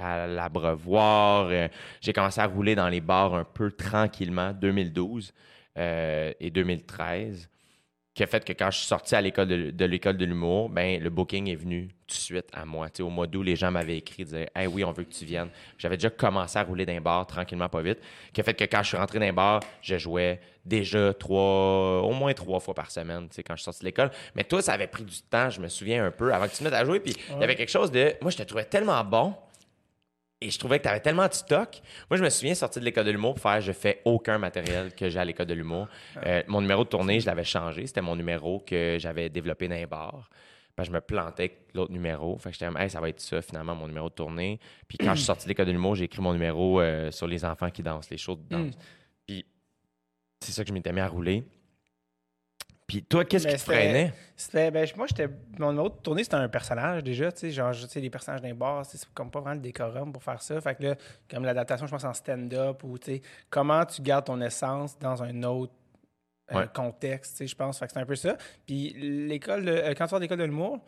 l'Abreuvoir. J'ai commencé à rouler dans les bars un peu tranquillement, 2012 et 2013. Qui a fait que quand je suis sorti à l'école de l'école de l'humour, ben le booking est venu tout de suite à moi. Au mois d'août, les gens m'avaient écrit, disaient « Hey, oui, on veut que tu viennes ». J'avais déjà commencé à rouler dans les bars tranquillement, pas vite. Qui a fait que quand je suis rentré dans les bars, je jouais déjà au moins 3 fois par semaine quand je suis sorti de l'école. Mais toi, ça avait pris du temps, je me souviens un peu, avant que tu te mettes à jouer. Puis il y avait quelque chose de... Moi, je te trouvais tellement bon. Et je trouvais que tu avais tellement de stock. Moi, je me souviens sortir de l'école de l'humour pour faire « Je fais aucun matériel que j'ai à l'école de l'humour ». Mon numéro de tournée, je l'avais changé. C'était mon numéro que j'avais développé dans les bars. Ben, je me plantais avec l'autre numéro. Fait que j'étais comme « Hey, ça va être ça, finalement, mon numéro de tournée ». Puis quand je suis sorti de l'école de l'humour, j'ai écrit mon numéro sur les enfants qui dansent, les shows de danse. Puis c'est ça que je m'étais mis à rouler. Puis toi, qu'est-ce qui te freinait? Moi, mon numéro de tournée, c'était un personnage déjà. Tu sais, les personnages d'un bar, c'est comme pas vraiment le décorum pour faire ça. Fait que là, comme l'adaptation, je pense, en stand-up ou tu sais, comment tu gardes ton essence dans un autre contexte, tu sais, je pense. Fait que c'est un peu ça. Puis quand tu sors de l'école de l'humour,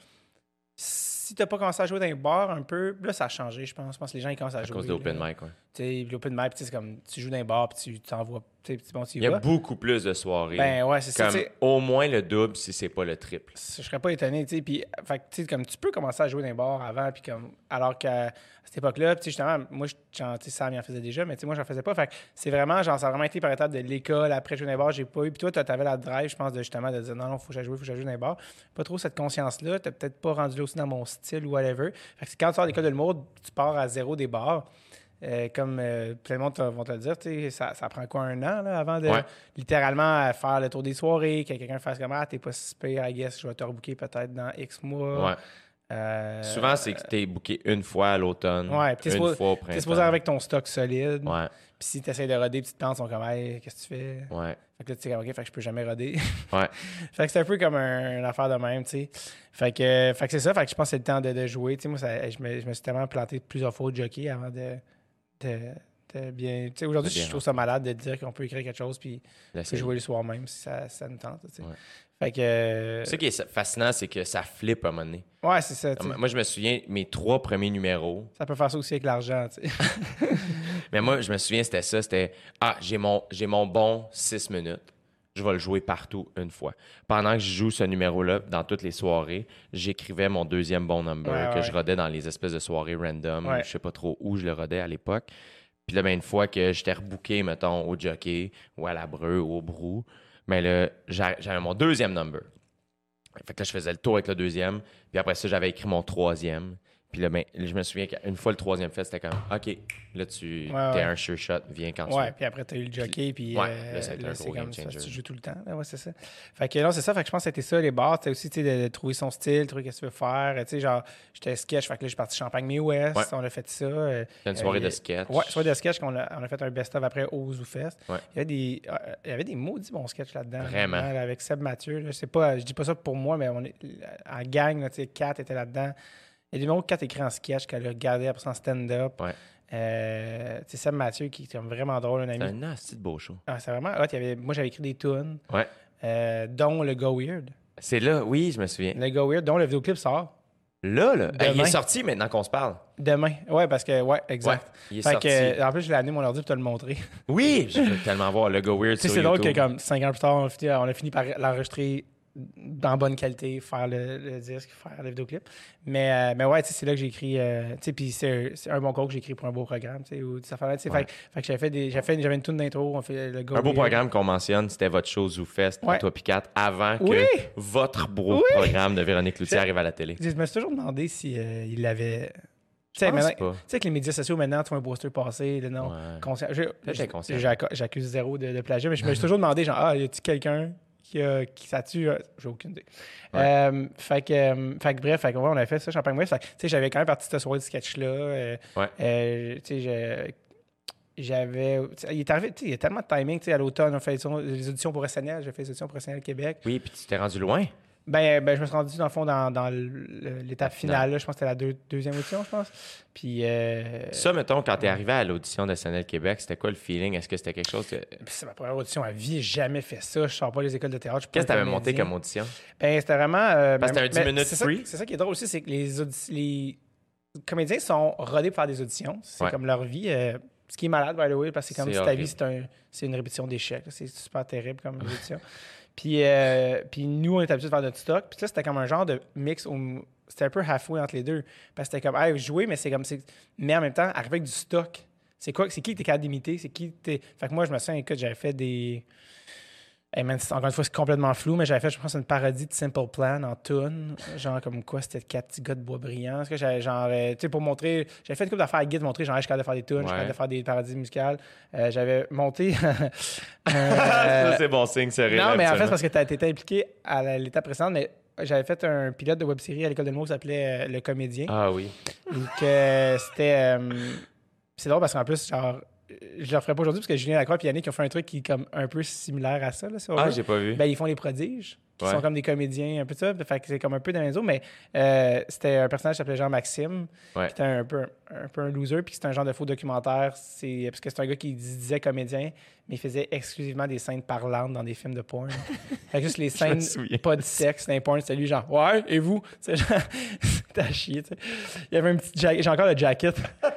si t'as pas commencé à jouer dans un bar un peu, là, ça a changé, je pense. Je pense que les gens, ils commencent à jouer. À cause de l'open mic, oui. Tu sais, l'open mic, c'est comme, tu joues dans un bar, puis tu t'envoies, tu sais, bon, tu y vas. Il y a beaucoup plus de soirées. Ben ouais, c'est comme ça. Au moins le double, si c'est pas le triple. Je serais pas étonné, tu sais. Puis, fait que, tu sais, comme tu peux commencer à jouer dans un bar avant, puis comme, alors qu'à cette époque-là, tu sais, justement, moi, tu sais, Sam, il en faisait déjà, mais tu sais, moi, j'en faisais pas. Fait que c'est vraiment, genre, ça a vraiment été par étape de l'école, après jouer dans un bar, j'ai pas eu. Puis toi, t'avais la drive, je pense, justement, de dire non, faut que j'aille jouer dans un bar. Pas trop cette conscience-là. T'as peut-être pas rendu là aussi dans mon style ou whatever. Fait que quand tu sors de l'école de l'humour, tu pars à zéro des bars. Comme plein de monde vont te le dire, ça prend quoi, 1 an là, avant de littéralement faire le tour des soirées, que quelqu'un fasse comme « Ah, t'es pas si pire, I guess, je vais te rebooker peut-être dans X mois. » Souvent, c'est que t'es booké une fois à l'automne, une fois au printemps. T'es supposé arriver avec ton stock solide. Ouais. Puis si t'essayes de roder, petites plantes sont comme « Hey, qu'est-ce que tu fais? » Ouais. Fait que là, tu sais comme « OK, fait que je peux jamais roder. » Ouais. Fait que c'est un peu comme une affaire de même, tu sais. Fait que c'est ça, fait que je pense que c'est le temps de jouer. Tu sais, moi, je me suis tellement planté plusieurs fois au jockey avant de bien. Tu sais, aujourd'hui, je trouve ça malade de dire qu'on peut écrire quelque chose puis jouer le soir même si ça nous tente. Tu sais. Ouais. Fait que. Ce qui est fascinant, c'est que ça flippe à un moment donné. Ouais, c'est ça. Moi, je me souviens, mes 3 premiers numéros. Ça peut faire ça aussi avec l'argent, tu sais. Mais moi, je me souviens, c'était ça. C'était, j'ai mon bon 6 minutes. Je vais le jouer partout une fois. Pendant que je joue ce numéro-là, dans toutes les soirées, j'écrivais mon deuxième bon number je rodais dans les espèces de soirées random. Je sais pas trop où je le rodais à l'époque. Puis là, une fois que j'étais rebooké, mettons, au jockey ou à la Breu ou au Brou, là, j'avais mon deuxième number. Fait que là, je faisais le tour avec le deuxième. Puis après ça, j'avais écrit mon troisième. Puis là, je me souviens qu'une fois le troisième fait, c'était comme OK, là, t'es un sure shot, viens quand tu veux. Ouais, puis après, t'as eu le jockey, puis là, c'est un gros game ça, changer. tu joues tout le temps. Là, ouais, c'est ça. Fait que non, c'est ça. Fait que je pense que c'était ça, les bars. C'était aussi, de trouver son style, trouver ce que tu veux faire. Tu sais, genre, j'étais sketch, fait que là, je suis parti Champagne May West. Ouais. On a fait ça. C'était une soirée de sketch. Ouais, soirée de sketch qu'on on a fait un best-of après au Zoo Fest. Ouais. Il y avait des maudits bons sketchs là-dedans. Vraiment. Là, avec Seb Mathieu. Là, je dis pas ça pour moi, mais on est en gang, tu sais, Kat était là-dedans. Il y a des numéros que Kat écrit en sketch qu'elle a regardé après en stand-up. Ouais. C'est Sam Mathieu qui est vraiment drôle, un ami. C'est un nasty de beau show. C'est vraiment hot. Moi, j'avais écrit des tunes, dont le Go Weird. C'est là, oui, je me souviens. Le Go Weird, dont le vidéoclip sort. Là. Il Demain. est sorti maintenant qu'on se parle. Demain. Ouais, parce que, exact. Ouais, il est fait sorti. que, en plus, je l'ai amené mon ordi pour te le montrer. Oui, je veux tellement voir le Go Weird Tu sais, sur c'est drôle que, YouTube. comme 5 ans plus tard, on a fini par l'enregistrer en bonne qualité, faire le disque, faire le vidéoclip. Mais ouais, c'est là que j'ai écrit. Puis c'est un bon cours que j'ai écrit pour un beau programme. Fait que j'avais une tune d'intro. On fait le Go Un beau Weird. programme qu'on mentionne, c'était votre show Zoo Fest à toi Picat avant que votre beau programme de Véronique Cloutier arrive à la télé. Je me suis toujours demandé si il l'avait. Je pense pas. Tu sais, avec les médias sociaux, maintenant, tu vois un poster passer, le nom. Ouais. Conscient. J'étais conscient. J'accuse zéro de plagiat, mais je me suis toujours demandé, genre, y a-t-il quelqu'un qui ça tue? J'ai aucune idée. Ouais. Fait que bref, on a fait ça, Champagne West. Tu sais, j'avais quand même parti de cette soirée de sketch-là. Tu sais, j'avais. Il est arrivé, il y a tellement de timing. À l'automne, on fait les auditions pour SNL. J'ai fait les auditions pour SNL Québec. Oui, puis tu t'es rendu loin. Ben, je me suis rendu, dans le fond, dans l'étape finale. Là, je pense que c'était la deuxième audition, je pense. Puis. Ça, mettons, quand t'es arrivé à l'audition de SNL Québec, c'était quoi le feeling? Est-ce que c'était quelque chose de... C'est ma première audition à vie. J'ai jamais fait ça. Je sors pas des écoles de théâtre. Qu'est-ce que t'avais monté comme audition? Ben, c'était vraiment. Parce que c'était un 10 minutes free. C'est ça qui est drôle aussi, c'est que les comédiens sont rodés pour faire des auditions. C'est comme leur vie. Ce qui est malade, by the way, parce que c'est comme si ta vie, c'est une répétition d'échecs. C'est super terrible comme audition. Puis nous, on est habitués de faire notre stock. Puis ça, c'était comme un genre de mix où c'était un peu halfway entre les deux. Parce que c'était comme, jouer, mais mais en même temps, arriver avec du stock. C'est qui que t'es capable d'imiter? C'est qui t'es. Fait que moi, je me souviens, écoute, j'avais fait des. Encore une fois, c'est complètement flou, mais j'avais fait, je pense, une parodie de Simple Plan en tune. Genre, comme quoi, c'était 4 petits gars de Boisbriand. Parce que j'avais, genre, tu sais, pour montrer. J'avais fait une couple d'affaires à guide, montrer, genre, je suis capable de faire des tunes, je suis capable de faire des parodies musicales. J'avais monté. Ça, c'est bon signe, c'est réel. Non, mais en fait, c'est parce que tu étais impliqué à l'étape précédente, mais j'avais fait un pilote de web-série à l'école de l'humour qui s'appelait Le Comédien. Ah oui. Donc, c'était. C'est drôle parce qu'en plus, genre. Je le ferai pas aujourd'hui parce que Julien Lacroix et Yannick ont fait un truc qui est comme un peu similaire à ça. Là, j'ai pas vu. Ben, ils font les prodiges, qui sont comme des comédiens, un peu de ça. Fait que c'est comme un peu dans les eaux, mais c'était un personnage qui s'appelait Jean-Maxime, qui était un peu un loser, puis c'était un genre de faux documentaire. Parce que c'est un gars qui disait comédien, mais il faisait exclusivement des scènes parlantes dans des films de porn. Fait que juste les scènes, pas de sexe dans les porn, c'était lui genre, ouais, et vous? C'est genre, t'as chier, tu sais. Il y avait un petit jacket, j'ai encore le jacket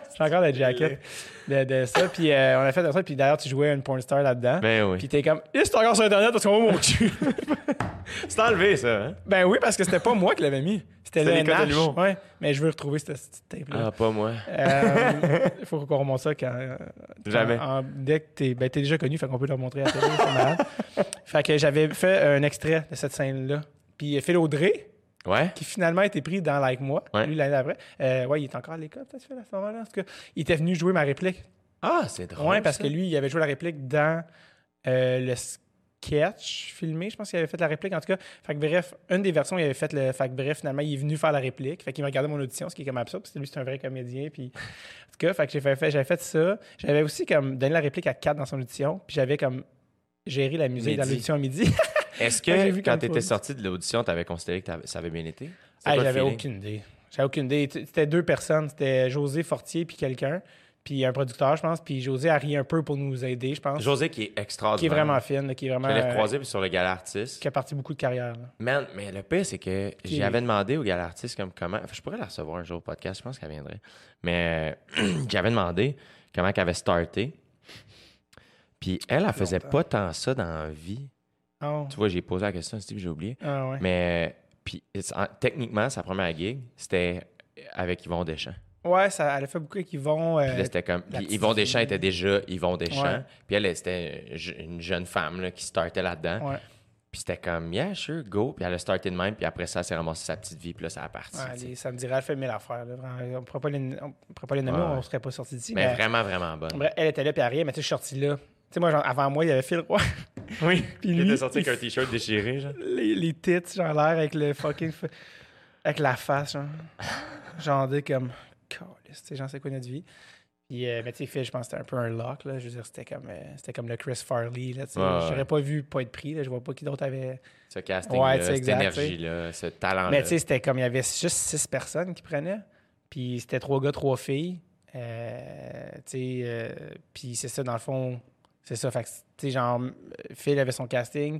de ça, puis on a fait ça, puis d'ailleurs, tu jouais une porn star là-dedans. Ben oui. Puis t'es comme, c'est encore sur Internet parce qu'on voit mon cul. C'est enlevé, ça, hein? Ben oui, parce que c'était pas moi qui l'avais mis. C'était le l'école de l'humour. Ouais, mais je veux retrouver cette tape-là. Ah, pas moi. Il faut qu'on remonte ça Jamais. Dès que t'es déjà connu, fait qu'on peut le remontrer à la télé, c'est malade. Fait que j'avais fait un extrait de cette scène-là. Puis Phil Audrey, qui finalement a été pris dans Like Moi, lui l'année d'après. Il est encore à l'école, peut-être, à ce moment-là. En tout cas, il était venu jouer ma réplique. Ah, c'est drôle. Oui, parce que lui, il avait joué la réplique dans le sketch filmé. Je pense qu'il avait fait la réplique, en tout cas. Fait que bref, une des versions, il avait fait le. Fait que bref, finalement, il est venu faire la réplique. Fait qu'il m'a regardé mon audition, ce qui est comme absurde, parce que lui, c'est un vrai comédien. Puis, en tout cas, fait que j'avais fait ça. J'avais aussi comme donné la réplique à Kat dans son audition. Puis j'avais comme géré la musique dans l'audition à midi. Est-ce que quand tu étais sorti de l'audition, tu avais considéré que ça avait bien été? J'avais aucune idée. J'avais aucune idée. C'était 2 personnes. C'était José Fortier puis quelqu'un. Puis un producteur, je pense. Puis José a ri un peu pour nous aider, je pense. José qui est extraordinaire. Qui est vraiment fine. Qui est vraiment. Je l'ai croisé sur le Gala Artiste. Qui a parti beaucoup de carrière. Là. Man, mais le pire, c'est que j'avais demandé au Gala Artiste comment. Enfin, je pourrais la recevoir un jour au podcast. Je pense qu'elle viendrait. Mais j'avais demandé comment qu'elle avait starté. Puis elle faisait Longtemps. pas tant ça dans la vie. Oh. Tu vois, j'ai posé la question, Steve, j'ai oublié. Ah ouais. Mais puis techniquement, sa première gig, c'était avec Yvon Deschamps. Ouais, ça, elle a fait beaucoup avec Yvon. Puis là, c'était comme. la Puis petite Yvon Deschamps fille. était déjà Yvon Deschamps. Ouais. Puis elle, c'était une jeune femme là, qui startait là-dedans. Ouais. Puis c'était comme, yeah, sure, go. Puis elle a starté de même. Puis après ça, elle s'est ramassé sa petite vie. Puis là, ça a parti. Ouais, ça me dirait, elle fait 1000 affaires. Là. On ne pourrait pas les nommer, Ouais. on ne serait pas sorti d'ici. Mais vraiment, vraiment bonne. Bref, elle était là, puis elle riait, mais tu sais, je suis sorti là. Tu sais, moi, genre, avant moi, il y avait Phil Roy. Oui. Puis Il lui, était sorti avec un t-shirt déchiré, genre. les tits, genre l'air avec le fucking. Avec la face, genre. Genre, dit comme. Calisse, tu sais, j'en sais quoi notre vie. Puis, mais tu sais, Phil, je pense que c'était un peu un lock, là. Je veux dire, c'était comme le Chris Farley, là. Tu sais. Ouais. J'aurais pas vu pas être pris, là. Je vois pas qui d'autre avait. Ce casting-là, Ouais, c'est cette exact, énergie-là, ce talent-là. Mais tu sais, c'était comme il y avait juste 6 personnes qui prenaient. Puis c'était 3 gars, 3 filles. Puis c'est ça, dans le fond, c'est ça. Fait que, tu sais, genre, Phil avait son casting,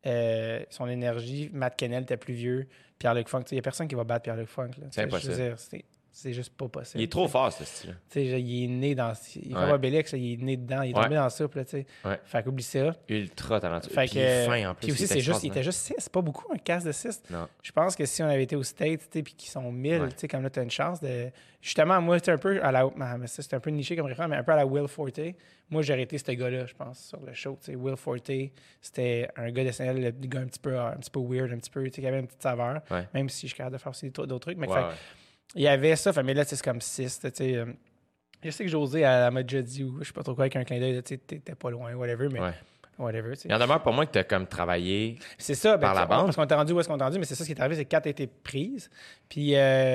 son énergie. Matt Kennel était plus vieux. Pierre-Luc Funk, il n'y a personne qui va battre Pierre-Luc Funk. Là. C'est Tu sais, impossible. je veux dire, c'est juste pas possible. Il est trop fort, ce style-là. Tu sais, il est né dans. Il est Ouais. comme Obélix, il est né dedans, il est tombé dans ça, puis là, tu sais. Ouais. Fait qu'oublie ça. Ultra talentueux. Fait Puis il est fin, en plus. Puis aussi, il est il était juste 6, c'est pas beaucoup un cast de 6. Non. Je pense que si on avait été aux States, tu sais, puis qu'ils sont 1000, Ouais. tu sais, comme là, t'as une chance de. Justement, moi, c'était un peu à la. Mais ça, c'est un peu niché comme référence, mais un peu à la Will Forte. Moi, j'aurais été ce gars-là, je pense, sur le show. Tu sais, Will Forte, c'était un gars de SNL, le gars un petit peu weird, un petit peu, tu sais, qui avait une petite saveur. Ouais. Même si je suis capable de faire aussi d'autres trucs. Mais Ouais, fait, ouais. il y avait ça, fait, mais là, tu sais, c'est comme 6, tu sais. Je sais que José, elle m'a déjà dit, ou je sais pas trop quoi, avec un clin d'œil, tu sais, t'étais pas loin, whatever, mais Ouais. whatever, tu sais. Il y en demeure pour moi que tu as comme travaillé. C'est ça, Par la bande. parce qu'on t'a rendu où est-ce qu'on t'a rendu, mais c'est ça ce qui est arrivé, c'est que Kat a été prise. Puis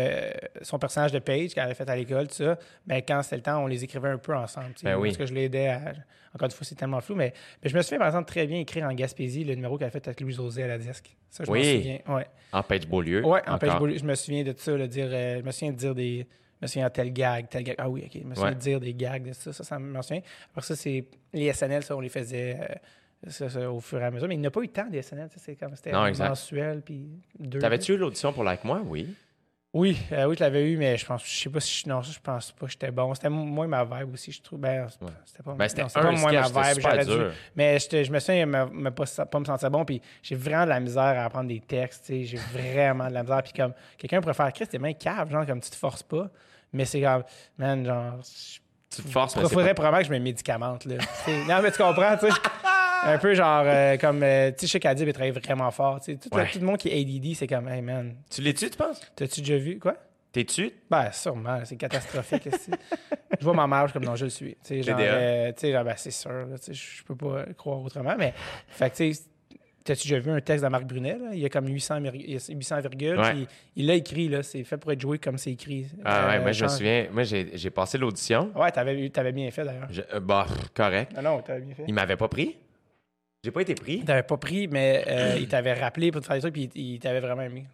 son personnage de Paige qu'elle avait fait à l'école, tout ça, ben, quand c'était le temps, on les écrivait un peu ensemble. Ben oui. Parce que je l'aidais à. Encore une fois, c'est tellement flou, mais je me souviens par exemple très bien écrire en Gaspésie le numéro qu'elle a fait avec Louise Osé à la disque. Ça, je m'en Oui. souviens. Ouais, En Page Beaulieu. ouais en encore. Paige, je me souviens de ça, je me souviens de dire des. Je me souviens de tel gag. Ah oui, OK. Je me souviens Ouais. de dire des gags de ça. Ça me souvient. Après ça, c'est les SNL, ça, on les faisait ça, au fur et à mesure. Mais il n'y a pas eu tant des SNL. C'est comme c'était Non, exact. mensuel. Puis 2. T'avais-tu eu l'audition pour Like Moi? Oui. Oui, oui, je l'avais eu, mais je sais pas si non, je pense pas que j'étais bon. C'était moins ma vibe aussi, je trouve. Ben, c'était pas, Ben, c'était non, c'était pas un moins sketch, ma c'était vibe. super J'aurais dû. dur. Mais je me souviens pas me sentir bon. Puis j'ai vraiment de la misère à apprendre des textes. Tu sais, j'ai vraiment de la misère. Puis comme quelqu'un pourrait faire Chris, t'es mains cave, genre comme tu te forces pas. Mais c'est comme, man, genre. Tu te forces, mais Il c'est faudrait probablement que je me médicamente, là. Non, mais tu comprends, tu sais. Un peu genre comme, tu sais, chez Kadib, il travaille vraiment fort. Tu sais, tout Ouais. le monde qui est ADD, c'est comme, hey man, Tu l'es-tu, tu penses? t'as-tu déjà vu, quoi? T'es-tu? Ben, sûrement, c'est catastrophique. Je vois ma marge comme non, je le suis. Tu sais, genre, TDA. tu sais, genre, ben, c'est sûr, là, tu sais, je peux pas croire autrement. Mais, fait que, tu sais, t'as-tu déjà vu un texte de Marc Brunet? Là? Il y a comme 800 virgules. Ouais. Puis il l'a écrit, là. C'est fait pour être joué comme c'est écrit. Ah ouais, moi je me change- souviens. Moi j'ai passé l'audition. Ouais, t'avais bien fait d'ailleurs. Bah, correct. Non, t'avais bien fait. Il m'avait pas pris. J'ai pas été pris. T'avais pas pris, mais il t'avait rappelé pour te faire des trucs, puis il t'avait vraiment aimé.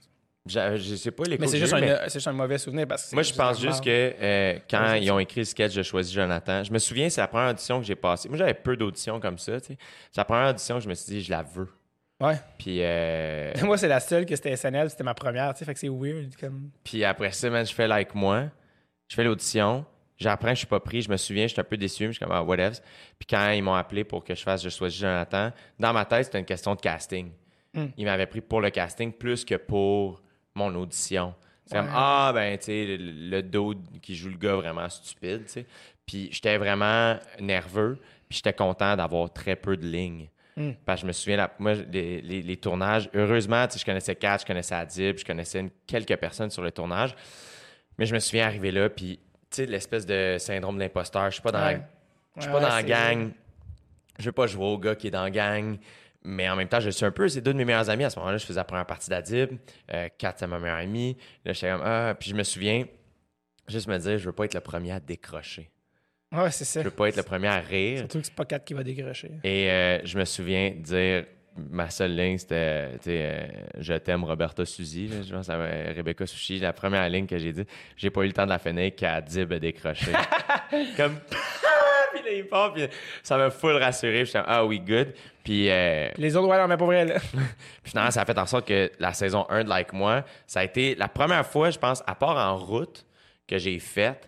Je sais pas les Mais coups c'est que juste, j'ai eu, c'est juste un mauvais souvenir. Parce que moi, je pense juste que quand Ouais, c'est ils ont écrit le sketch de Choisis Jonathan, je me souviens, c'est la première audition que j'ai passée. Moi, j'avais peu d'auditions comme ça, tu sais. C'est la première audition que je me suis dit, je la veux. Ouais. Puis, Moi, c'est la seule que c'était SNL, c'était ma première, tu sais, fait que c'est weird. Comme... puis après ça, man, je fais Like Moi. Je fais l'audition. J'apprends, je suis pas pris. Je me souviens, j'étais un peu déçu. Mais je suis comme, ah, whatever. Puis quand ils m'ont appelé pour que je fasse Je choisis Jonathan, dans ma tête, c'était une question de casting. Ils m'avaient pris pour le casting plus que pour mon audition. C'est comme, ah, ben, tu sais, le dude qui joue le gars vraiment stupide, tu sais. Puis j'étais vraiment nerveux. Puis j'étais content d'avoir très peu de lignes. Parce que je me souviens, moi, les tournages, heureusement, tu sais, je connaissais Kat, je connaissais Adib, je connaissais quelques personnes sur le tournage. Mais je me souviens arrivé là, puis, tu sais, l'espèce de syndrome de l'imposteur. Je suis pas dans, je suis pas dans la gang. Je veux pas jouer au gars qui est dans la gang. Mais en même temps, je suis un peu, c'est deux de mes meilleurs amis. À ce moment-là, je faisais la première partie d'Adib. Kat, c'est ma meilleure amie. Là, j'étais comme, ah. Puis je me souviens, juste me dire, je veux pas être le premier à décrocher. Ouais, c'est ça. Je veux pas être le premier à rire. Surtout que c'est pas 4 qui va décrocher. Et je me souviens dire, ma seule ligne, c'était, tu sais, je t'aime Roberta Suzy. Là, je pense à Rebecca Sushi. La première ligne que j'ai dit, j'ai pas eu le temps de la finir qu'Adib a décroché. Comme, puis là, il part, puis ça m'a full rassuré. Puis j'étais, ah oui, good. Puis Les autres, ouais, non, mais pas vrai, là. puis finalement, ça a fait en sorte que la saison 1 de Like Moi, ça a été la première fois, je pense, à part en route, que j'ai faite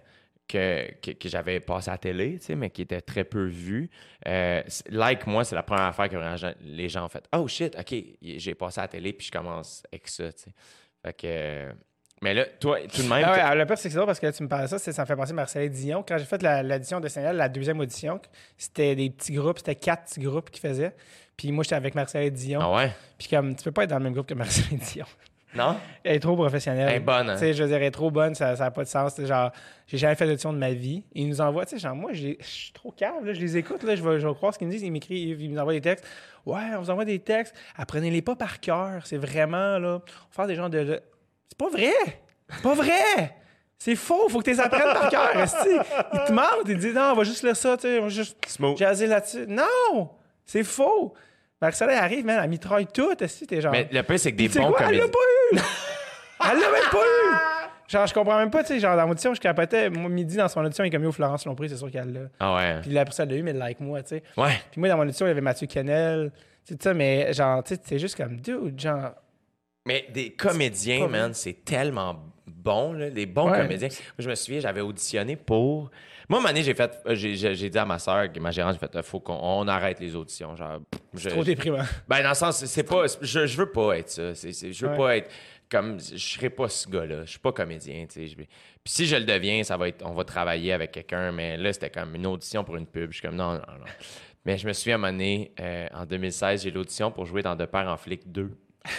que j'avais passé à la télé, tu sais, mais qui était très peu vu. Like moi, c'est la première affaire que les gens ont fait. Oh shit, OK, j'ai passé à la télé, puis je commence avec ça, tu sais. Fait que... mais là, toi, tout de même... Ah ouais, le pire, c'est que c'est drôle parce que là, tu me parles de ça, ça me fait penser à Marcel Dion. Quand j'ai fait l'audition de Seigneur, la deuxième audition, c'était des petits groupes, c'était 4 petits groupes qui faisaient. Puis moi, j'étais avec Marcel Dion. Ah ouais? Puis comme, tu peux pas être dans le même groupe que Marcel Dion. Non? Elle est trop professionnelle. Elle est bonne, hein? Tu sais, je veux dire, elle est trop bonne, ça n'a pas de sens. C'est genre, j'ai jamais fait d'audition de ma vie. Ils nous envoient, tu sais, genre, moi, je suis trop calme, là, je les écoute, là, je vais croire ce qu'ils me disent. Ils m'écrivent, ils nous envoient des textes. Ouais, on vous envoie des textes. Apprenez-les pas par cœur. C'est vraiment, là, on va faire des gens de. C'est pas vrai! C'est pas vrai! C'est faux, faut que tu les apprennes par cœur. Ils te mentent, ils te disent, non, on va juste lire ça, tu sais, on va juste Smooth. jaser là-dessus. Non! C'est faux! Marcel, elle arrive, man, elle mitraille tout, t'es genre. Mais le pire, c'est que des Tu sais bons quoi, elle comédiens... l'a pas eu! Elle l'a même pas eu! Genre, je comprends même pas, tu sais, genre, dans l'audition, je capotais. Moi, midi, dans son audition, il est comme yo, Florence Lompré, c'est sûr qu'elle l'a. Ah ouais. Puis après ça, elle l'a eu, mais like moi, tu sais. Ouais. Puis moi, dans mon audition, il y avait Mathieu Canel, tu sais, ça, mais genre, tu sais, c'est juste comme, dude, genre. Mais des comédiens, man, c'est tellement bon, là, des bons Ouais. comédiens. Moi, je me souviens, j'avais auditionné pour... Moi, à un moment donné, j'ai dit à ma soeur, ma gérante, j'ai fait, faut qu'on arrête les auditions. Genre, C'est trop déprimant. Ben, dans le sens, c'est pas... Je veux pas être ça. Je veux Ouais. pas être comme... Je serais pas ce gars-là. Je suis pas comédien, tu sais. Puis si je le deviens, ça va être... On va travailler avec quelqu'un, mais là, c'était comme une audition pour une pub. Je suis comme, non, non, non. Mais je me souviens, à un moment donné, en 2016, j'ai l'audition pour jouer dans De Père en flic 2.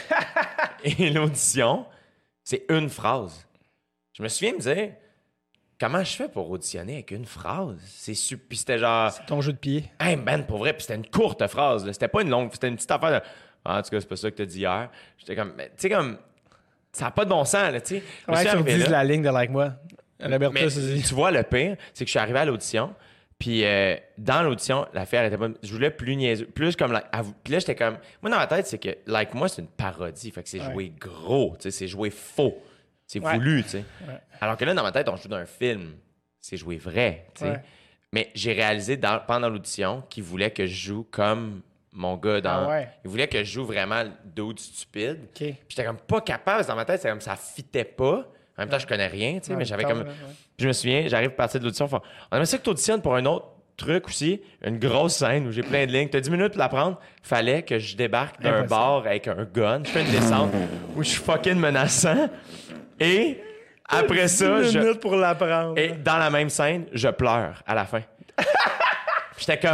Et l'audition, c'est une phrase. Je me souviens me dire, comment je fais pour auditionner avec une phrase? C'est super. Puis c'était genre, C'est ton jeu de pied. hey man, pour vrai, puis c'était une courte phrase, là. C'était pas une longue, c'était une petite affaire de, ah, en tout cas, c'est pas ça que t'as dit hier. J'étais comme, tu sais, comme, ça n'a pas de bon sens, là, tu sais. Je me Ouais, suis tu me arrivé dises là. la ligne de like moi. Roberto Mais Suzy. tu vois, le pire, c'est que je suis arrivé à l'audition, puis dans l'audition, l'affaire était pas... Je voulais plus niaiseux, plus comme... Puis là, j'étais comme... Moi, dans ma tête, c'est que, like, moi, c'est une parodie. Fait que c'est joué gros, tu sais, c'est joué faux. C'est voulu, tu sais. Ouais. Alors que là, dans ma tête, on joue dans un film. C'est joué vrai, tu sais. Ouais. Mais j'ai réalisé pendant l'audition qu'il voulait que je joue comme mon gars dans... Ah ouais. Il voulait que je joue vraiment le dude stupide. OK. Puis j'étais comme pas capable. Dans ma tête, c'est comme ça fitait pas. En même temps, je connais rien, tu sais, mais j'avais comme... Puis je me souviens, j'arrive à partir de l'audition, on aimerait ça que tu auditionnes pour un autre truc aussi, une grosse scène où j'ai plein de lignes. T'as 10 minutes pour la prendre. Fallait que je débarque d'un Impossible. bar avec un gun. Je fais une descente où je suis fucking menaçant. Et après ça, minutes pour l'apprendre. et dans la même scène, je pleure à la fin. J'étais comme,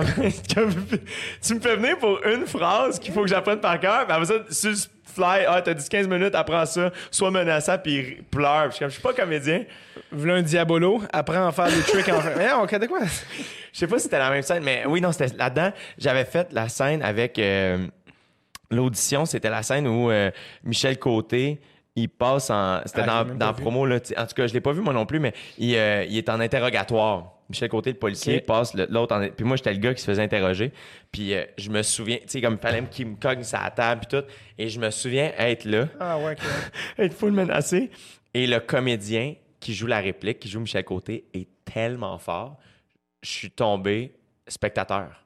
tu me fais venir pour une phrase qu'il faut que j'apprenne par cœur, mais après ça, sur le fly, t'as dit 15 minutes, apprends ça, sois menaçant, puis pleure. Puis je suis pas comédien. V'là un diabolo, apprends à faire des tricks en fait. Mais on de quoi? Je sais pas si c'était la même scène, mais oui, non, c'était là-dedans. J'avais fait la scène avec l'audition, c'était la scène où Michel Côté, il passe en... C'était j'ai même dans pas la promo, là. En tout cas, je l'ai pas vu moi non plus, mais il est en interrogatoire. Michel Côté, le policier, Ok. passe l'autre en... Puis moi, j'étais le gars qui se faisait interroger. Puis je me souviens, tu sais, comme il fallait qu'il me cogne sa table puis tout. Et je me souviens être là, Ah ouais, OK. être full menacé. Et le comédien qui joue la réplique, qui joue Michel Côté, est tellement fort. Je suis tombé spectateur.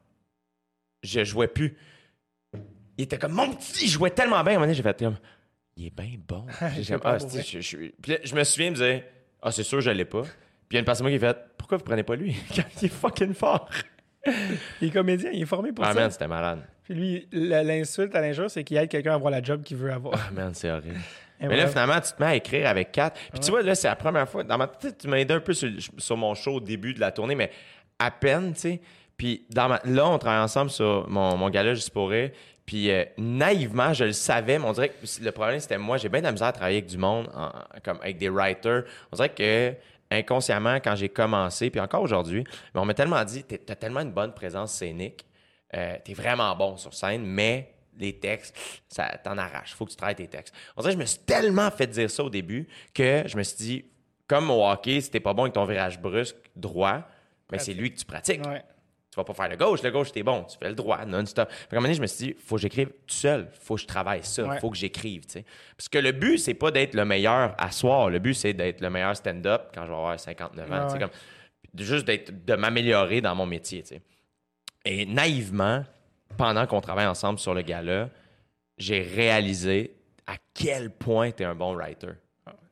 Je jouais plus. Il était comme, mon petit, il jouait tellement bien. À un moment donné, j'ai fait comme, il est bien bon. J'ai comme, pas ah, pour c'est- Puis là, je me souviens me dire, ah, c'est sûr, je l'ai pas. Puis il y a une personne qui a fait, pourquoi vous prenez pas lui? Quand il est fucking fort. Il est comédien, il est formé pour Ah, ça. man, c'était malade. Puis lui, l'insulte à l'injure, c'est qu'il aide quelqu'un à avoir la job qu'il veut avoir. Ah, man, c'est horrible. Et Mais là, voilà. finalement, tu te mets à écrire avec 4. Puis tu vois, là, c'est la première fois. Dans ma tête, tu m'as aidé un peu sur mon show au début de la tournée, mais à peine, tu sais. Puis là, on travaille ensemble sur mon gala Juste pour rire. Puis naïvement, je le savais, mais on dirait que le problème, c'était moi. J'ai bien de la misère à travailler avec du monde, comme avec des writers. On dirait que inconsciemment, quand j'ai commencé, puis encore aujourd'hui, mais on m'a tellement dit, t'as tellement une bonne présence scénique, t'es vraiment bon sur scène, mais les textes, ça t'en arrache. Faut que tu travailles tes textes. On dirait que je me suis tellement fait dire ça au début que je me suis dit, comme au hockey, si t'es pas bon avec ton virage brusque droit, mais c'est lui que tu pratiques. Ouais. Tu vas pas faire le gauche, t'es bon. Tu fais le droit, non-stop. Fait qu'à un moment donné, je me suis dit, faut que j'écrive tout seul. Faut que je travaille ça. Ouais. Faut que j'écrive, tu sais. Parce que le but, c'est pas d'être le meilleur à soir. Le but, c'est d'être le meilleur stand-up quand je vais avoir 59 ans. Ouais, Tu sais, ouais. comme, juste de m'améliorer dans mon métier, tu sais. Et naïvement, pendant qu'on travaille ensemble sur le gala, j'ai réalisé à quel point t'es un bon writer.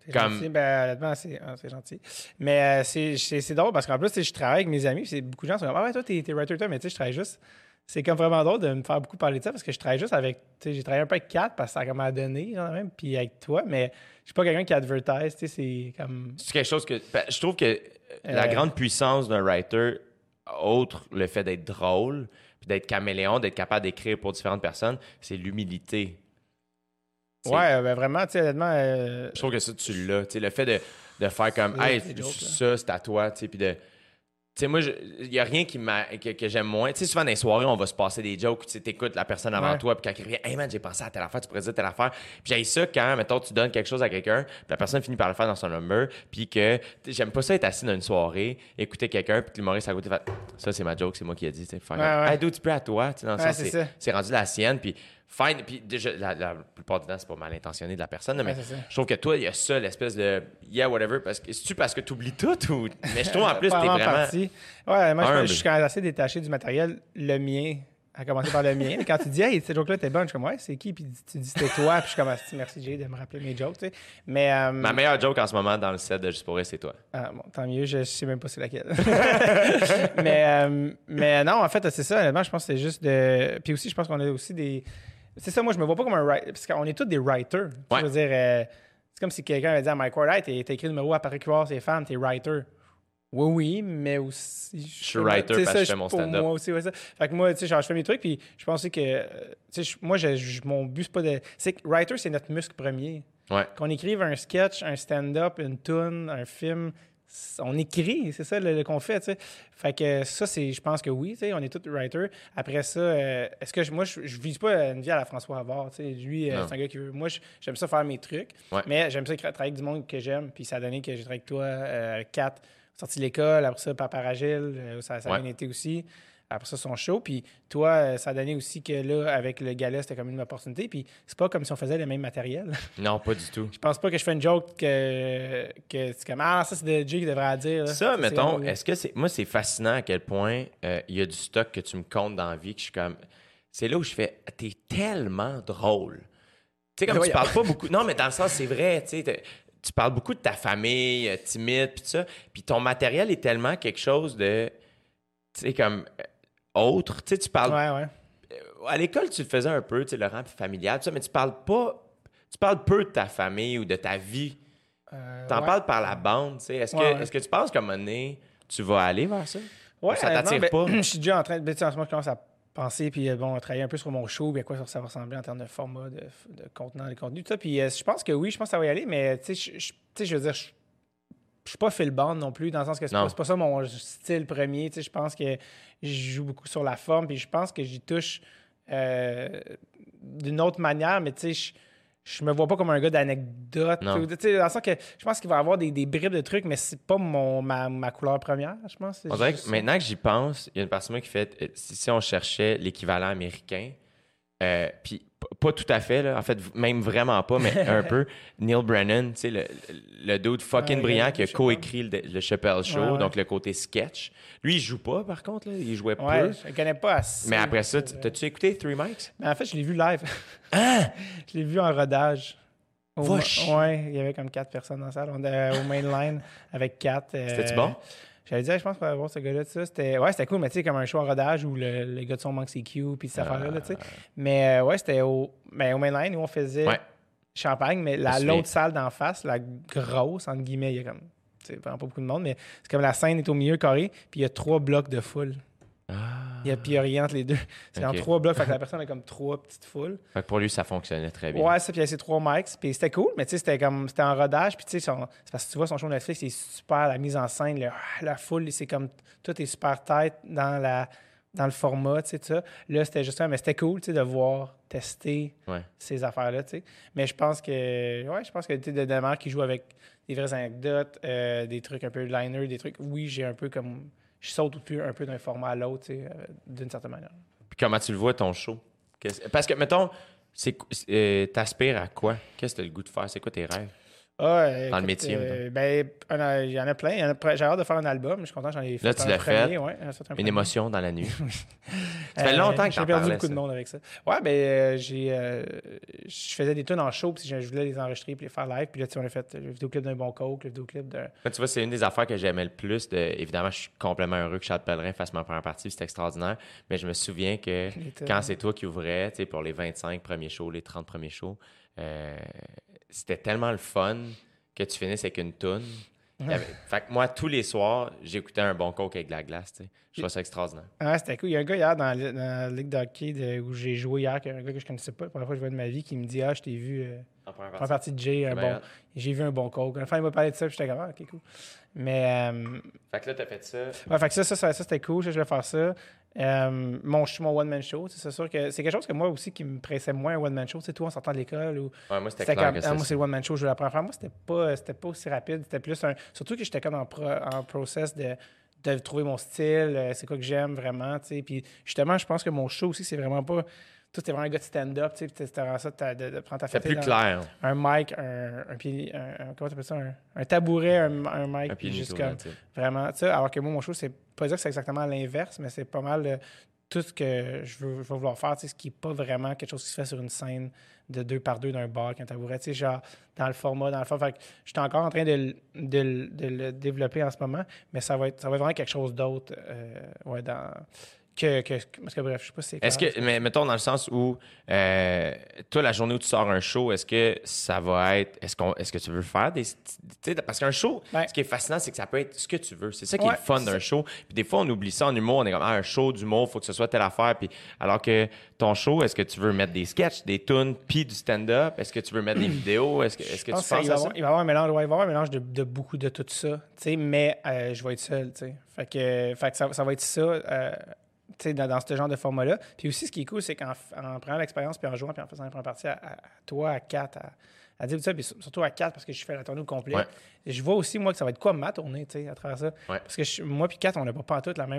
C'est Comme- gentil. Ben, honnêtement, c'est gentil. Mais c'est drôle parce qu'en plus, tu sais, je travaille avec mes amis. Puis c'est beaucoup de gens qui sont comme ah ouais, toi, t'es writer, toi, mais tu sais, je travaille juste. C'est comme vraiment drôle de me faire beaucoup parler de ça parce que je travaille juste avec. Tu sais, j'ai travaillé un peu avec Kat parce que ça a comme à donner, genre, même, puis avec toi, mais je suis pas quelqu'un qui advertise, tu sais, c'est comme. C'est quelque chose que. Ben, je trouve que la grande puissance d'un writer, autre le fait d'être drôle, puis d'être caméléon, d'être capable d'écrire pour différentes personnes, c'est l'humilité. T'sais, Ouais, ben vraiment, tu sais, honnêtement. Je trouve que ça, tu l'as. Tu sais, le fait de faire comme, Ouais, hey, c'est joke, là. ça, c'est à toi, tu sais, puis de. Tu sais, moi, il n'y a rien que j'aime moins. Tu sais, souvent dans les soirées, on va se passer des jokes. Tu sais, t'écoutes la personne avant Ouais. toi, puis quand il revient, hey man, j'ai pensé à telle affaire, tu pourrais dire telle affaire. Puis j'ai ça quand, mettons, tu donnes quelque chose à quelqu'un, puis la personne finit par le faire dans son number, puis que tu sais, j'aime pas ça être assis dans une soirée, écouter quelqu'un, puis que l'humoriste à côté fait, ça, c'est ma joke, c'est moi qui ai dit. Tu sais, faire comme, ouais. hey, dude, tu peux à toi. Tu sais, dans le Ouais, sens, c'est ça. c'est rendu la sienne, puis fine. Puis déjà, la plupart du temps, c'est pas mal intentionné de la personne, là, mais Ouais, c'est ça. je trouve que toi, il y a ça, l'espèce de yeah, whatever, parce que c'est-tu parce que tu oublies tout ou. Mais je trouve en plus, Pas t'es en vraiment. partie. Ouais, moi, humble. je suis quand même assez détaché du matériel, le mien, à commencer par le mien. Mais quand tu dis, hey, cette joke-là, t'es bonne, je suis comme, ouais, c'est qui? Puis tu dis, c'était toi. Puis je suis comme, ah, merci, Jay, de me rappeler mes jokes, tu sais. Mais. Ma meilleure joke en ce moment dans le set de Juste pour rire, c'est toi. Ah, bon, tant mieux, je sais même pas c'est laquelle. mais non, en fait, c'est ça, honnêtement, je pense que c'est juste de. Puis aussi, je pense qu'on a aussi des. C'est ça, moi, je me vois pas comme un writer. Parce qu'on est tous des writers. Ouais. Je veux dire, c'est comme si quelqu'un avait dit à Mike Ward, hey, t'as écrit le numéro à Patrick Huard, c'est femmes, t'es writer. Oui, mais aussi. Je suis writer parce que je fais mon stand-up. Moi aussi, ouais, ça. Fait que moi, tu sais, genre, je fais mes trucs, puis je pensais que. Tu sais, moi, mon but, c'est pas de. C'est que writer, c'est notre muscle premier. Ouais. Qu'on écrive un sketch, un stand-up, une tune, un film, on écrit, c'est ça qu'on fait, tu sais. Fait que ça, je pense que oui, tu sais, on est tous writers. Après ça, est-ce que moi, je vise pas une vie à la François Havard, tu sais. Lui, Non. c'est un gars qui veut. Moi, j'aime ça faire mes trucs, Ouais. mais j'aime ça travailler avec du monde que j'aime. Puis ça a donné que j'ai travaillé avec toi, Kat, sorti de l'école, après ça, Papa Agile, ça a Ouais. bien été aussi. Après ça, son show. Puis toi, ça a donné aussi que là, avec le gala, c'était comme une opportunité. Puis c'est pas comme si on faisait le même matériel. Non, pas du tout. Je pense pas que je fais une joke que c'est comme ah, ça, c'est de Jay qui devrait dire. Là. Ça, c'est mettons, vraiment- est-ce que c'est. Moi, c'est fascinant à quel point il y a du stock que tu me comptes dans la vie que je suis comme. C'est là où je fais. T'es tellement drôle. Tu sais, comme Mais tu voyons. parles pas beaucoup. Non, mais dans le sens, c'est vrai, tu sais. Tu parles beaucoup de ta famille, timide, puis tout ça. Puis ton matériel est tellement quelque chose de. Tu sais, comme. Autre. Tu sais, tu parles. Ouais. À l'école, tu le faisais un peu, tu sais, Laurent, puis familial, tout ça, mais tu parles pas. Tu parles peu de ta famille ou de ta vie. T'en ouais. parles par la bande, tu sais. Ouais. Est-ce que tu penses qu'à un moment donné, tu vas aller vers ça? Ouais, Ou ça honnêtement, t'attire pas? Je suis déjà en train de. Ben, tu sais, en ce moment, je commence à penser, puis bon, travailler un peu sur mon show, puis à quoi ça va ressembler en termes de format, de contenant, de contenu, tout ça. Puis je pense que oui, je pense que ça va y aller, mais tu sais, je veux dire, je suis pas Phil Bond non plus, dans le sens que Non. c'est pas ça mon style premier. Tu sais, je pense que je joue beaucoup sur la forme, puis je pense que j'y touche d'une autre manière, mais tu sais, je me vois pas comme un gars d'anecdotes. Non. Tu sais, dans le sens que je pense qu'il va y avoir des bribes de trucs, mais c'est pas ma couleur première, je pense. On dirait que maintenant que j'y pense, il y a une partie de moi qui fait si on cherchait l'équivalent américain, puis pas tout à fait, là, en fait, même vraiment pas, mais un peu, Neil Brennan, tu sais, le dude fucking Ouais, brillant le qui a Chappelle. coécrit le Chappelle Show, Ouais. donc le côté sketch. Lui, il joue pas, par contre, là, il jouait Ouais, peu. je le connais pas assez. Mais après ça, pour vrai. t'as-tu écouté Three Mics? Mais en fait, je l'ai vu live. Hein? Je l'ai vu en rodage. Va chier. Ouais, il y avait comme 4 personnes dans la salle. On était au mainline avec 4. C'était-tu bon? J'allais dire, je pense qu'on va voir ce gars-là, tout ça. C'était cool, mais tu sais, comme un show en rodage où le gars de son manque c'est Q, puis cette affaire-là, là, tu sais. Mais ouais, c'était au mainline où on faisait Ouais. champagne, mais Je me souviens. l'autre salle d'en face, la grosse, entre guillemets, il y a comme, tu sais, vraiment pas beaucoup de monde, mais c'est comme la scène est au milieu carré, puis il y a 3 blocs de foule. Puis il n'y a rien entre les deux. C'est en Ok. 3 blocs, fait que la personne a comme 3 petites foules. Fait que pour lui, ça fonctionnait très bien. Ouais, ça, puis il y a ces 3 mics, puis c'était cool, mais tu sais, c'était en rodage, puis tu sais, c'est parce que tu vois son show Netflix, c'est super, la mise en scène, la foule, c'est comme, tout est super tight dans le format, tu sais, tout ça. Là, c'était juste ça, mais c'était cool, tu sais, de voir, tester Ouais. ces affaires-là, tu sais. Mais je pense que, tu sais, de Demar qui joue avec des vraies anecdotes, des trucs un peu liner, des trucs, oui, j'ai un peu comme, je saute un peu d'un format à l'autre, tu sais, d'une certaine manière. Puis comment tu le vois, ton show? Parce que, mettons, t'aspires à quoi? Qu'est-ce que tu as le goût de faire? C'est quoi tes rêves? dans le métier? Il y en a plein. J'ai hâte de faire un album. Je suis content, j'en ai fait Là, tu un l'as premier. fait. Ouais, Une émotion dans la nuit. Ça fait longtemps que j'ai perdu beaucoup de monde avec ça. Ouais, je faisais des tunes en show, puis je voulais les enregistrer puis les faire live. Puis là, on a fait le vidéoclip d'un Bon Coke, le vidéoclip d'un... Tu vois, c'est une des affaires que j'aimais le plus. Évidemment, je suis complètement heureux que Charles Pellerin fasse ma première partie, c'était extraordinaire. Mais je me souviens que quand c'est toi qui ouvrais, pour les 25 premiers shows, les 30 premiers shows, c'était tellement le fun que tu finisses avec une toune. Fait que moi, tous les soirs, j'écoutais un Bon Coke avec de la glace. Je trouve ça extraordinaire. Ah, c'était cool. Il y a un gars hier dans la ligue de hockey où j'ai joué hier, un gars que je connaissais pas, la première fois que je vois de ma vie, qui me dit « Ah, je t'ai vu en première partie de Jay, j'ai vu un Bon Coke. » Enfin, il m'a parlé de ça, puis j'étais comme « Ah, OK, cool. » Mais... Fait que là, t'as fait ça. Ouais, fait que ça c'était cool. Je vais faire ça. Mon one-man show, c'est sûr que c'est quelque chose que moi aussi qui me pressait moins, un one-man show. C'est toi en sortant de l'école. Ouais, moi, c'était clair que ça. Moi, c'est le one-man show. Je voulais apprendre à faire. Moi, c'était pas aussi rapide. C'était plus surtout que j'étais comme en process de trouver mon style, c'est quoi que j'aime vraiment. Puis justement, je pense que mon show aussi, c'est vraiment pas... Toi, c'était vraiment un gars de stand-up, tu sais, c'était vraiment ça de prendre ta fête. C'est plus clair. Un mic, comment t'appelles ça? Un tabouret, un mic, puis juste comme... Vraiment, tu sais, alors que moi, mon show, c'est pas dire que c'est exactement l'inverse, mais c'est pas mal tout ce que je veux vouloir faire, tu sais, ce qui n'est pas vraiment quelque chose qui se fait sur une scène de 2x2 d'un bar avec un tabouret, tu sais, genre dans le format. Fait que je suis encore en train de le développer en ce moment, mais ça va être vraiment quelque chose d'autre, parce que bref, je sais pas si c'est clair. Mais mettons dans le sens où toi, la journée où tu sors un show, est-ce que ça va être... Est-ce que tu veux faire des... Parce qu'un show, ce qui est fascinant, c'est que ça peut être ce que tu veux. C'est ça qui est le fun d'un show. Puis des fois, on oublie ça en humour. On est comme, un show d'humour, il faut que ce soit telle affaire. Puis alors que ton show, est-ce que tu veux mettre des sketchs, des tunes, puis du stand-up? Est-ce que tu veux mettre des vidéos? Est-ce que tu penses à ça? Il va y avoir un mélange, il va y avoir un mélange de beaucoup de tout ça. Mais je vais être seul. Fait que ça va être ça... dans ce genre de format-là. Puis aussi, ce qui est cool, c'est qu'en prenant l'expérience, puis en jouant, puis en faisant la première partie à toi, à 4, à dire tout ça, puis surtout à 4, parce que je fais la tournée au complet, je vois aussi, moi, que ça va être quoi ma tournée, à travers ça. Ouais. Parce que moi puis 4, on n'a pas en tout le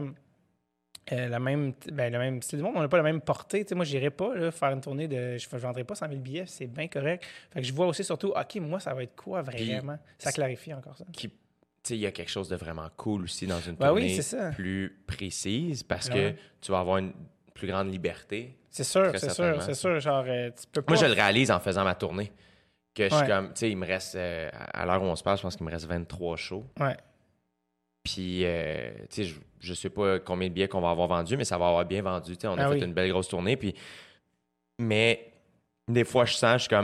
même style du monde, on n'a pas la même portée. Moi, je n'irais pas faire une tournée je ne vendrais pas 100 000 billets, c'est bien correct. Fait que je vois aussi surtout, OK, moi, ça va être quoi vraiment? Puis, ça clarifie encore ça. Il y a quelque chose de vraiment cool aussi dans une tournée plus précise parce que tu vas avoir une plus grande liberté. C'est sûr. Genre, tu peux pas... Moi, je le réalise en faisant ma tournée. Que je suis comme, tu sais, il me reste, à l'heure où on se parle, je pense qu'il me reste 23 shows. Ouais. Puis, tu sais, je sais pas combien de billets qu'on va avoir vendus, mais ça va avoir bien vendu. Tu sais, on a fait une belle grosse tournée. Puis... Mais des fois, je suis comme,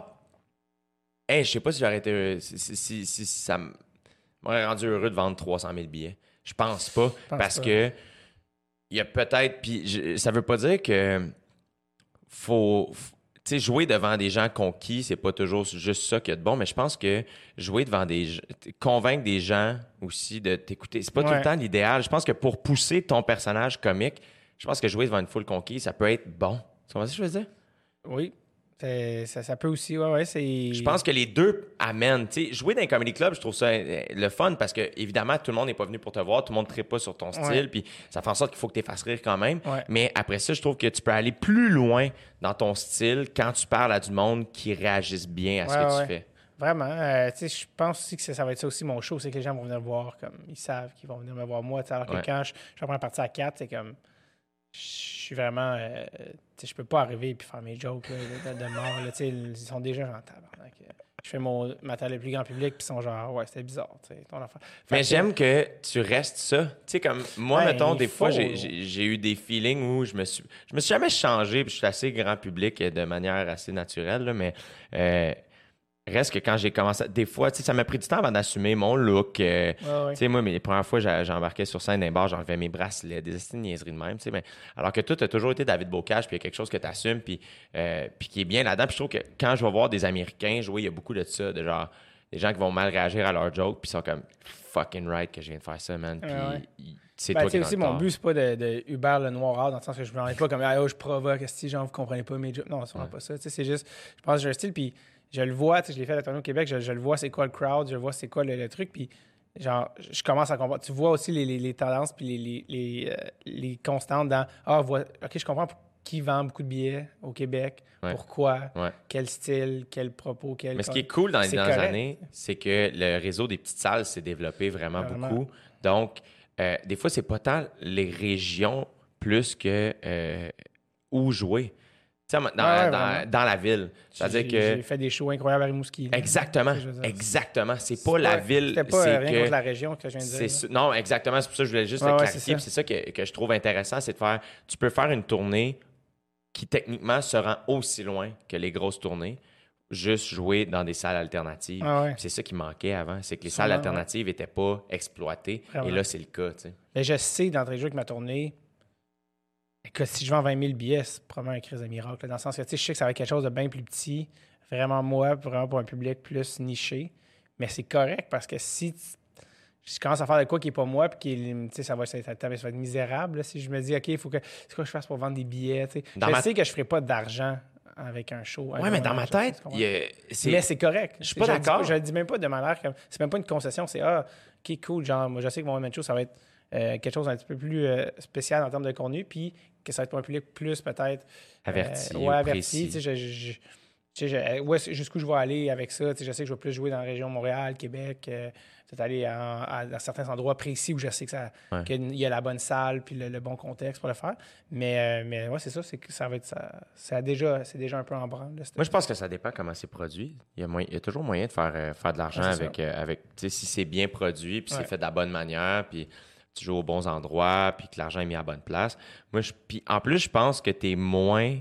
je sais pas si j'aurais été. Si ça m'aurait rendu heureux de vendre 300 000 billets. Je pense pas. Que il y a peut-être. Puis ça veut pas dire que faut tu sais, jouer devant des gens conquis, c'est pas toujours juste ça qu'il y a de bon, mais je pense que jouer devant convaincre des gens aussi de t'écouter, c'est pas tout le temps l'idéal. Je pense que pour pousser ton personnage comique, je pense que jouer devant une foule conquise, ça peut être bon. Tu comprends ce que je veux dire? Oui. Ça peut aussi, c'est... Je pense que les deux amènent. Tu sais, jouer dans un comedy club, je trouve ça le fun parce que, évidemment, tout le monde n'est pas venu pour te voir, tout le monde ne tripe pas sur ton style, puis ça fait en sorte qu'il faut que tu fasses rire quand même. Ouais. Mais après ça, je trouve que tu peux aller plus loin dans ton style quand tu parles à du monde qui réagisse bien à ce que tu fais. Vraiment. Je pense aussi que ça va être ça aussi mon show, c'est que les gens vont venir me voir comme ils savent qu'ils vont venir me voir moi. Alors que quand je prends la partie à 4, c'est comme... Je suis vraiment... je peux pas arriver et faire mes jokes là, de mort. Là, ils sont déjà rentables. Je fais ma télé plus grand public puis ils sont genre, c'était bizarre, ton affaire. Mais j'aime que tu restes ça. Tu sais, comme moi, mettons, des fois, j'ai eu des feelings où je me suis jamais changé puis je suis assez grand public de manière assez naturelle, là, mais... Reste que quand j'ai commencé... Des fois, tu sais, ça m'a pris du temps avant d'assumer mon look. Tu sais, moi, les premières fois, j'embarquais sur scène d'un bar, j'enlevais mes bracelets, des niaiseries de même, tu sais. Mais... Alors que toi, tu as toujours été David Bocage, puis il y a quelque chose que tu assumes, puis qui est bien là-dedans. Puis je trouve que quand je vais voir des Américains jouer, il y a beaucoup de ça, de genre... Des gens qui vont mal réagir à leurs jokes, puis ils sont comme fucking right que je viens de faire ça, man. Puis c'est toi qui es aussi, mon but, c'est pas de Hubert le noirard, dans le sens que je me rends pas comme je provoque, si genre vous comprenez pas mes jokes. Non, c'est vraiment pas ça. Tu sais, c'est juste, je pense que j'ai un style, puis je le vois, tu sais, je l'ai fait à la tournée au Québec, je le vois, c'est quoi le crowd, je vois c'est quoi le truc, puis genre, je commence à comprendre. Tu vois aussi les tendances, puis les constantes dans OK, je comprends qui vend beaucoup de billets au Québec, Ouais. pourquoi, Ouais. quel style, quel propos, quel... Mais ce qui est cool dans les C'est dernières correct. années, c'est que le réseau des petites salles s'est développé vraiment Vraiment. beaucoup. Donc, des fois, c'est pas tant les régions plus que où jouer. Tu sais, vraiment. dans la ville. C'est-à-dire J'ai que... fait des shows incroyables à Rimouski. là. Exactement. Tu sais, je veux dire, Exactement. C'est pas la ville. C'était pas c'est rien que... contre la région que je viens de dire. C'est non, exactement. C'est pour ça que je voulais juste Ouais, le ouais, clarifier. c'est Puis c'est ça que je trouve intéressant, c'est de faire... Tu peux faire une tournée qui, techniquement, se rend aussi loin que les grosses tournées, juste jouer dans des salles alternatives. Ah ouais. Puis c'est ça qui manquait avant, c'est que les Sûrement, salles alternatives n'étaient pas exploitées. Vraiment. Et là, c'est le cas, tu sais. Mais je sais d'entrée de jeu que ma tournée, que si je vends 20 000 billets, c'est probablement un crise de miracle. Là, dans le sens que tu sais, je sais que ça va être quelque chose de bien plus petit, vraiment moi, vraiment pour un public plus niché. Mais c'est correct parce que si je commence à faire de quoi qui n'est pas moi, puis tu sais, ça va être misérable. Là, si je me dis, OK, il faut que. C'est quoi que je fasse pour vendre des billets? Tu sais. Je sais que je ne ferai pas d'argent avec un show. Ouais, mais dans ma tête, mais c'est correct. Je suis pas d'accord. Je le dis même pas de manière comme. C'est même pas une concession, c'est OK, cool. Genre, moi, je sais que mon one-man show, ça va être quelque chose d'un petit peu plus spécial en termes de contenu, puis que ça va être pour un public plus peut-être. Averti. Ouais, averti. Précis. Tu sais, jusqu'où je vais aller avec ça. Tu sais, je sais que je vais plus jouer dans la région Montréal, Québec, peut-être aller à certains endroits précis où je sais que qu'il y a la bonne salle puis le bon contexte pour le faire. Mais ouais, c'est ça, c'est que ça va être ça. C'est déjà un peu en branle. Là, Moi, je pense que ça dépend comment c'est produit. Il y a toujours moyen de faire de l'argent Ouais, c'est avec tu sais, si c'est bien produit, puis Ouais. c'est fait de la bonne manière, puis tu joues aux bons endroits, puis que l'argent est mis à la bonne place. Puis en plus, je pense que tu es moins...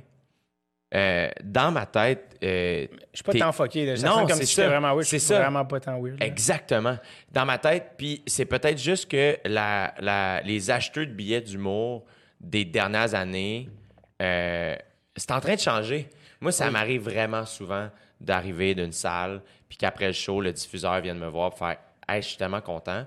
dans ma tête... Je suis pas t'es- tant fucké. Là. Ça Non, sonne comme c'est si ça. j'étais vraiment weird. C'est Je suis ça. vraiment pas tant weird. Là. Exactement. Dans ma tête, puis c'est peut-être juste que les acheteurs de billets d'humour des dernières années, c'est en train de changer. Moi, ça m'arrive vraiment souvent d'arriver d'une salle, puis qu'après le show, le diffuseur vienne me voir pour faire « Hey, je suis tellement content.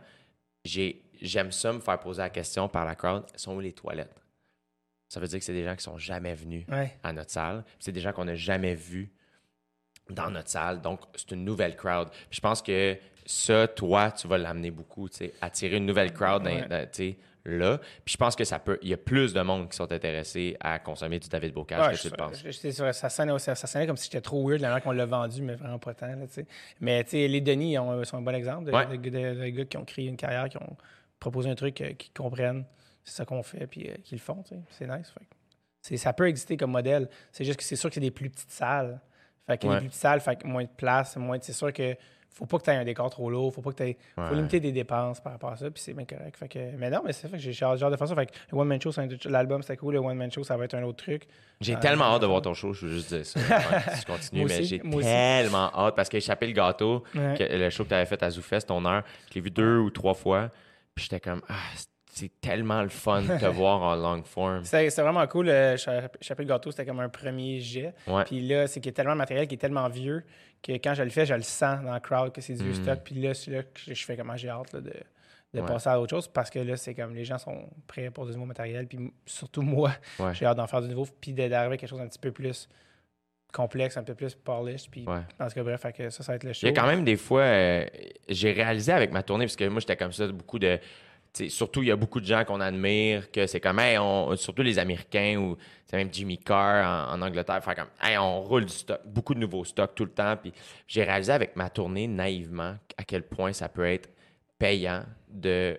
J'aime ça me faire poser la question par la crowd. Sont où les toilettes? » Ça veut dire que c'est des gens qui sont jamais venus Ouais. à notre salle. Puis c'est des gens qu'on n'a jamais vus dans notre salle. Donc, c'est une nouvelle crowd. Puis je pense que ça, toi, tu vas l'amener beaucoup, tu sais, attirer une nouvelle crowd Ouais. tu sais, là. Puis je pense que il y a plus de monde qui sont intéressés à consommer du David Bocage que tu le penses. C'est sûr, ça sonnait comme si j'étais trop weird la manière qu'on l'a vendu, mais vraiment pas tant. Là, tu sais. Mais tu sais, les Denis sont un bon exemple de gars qui ont créé une carrière, qui ont proposé un truc qu'ils comprennent. C'est ça qu'on fait, puis qu'ils le font. Tu sais. C'est nice. Fait que ça peut exister comme modèle. C'est juste que c'est sûr que c'est des plus petites salles. Fait que les plus petites salles, fait que moins de place, c'est sûr que faut pas que tu aies un décor trop lourd, faut limiter tes dépenses par rapport à ça, puis c'est bien correct. Fait que, mais non, mais c'est fait que j'ai hâte de faire ça. Fait que le One Man Show, l'album c'était cool, le One Man Show, ça va être un autre truc. J'ai tellement hâte de voir ton show, je veux juste dire ça. Ouais, si je continue, Moi mais aussi, j'ai moi aussi. tellement hâte parce qu'Échapper le gâteau, Ouais. le show que tu avais fait à ZooFest, ton heure, je l'ai vu 2 ou 3 fois, puis j'étais comme, c'est tellement le fun de te voir en long form. C'est vraiment cool. Chapeau le gâteau, c'était comme un premier jet. Ouais. Puis là, c'est qu'il y a tellement de matériel qui est tellement vieux que quand je le fais, je le sens dans le crowd que c'est du vieux stock. Puis là, c'est là que je fais comment j'ai hâte là, de passer à autre chose parce que là, c'est comme les gens sont prêts pour du nouveau matériel. Puis surtout moi, Ouais. j'ai hâte d'en faire du nouveau. Puis d'arriver à quelque chose un petit peu plus complexe, un peu plus polished. Puis Ouais. en tout cas, bref, fait que ça va être le show. Il y a quand même des fois, j'ai réalisé avec ma tournée, parce que moi, j'étais comme ça, beaucoup de... t'sais, surtout, il y a beaucoup de gens qu'on admire, que c'est comme, hey, surtout les Américains ou c'est même Jimmy Carr en Angleterre, faire comme, hey, on roule du stock, beaucoup de nouveaux stocks tout le temps. Puis j'ai réalisé avec ma tournée, naïvement, à quel point ça peut être payant de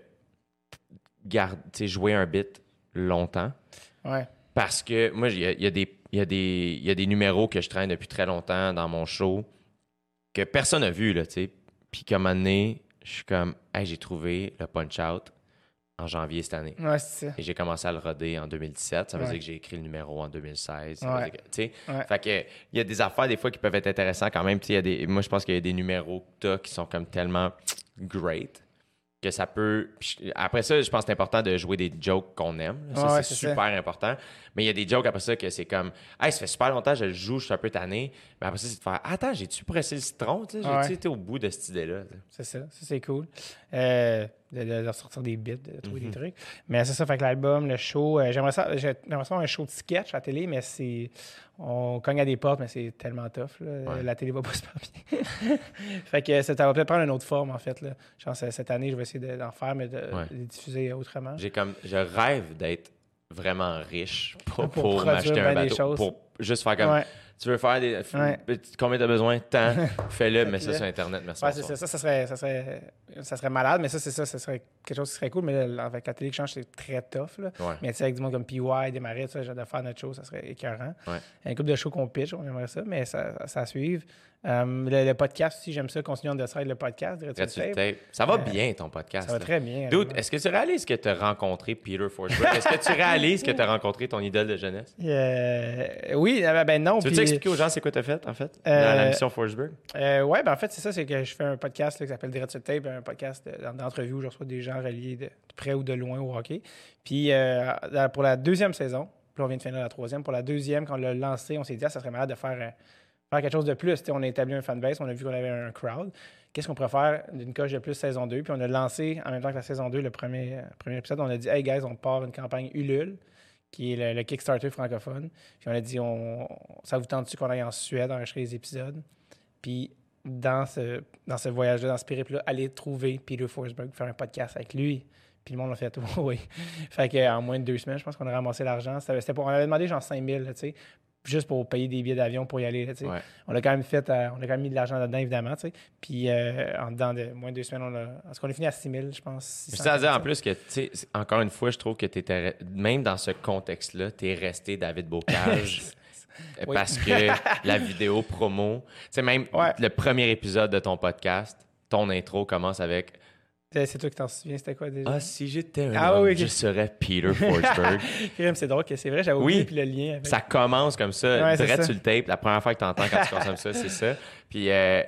jouer un bit longtemps. Ouais. Parce que moi, il y a des numéros que je traîne depuis très longtemps dans mon show que personne n'a vu, là, tu sais. Puis qu'à un moment donné, je suis comme, hey, j'ai trouvé le Punch-Out en janvier cette année. Ouais, c'est ça. Et j'ai commencé à le roder en 2017. Ça veut Ouais. dire que j'ai écrit le numéro en 2016. Ça Ouais. veut dire que, tu sais, Ouais. fait que il y a des affaires des fois qui peuvent être intéressantes quand même. Tu sais, moi, je pense qu'il y a des numéros que t'as qui sont comme tellement great que ça peut... Après ça, je pense que c'est important de jouer des jokes qu'on aime. Ça, Ouais, c'est c'est super important. Mais il y a des jokes après ça que c'est comme, hey, ça fait super longtemps que je le joue, je suis un peu tanné. Mais après ça, c'est de faire, attends, j'ai-tu pressé le citron? Tu sais, Ouais. j'ai-tu été au bout de cette idée-là? Tu sais. C'est ça, c'est cool. De sortir des bits, de trouver des trucs. Mais c'est ça, fait que l'album, le show, j'aimerais ça avoir un show de sketch à la télé, mais on cogne à des portes, mais c'est tellement tough. Là. Ouais. La télé va pas super bien. Fait que ça va peut-être prendre une autre forme, en fait. Là. Je pense que cette année, je vais essayer d'en faire, mais de les diffuser autrement. Je rêve d'être vraiment riche pour produire m'acheter bien un des bateau. choses. Pour juste faire comme... Ouais. Tu veux faire des... Ouais. Combien t'as besoin de temps? Fais-le, mets ça Fais-le. sur Internet. Merci. Ouais, c'est bonsoir. ça serait malade, mais ça serait quelque chose qui serait cool. Mais là, avec la télé qui change, c'est très tough. Là. Ouais. Mais tu sais, avec du monde comme PY, Desmarais, ça, genre de faire notre show, ça serait écœurant. Ouais. Un couple de shows qu'on pitch, on aimerait ça, mais ça à suivre. Le podcast aussi, j'aime ça, continuons de le podcast. Gratuit tape. Ça va bien, ton podcast. Ça va là. très bien. Dude, est-ce que tu réalises que tu as rencontré Peter Forsberg? Est-ce que tu réalises que tu as rencontré ton idole de jeunesse? Oui, ben non. Tu veux-tu expliquer aux gens c'est quoi tu as fait, en fait, dans la mission Forsberg? Oui, ben en fait, c'est ça, c'est que je fais un podcast là, qui s'appelle Direct sur Tape, un podcast d'entrevue où je reçois des gens reliés de près ou de loin au hockey. Puis pour la deuxième saison, puis on vient de finir la troisième, pour la deuxième, quand on l'a lancé, on s'est dit, ça serait malade de faire quelque chose de plus. T'sais, on a établi un fanbase, on a vu qu'on avait un crowd. Qu'est-ce qu'on pourrait faire d'une coche de plus saison 2? Puis on a lancé, en même temps que la saison 2, le premier épisode, on a dit, hey guys, on part une campagne Ulule, qui est le Kickstarter francophone. Puis on a dit, ça vous tente-tu qu'on aille en Suède enregistrer les épisodes? Puis dans ce voyage-là, dans ce périple-là, aller trouver Peter Forsberg, faire un podcast avec lui. Puis le monde l'a fait, oui. Fait qu'en moins de 2 semaines, je pense qu'on a ramassé l'argent. On avait demandé genre 5 000, tu sais, juste pour payer des billets d'avion pour y aller, tu sais. Ouais. On a quand même mis de l'argent là-dedans, évidemment, tu sais. Puis en dedans de moins de 2 semaines, est-ce qu'on a fini à 6 000, je pense. Puis ça veut dire en plus que, tu sais, encore une fois, je trouve que t'étais, même dans ce contexte-là, t'es resté David Bocage. Oui. Parce que la vidéo promo, tu sais, même le premier épisode de ton podcast, ton intro commence avec C'est toi qui t'en souviens, c'était quoi déjà? Ah, si j'étais un homme, oui, je serais Peter Forsberg. C'est drôle que c'est vrai, j'avais oublié puis le lien avec... Ça commence comme ça, Ouais, direct c'est ça. sur le tape. La première fois que tu entends quand tu consommes ça, c'est ça. Puis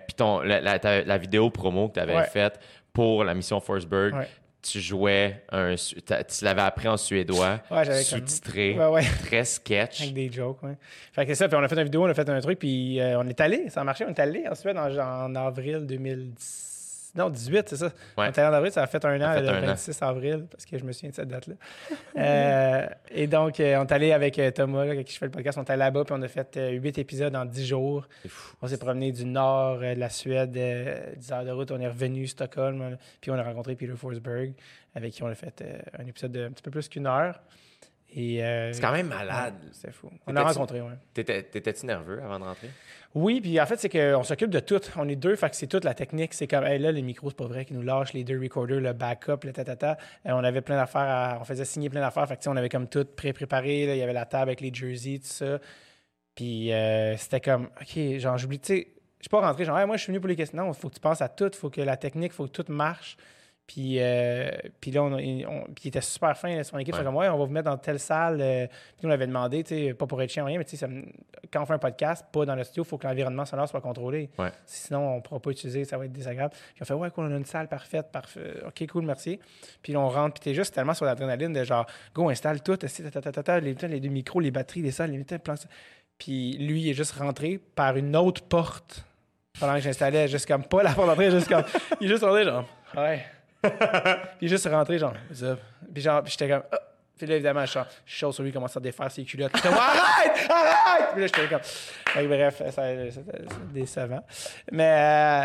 la vidéo promo que tu avais faite pour la mission Forsberg, tu jouais tu l'avais appris en suédois, sous-titré, très sketch. Avec des jokes, ouais. Fait que c'est ça, puis on a fait une vidéo, on a fait un truc, puis on est allé, ça a marché, on est allé en Suède en avril 2010. Non, 18, c'est ça. On est allé en avril, ça a fait un an, le 26 avril, parce que je me souviens de cette date-là. Et donc, on est allé avec Thomas, là, avec qui je fais le podcast, on est allé là-bas, puis on a fait 8 épisodes en 10 jours. On s'est promené du nord de la Suède, 10 heures de route, on est revenu à Stockholm, puis on a rencontré Peter Forsberg, avec qui on a fait un épisode de un petit peu plus qu'1 heure. Et, c'est quand même malade. C'est fou. On l'a rencontré, oui. T'étais-tu nerveux avant de rentrer? Oui, puis en fait, c'est qu'on s'occupe de tout. On est 2, fait que c'est toute la technique. C'est comme, hey, là, les micros, c'est pas vrai qu'ils nous lâchent, les 2 recorders, le backup, le tatata. On avait plein d'affaires, on faisait signer plein d'affaires. Fait que, on avait comme tout préparé. Là, il y avait la table avec les jerseys, tout ça. Puis c'était comme, OK, genre, j'oublie, tu sais, je suis pas rentré, genre, hey, moi, je suis venu pour les questions. Non, il faut que tu penses à tout, il faut que la technique, il faut que tout marche. Puis là, puis il était super fin, là, son équipe. Fait comme, on va vous mettre dans telle salle. Puis on avait demandé, tu sais, pas pour être chiant, rien, mais tu sais, quand on fait un podcast, pas dans le studio, il faut que l'environnement sonore soit contrôlé. Ouais. Sinon, on ne pourra pas utiliser, ça va être désagréable. Puis on fait, ouais, cool, on a une salle parfaite, parfait. OK, cool, merci. Puis là, on rentre, puis t'es juste tellement sur l'adrénaline de genre, go, installe tout, les 2 micros, les batteries, les salles, les plans. Puis lui, il est juste rentré par une autre porte pendant que j'installais, juste comme, pas la porte d'entrée, juste comme, il est juste rentré, genre, ouais. Puis il est juste rentré, genre, puis j'étais comme, oh. Puis là, évidemment, je suis chaud sur lui, il commence à défaire ses culottes. Puis arrête! Puis là, j'étais comme, fait que, bref, c'était décevant. Mais,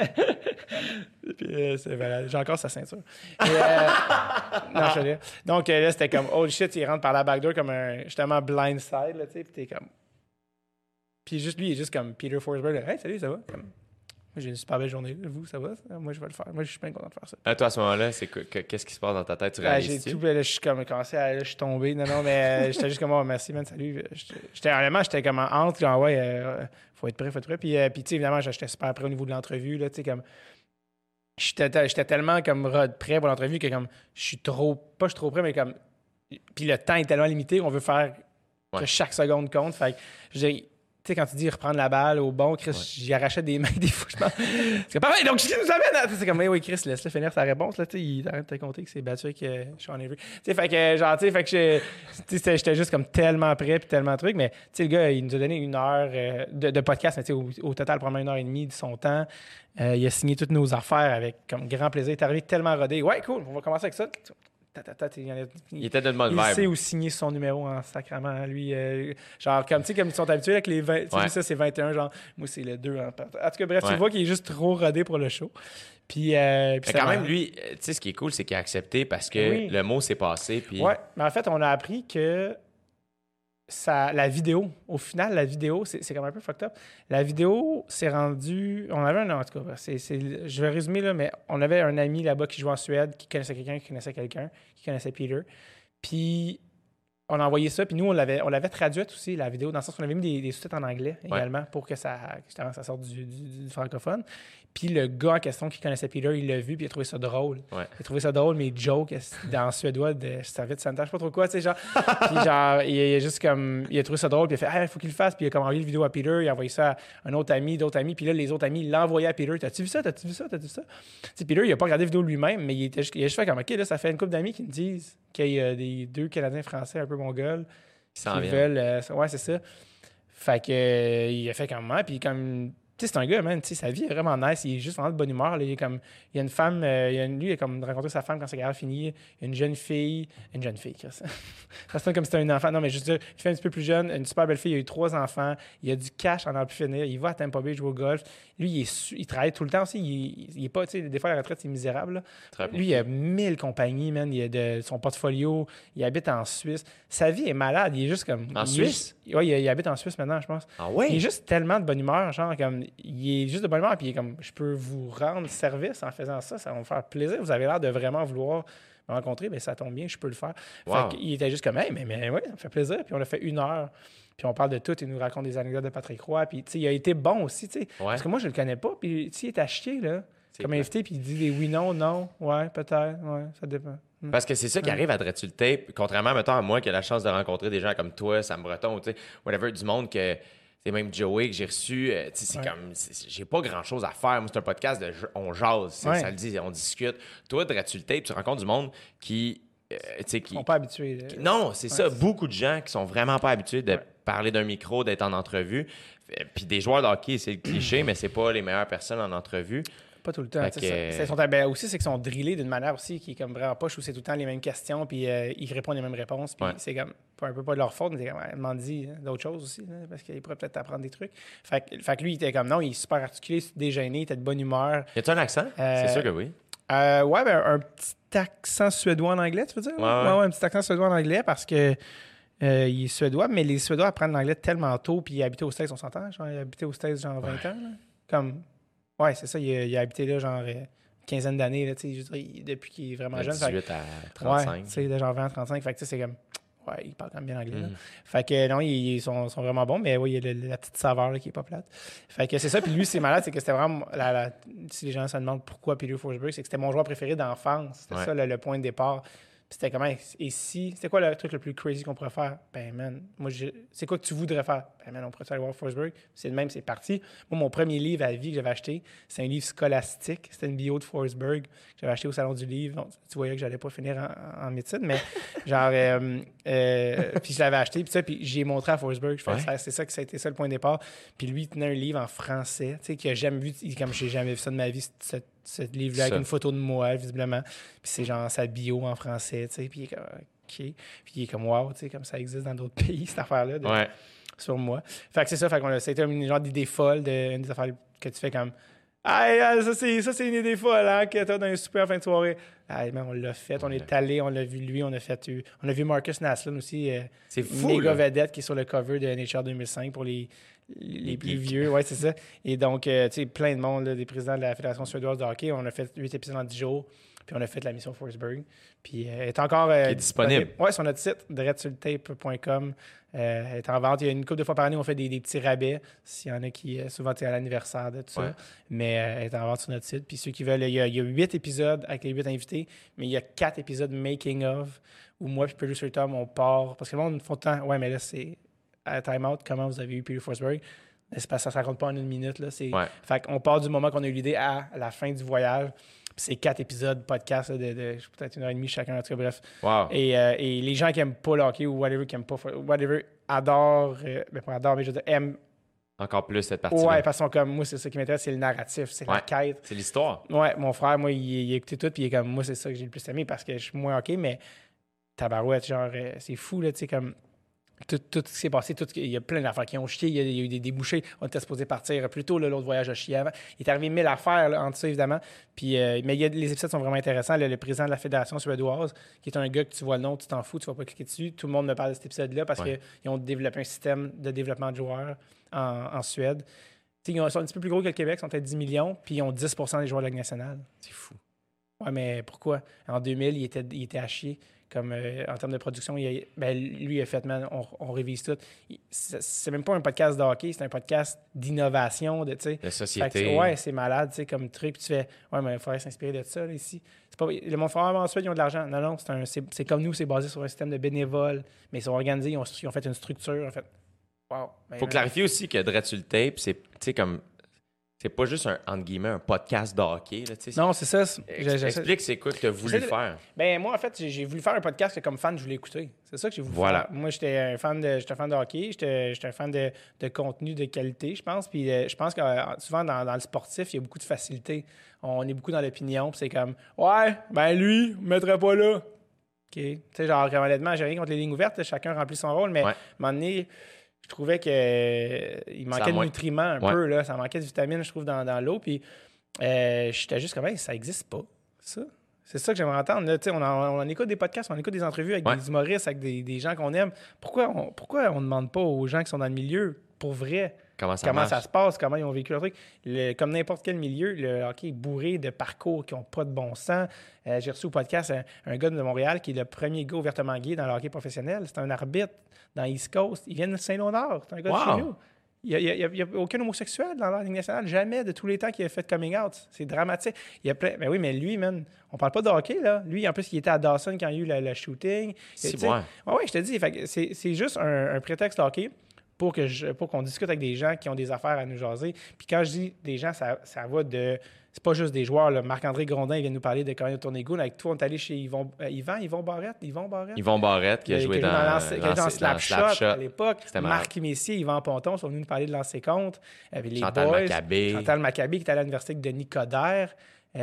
puis c'est voilà, j'ai encore sa ceinture. Et, non, je sais. Donc là, c'était comme, oh shit, il rentre par la backdoor comme un, justement, blindside, là, tu sais, puis t'es comme. Puis juste lui, il est juste comme Peter Forsberg, là, hey, salut, ça va? Comme, moi, j'ai une super belle journée. Vous, ça va? Moi, je vais le faire. Moi, je suis bien content de faire ça. Toi, à ce moment-là, qu'est-ce qui se passe dans ta tête? Tu réalises-tu? Là, je suis comme commencé à... Là, je suis tombé. Non, mais j'étais juste comme, oh, merci, man, salut. Honnêtement, j'étais comme en honte, genre, ouais, faut être prêt. Puis tu sais, évidemment, j'étais super prêt au niveau de l'entrevue, là, tu sais, comme... J'étais tellement comme prêt pour l'entrevue que comme, je suis trop prêt, mais comme... Puis le temps est tellement limité, on veut faire que chaque seconde compte. Fait que, tu sais, quand tu dis reprendre la balle au bon, Chris, j'y arrachais des mains des fois, je pense. C'est comme, parfait, donc, je nous amène. C'est comme, oui, Chris, laisse-le finir sa réponse, là, tu sais, il arrête de te compter que c'est battu avec Sean Avery. Tu sais, fait que, genre, tu sais, j'étais juste comme tellement prêt puis tellement truc, mais, tu sais, le gars, il nous a donné 1 heure de podcast, mais, tu sais, au total, probablement 1h30 de son temps. Il a signé toutes nos affaires avec, comme, grand plaisir. Il est arrivé tellement rodé. Ouais, cool, on va commencer avec ça. Il était de bonne il vibe. sait où signer son numéro en sacrament. Lui, genre, comme ils sont habitués avec les 20. Tu sais, ça, c'est 21. Genre, moi, c'est le 2. En tout cas, bref, tu vois qu'il est juste trop rodé pour le show. Puis mais quand même, lui, tu sais, ce qui est cool, c'est qu'il a accepté parce que le mot s'est passé. Puis... Ouais, mais en fait, on a appris que la vidéo, au final, la vidéo, c'est comme un peu fucked up. La vidéo s'est rendue... On avait en tout cas, je vais résumer, là, mais on avait un ami là-bas qui jouait en Suède, qui connaissait quelqu'un, qui connaissait Peter. Puis on a envoyé ça, puis nous, on l'avait traduite aussi, la vidéo, dans le sens qu'on avait mis des sous-titres en anglais également pour que ça sorte du francophone. Puis le gars en question qui connaissait Peter, il l'a vu, puis il a trouvé ça drôle. Ouais. Il a trouvé ça drôle, mais joke dans suédois de serviette sanitaire, je sais pas trop quoi, tu sais, genre. Puis genre, il a juste comme, il a trouvé ça drôle, puis il a fait, il faut qu'il le fasse, puis il a comme envoyé la vidéo à Peter, il a envoyé ça à un autre ami, d'autres amis, puis là, les autres amis, il l'a envoyé à Peter. T'as-tu vu ça? Tu sais, Peter, il a pas regardé la vidéo lui-même, mais il a juste fait comme, OK, là, ça fait une couple d'amis qui me disent qu'il y a des 2 Canadiens français un peu mongols qui veulent. Ouais, c'est ça. Fait que, il a fait comme moi, puis comme. Tu sais, c'est un gars, man, tu sais, sa vie est vraiment nice. Il est juste vraiment de bonne humeur. Là. Il y a une femme, lui, il a comme rencontré sa femme quand sa carrière finit. Une jeune fille, Chris. Ça sonne comme si c'était un enfant. Non, mais juste dire, il fait un petit peu plus jeune, une super belle fille. Il a eu 3 enfants. Il a du cash en a pu finir. Il va à Tampa Bay jouer au golf. Lui, il travaille tout le temps aussi. Il est pas, tu sais, des fois, la retraite, c'est misérable. Lui, il a 1000 compagnies, man. Il a de son portfolio. Il habite en Suisse. Sa vie est malade. Il est juste comme. En Suisse? Oui, il habite en Suisse maintenant, je pense. Ah ouais? Il est juste tellement de bonne humeur, genre, comme. Il est juste de bonne humeur, puis il est comme, je peux vous rendre service en faisant ça, ça va me faire plaisir. Vous avez l'air de vraiment vouloir me rencontrer, bien, ça tombe bien, je peux le faire. Wow. Fait qu'il était juste comme, hey, mais ouais, ça me fait plaisir. Puis on a fait 1 heure, puis on parle de tout, il nous raconte des anecdotes de Patrick Roy, puis tu sais, il a été bon aussi, tu sais. Parce que moi, je le connais pas, puis tu sais, il est acheté, là, comme invité, puis il dit des oui, non, ouais, peut-être, ouais, ça dépend. Parce que c'est ça qui arrive à Dreadful Tape, contrairement, mettons, à moi qui ai la chance de rencontrer des gens comme toi, Sam Breton, tu sais, whatever, du monde que. C'est même Joey que j'ai reçu. C'est comme. J'ai pas grand chose à faire. Moi, c'est un podcast de. On jase. Ça le dit, on discute. Toi, Dreadful Tape, tu rencontres du monde qui. Qui sont pas habitués. Non, c'est ça. Beaucoup de gens qui sont vraiment pas habitués de parler d'un micro, d'être en entrevue. Puis des joueurs de hockey, c'est le cliché, mais c'est pas les meilleures personnes en entrevue. Pas tout le temps. Aussi, c'est qu'ils sont drillés d'une manière aussi qui est comme vraiment poche, où c'est tout le temps les mêmes questions, puis ils répondent les mêmes réponses, puis c'est comme un peu pas de leur faute, mais c'est comme, m'en dit d'autres choses aussi, là, parce qu'il pourrait peut-être apprendre des trucs. Fait que lui, il était comme, non, il est super articulé, déjeuné, il était de bonne humeur. Y a-tu un accent? C'est sûr que oui. Ouais, ben un petit accent suédois en anglais, tu veux dire? Ouais, un petit accent suédois en anglais, parce que il est suédois, mais les Suédois apprennent l'anglais tellement tôt, puis il a habité aux States, on s'entend? Genre, il a habité aux States, genre 20 ans, là. Comme... Ouais, c'est ça. Il a habité là, genre, une quinzaine d'années, là, tu sais, depuis qu'il est vraiment jeune. 18 à 35. Ouais, tu sais, de genre 20 à 35. Fait que, tu sais, c'est comme. Ouais, il parle quand même bien anglais, là. Fait que, non, ils sont vraiment bons, mais oui, il y a la petite saveur, là, qui est pas plate. Fait que c'est ça. Puis lui, c'est malade, c'est que c'était vraiment. Si les gens se demandent pourquoi Peter Forsberg, c'est que c'était mon joueur préféré d'enfance. C'était ça, le point de départ. Puis c'était comment. Et si. C'était quoi le truc le plus crazy qu'on pourrait faire? Ben, man, moi, c'est quoi que tu voudrais faire? Ben, man, on pourrait aller voir Forsberg. C'est le même, c'est parti. Moi, mon premier livre à vie que j'avais acheté, c'est un livre scolastique. C'était une bio de Forsberg que j'avais acheté au Salon du Livre. Donc, tu voyais que j'allais pas finir en médecine, mais genre. Puis je l'avais acheté, puis ça, puis j'ai montré à Forsberg. C'est ça que ça a été ça le point de départ. Puis lui, il tenait un livre en français, tu sais, qu'il a jamais vu, comme j'ai jamais vu ça de ma vie, ce livre-là, avec une photo de moi, visiblement. Puis c'est genre sa bio en français, tu sais. Puis il est comme, OK. Puis il est comme, wow, tu sais, comme ça existe dans d'autres pays, cette affaire-là, sur moi. Fait que c'est ça, c'était une genre d'idée folle, une des affaires que tu fais comme, ah, ça c'est une idée folle, hein, que t'as dans un souper en fin de soirée. Ah, man, on l'a fait, on est allé, on l'a vu lui, on a vu Marcus Naslund aussi. C'est fou, méga vedette qui est sur le cover de NHL 2005 pour les plus vieux. Ouais, c'est ça. Et donc, tu sais, plein de monde, là, des présidents de la Fédération suédoise de hockey. On a fait 8 épisodes en 10 jours. Puis on a fait la mission Forsberg. Puis elle est encore... qui est disponible. Oui, sur notre site, dreadsultape.com. Elle est en vente. Il y a une couple de fois par année, on fait des petits rabais. S'il y en a qui, souvent, c'est à l'anniversaire de tout ça. Mais elle est en vente sur notre site. Puis ceux qui veulent, il y a 8 épisodes avec les 8 invités, mais il y a 4 épisodes making of où moi puis Peter Tom, on part. Parce que le monde font tant... Ouais, mais là, c'est à Time Out, comment vous avez eu Peter Forsberg. C'est parce que ça ne se raconte pas en une minute. Là. Fait qu'on part du moment qu'on a eu l'idée à la fin du voyage. Puis c'est 4 épisodes podcast là, de peut-être 1h30 chacun, en tout cas, bref. Wow. Et les gens qui n'aiment pas le hockey ou whatever, qui n'aiment pas, whatever, adorent, pas adorent, mais je veux dire, aiment encore plus cette partie-là. Ouais, parce que comme moi, c'est ça qui m'intéresse, c'est le narratif, c'est la quête. C'est l'histoire. Ouais, mon frère, moi, il a écouté tout, puis il est comme, moi, c'est ça que j'ai le plus aimé parce que je suis moins OK, mais tabarouette, genre, c'est fou, là, tu sais, comme tout ce qui s'est passé, il y a plein d'affaires qui ont chié, il y a eu des débouchés, on était supposé partir plus tôt, là, l'autre voyage a chié avant. Il est arrivé 1000 affaires là, entre ça, évidemment, puis, mais les épisodes sont vraiment intéressants. Le président de la Fédération suédoise, qui est un gars que tu vois le nom, tu t'en fous, tu vas pas cliquer dessus, tout le monde me parle de cet épisode-là parce qu'ils ont développé un système de développement de joueurs en Suède. T'sais, ils sont un petit peu plus gros que le Québec, ils sont peut-être 10 millions, puis ils ont 10 des joueurs de la Ligue nationale. C'est fou. Ouais, mais pourquoi? En 2000, il était à chier. Comme en termes de production, lui, il a fait, man, on révise tout. C'est même pas un podcast de hockey, c'est un podcast d'innovation, de société. Ouais, c'est malade, tu sais, comme truc. Puis tu fais, ouais, mais il faudrait s'inspirer de ça, là, ici. C'est pas, mon frère, ensuite, ils ont de l'argent. Non, c'est comme nous, c'est basé sur un système de bénévoles, mais ils sont organisés, ils ont fait une structure, en fait. Wow. Faut clarifier aussi que Dread sur le tape, c'est comme. C'est pas juste entre guillemets, un podcast de hockey. Là, non, c'est ça. Explique c'est quoi que tu as voulu faire. Ben moi, en fait, j'ai voulu faire un podcast que comme fan, je voulais écouter. C'est ça que j'ai voulu faire. Moi, j'étais un fan de hockey, j'étais un fan de contenu de qualité, je pense. Puis je pense que souvent, dans le sportif, il y a beaucoup de facilité. On est beaucoup dans l'opinion, puis c'est comme « Ouais, ben lui, on ne mettrait pas là. » OK. Tu sais, genre, honnêtement, j'ai rien contre les lignes ouvertes, chacun remplit son rôle, mais à un moment donné, je trouvais qu'il manquait de nutriments un peu, là. Ça manquait de vitamines, je trouve, dans l'eau. Puis j'étais juste comme, ça n'existe pas, ça. C'est ça que j'aimerais entendre. Là. On en écoute des podcasts, on écoute des entrevues avec des humoristes, avec des gens qu'on aime. Pourquoi on ne demande pas aux gens qui sont dans le milieu, pour vrai, comment ça se passe, comment ils ont vécu leur truc? Comme n'importe quel milieu, le hockey est bourré de parcours qui n'ont pas de bon sens. J'ai reçu au podcast un gars de Montréal qui est le premier gars ouvertement gay dans le hockey professionnel. C'est un arbitre dans East Coast. Il vient de Saint-Léonard. C'est un gars de chez nous. Il n'y a aucun homosexuel dans la Ligue nationale. Jamais de tous les temps qu'il a fait coming out. C'est dramatique. Il y a plein... Ben oui, mais lui, man, on parle pas de hockey, là. Lui, en plus, il était à Dawson quand il y a eu le shooting. Oui, je te dis. C'est juste un prétexte hockey pour qu'on discute avec des gens qui ont des affaires à nous jaser. Puis quand je dis des gens, ça va de... C'est pas juste des joueurs. Là. Marc-André Grondin, il vient nous parler de quand il a tourné Goon. Avec toi, on est allé chez Yvon Barrette. Yvon Barrette, qui a joué dans Slapshot à l'époque. Marc Messier, Yvan Ponton sont venus nous parler de lancer compte. Chantal Maccabé, qui est à l'université de Denis Coderre.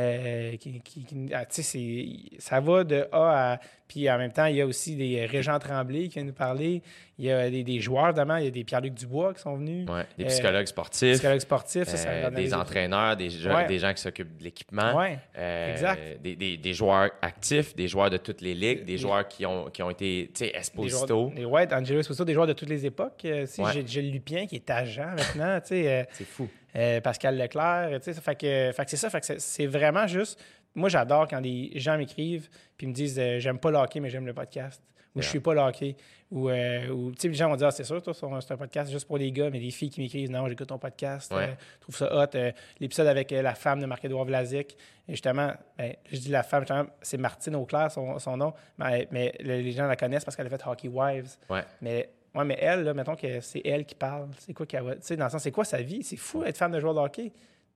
Ça va de A à... Puis en même temps, il y a aussi des Régent Tremblay qui viennent nous parler. Il y a des joueurs, évidemment. Il y a des Pierre-Luc Dubois qui sont venus. Ouais, des psychologues sportifs. Des entraîneurs, des gens qui s'occupent de l'équipement. Ouais, exact. Des joueurs actifs, des joueurs de toutes les ligues, des joueurs qui ont été, tu sais, Esposito. Angelo Esposito, des joueurs de toutes les époques. J'ai Gilles Lupien qui est agent maintenant. C'est fou. Pascal Leclerc, tu sais, fait que c'est ça, fait que c'est vraiment juste... Moi, j'adore quand des gens m'écrivent puis me disent « J'aime pas le hockey, mais j'aime le podcast. » Ou « Je suis pas le hockey. » Ou tu sais, les gens vont dire « C'est sûr, toi, c'est un podcast juste pour les gars. » Mais les filles qui m'écrivent « Non, j'écoute ton podcast. Je trouve ça hot. » L'épisode avec la femme de Marc-Édouard Vlasic. Et justement, je dis la femme, c'est Martine Auclair, son nom. Mais les gens la connaissent parce qu'elle a fait Hockey Wives. Ouais. Mais elle, là, mettons que c'est elle qui parle. C'est quoi qu'elle va... Tu sais, dans le sens, c'est quoi sa vie? C'est fou être fan de joueur de hockey.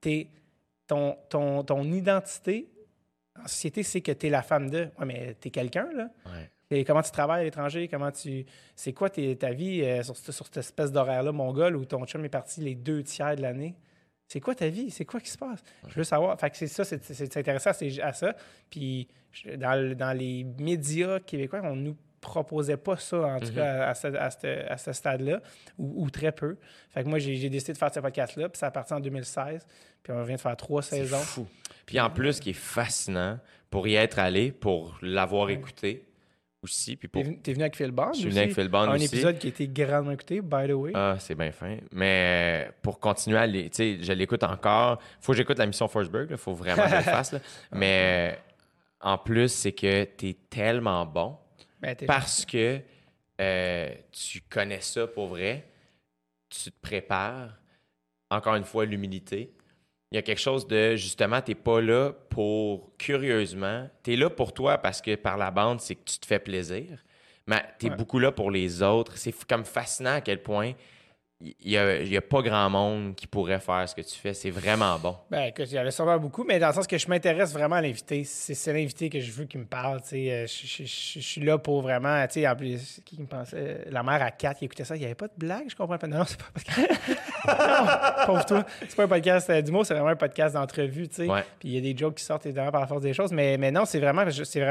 Ton identité en société, c'est que t'es la femme de... Ouais, mais t'es quelqu'un, là. Ouais. Et comment tu travailles à l'étranger? C'est quoi ta vie sur cette espèce d'horaire-là, mongol, où ton chum est parti les 2 tiers de l'année? C'est quoi ta vie? C'est quoi qui se passe? Ouais. Je veux savoir. Fait que c'est ça, c'est intéressant à ça. Puis dans les médias québécois, on nous proposait pas ça, en tout cas, à ce stade-là, ou très peu. Fait que moi, j'ai décidé de faire ce podcast-là, puis ça a parti en 2016, puis on vient de faire 3 saisons. C'est fou. Puis en plus, ce qui est fascinant, pour y être allé, pour l'avoir écouté aussi. Puis T'es venu avec Phil Bond aussi. Je suis venu avec Phil Bond aussi. Un épisode qui a été grandement écouté, by the way. Ah, c'est bien fin. Mais pour continuer à aller, tu sais, je l'écoute encore. Faut que j'écoute la mission Forsberg, il faut vraiment que je le fasse. Là. Mais en plus, c'est que t'es tellement bon. Parce que tu connais ça pour vrai, tu te prépares. Encore une fois, l'humilité. Il y a quelque chose de, justement, tu n'es pas là pour curieusement. Tu es là pour toi parce que par la bande, c'est que tu te fais plaisir. Mais tu es beaucoup là pour les autres. C'est comme fascinant à quel point il y a pas grand monde qui pourrait faire ce que tu fais. C'est vraiment bon. Ben écoute, il y en a sûrement beaucoup, mais dans le sens que je m'intéresse vraiment à l'invité. C'est l'invité que je veux qu'il me parle. Je suis là pour vraiment... En plus, qui me pensait? La mère à 4 qui écoutait ça, il n'y avait pas de blague, je comprends pas. Non, c'est pas parce que... Pauvre toi. C'est pas un podcast d'humour, c'est vraiment un podcast d'entrevue, tu sais. Ouais. Puis il y a des jokes qui sortent évidemment par la force des choses. Mais non, c'est vraiment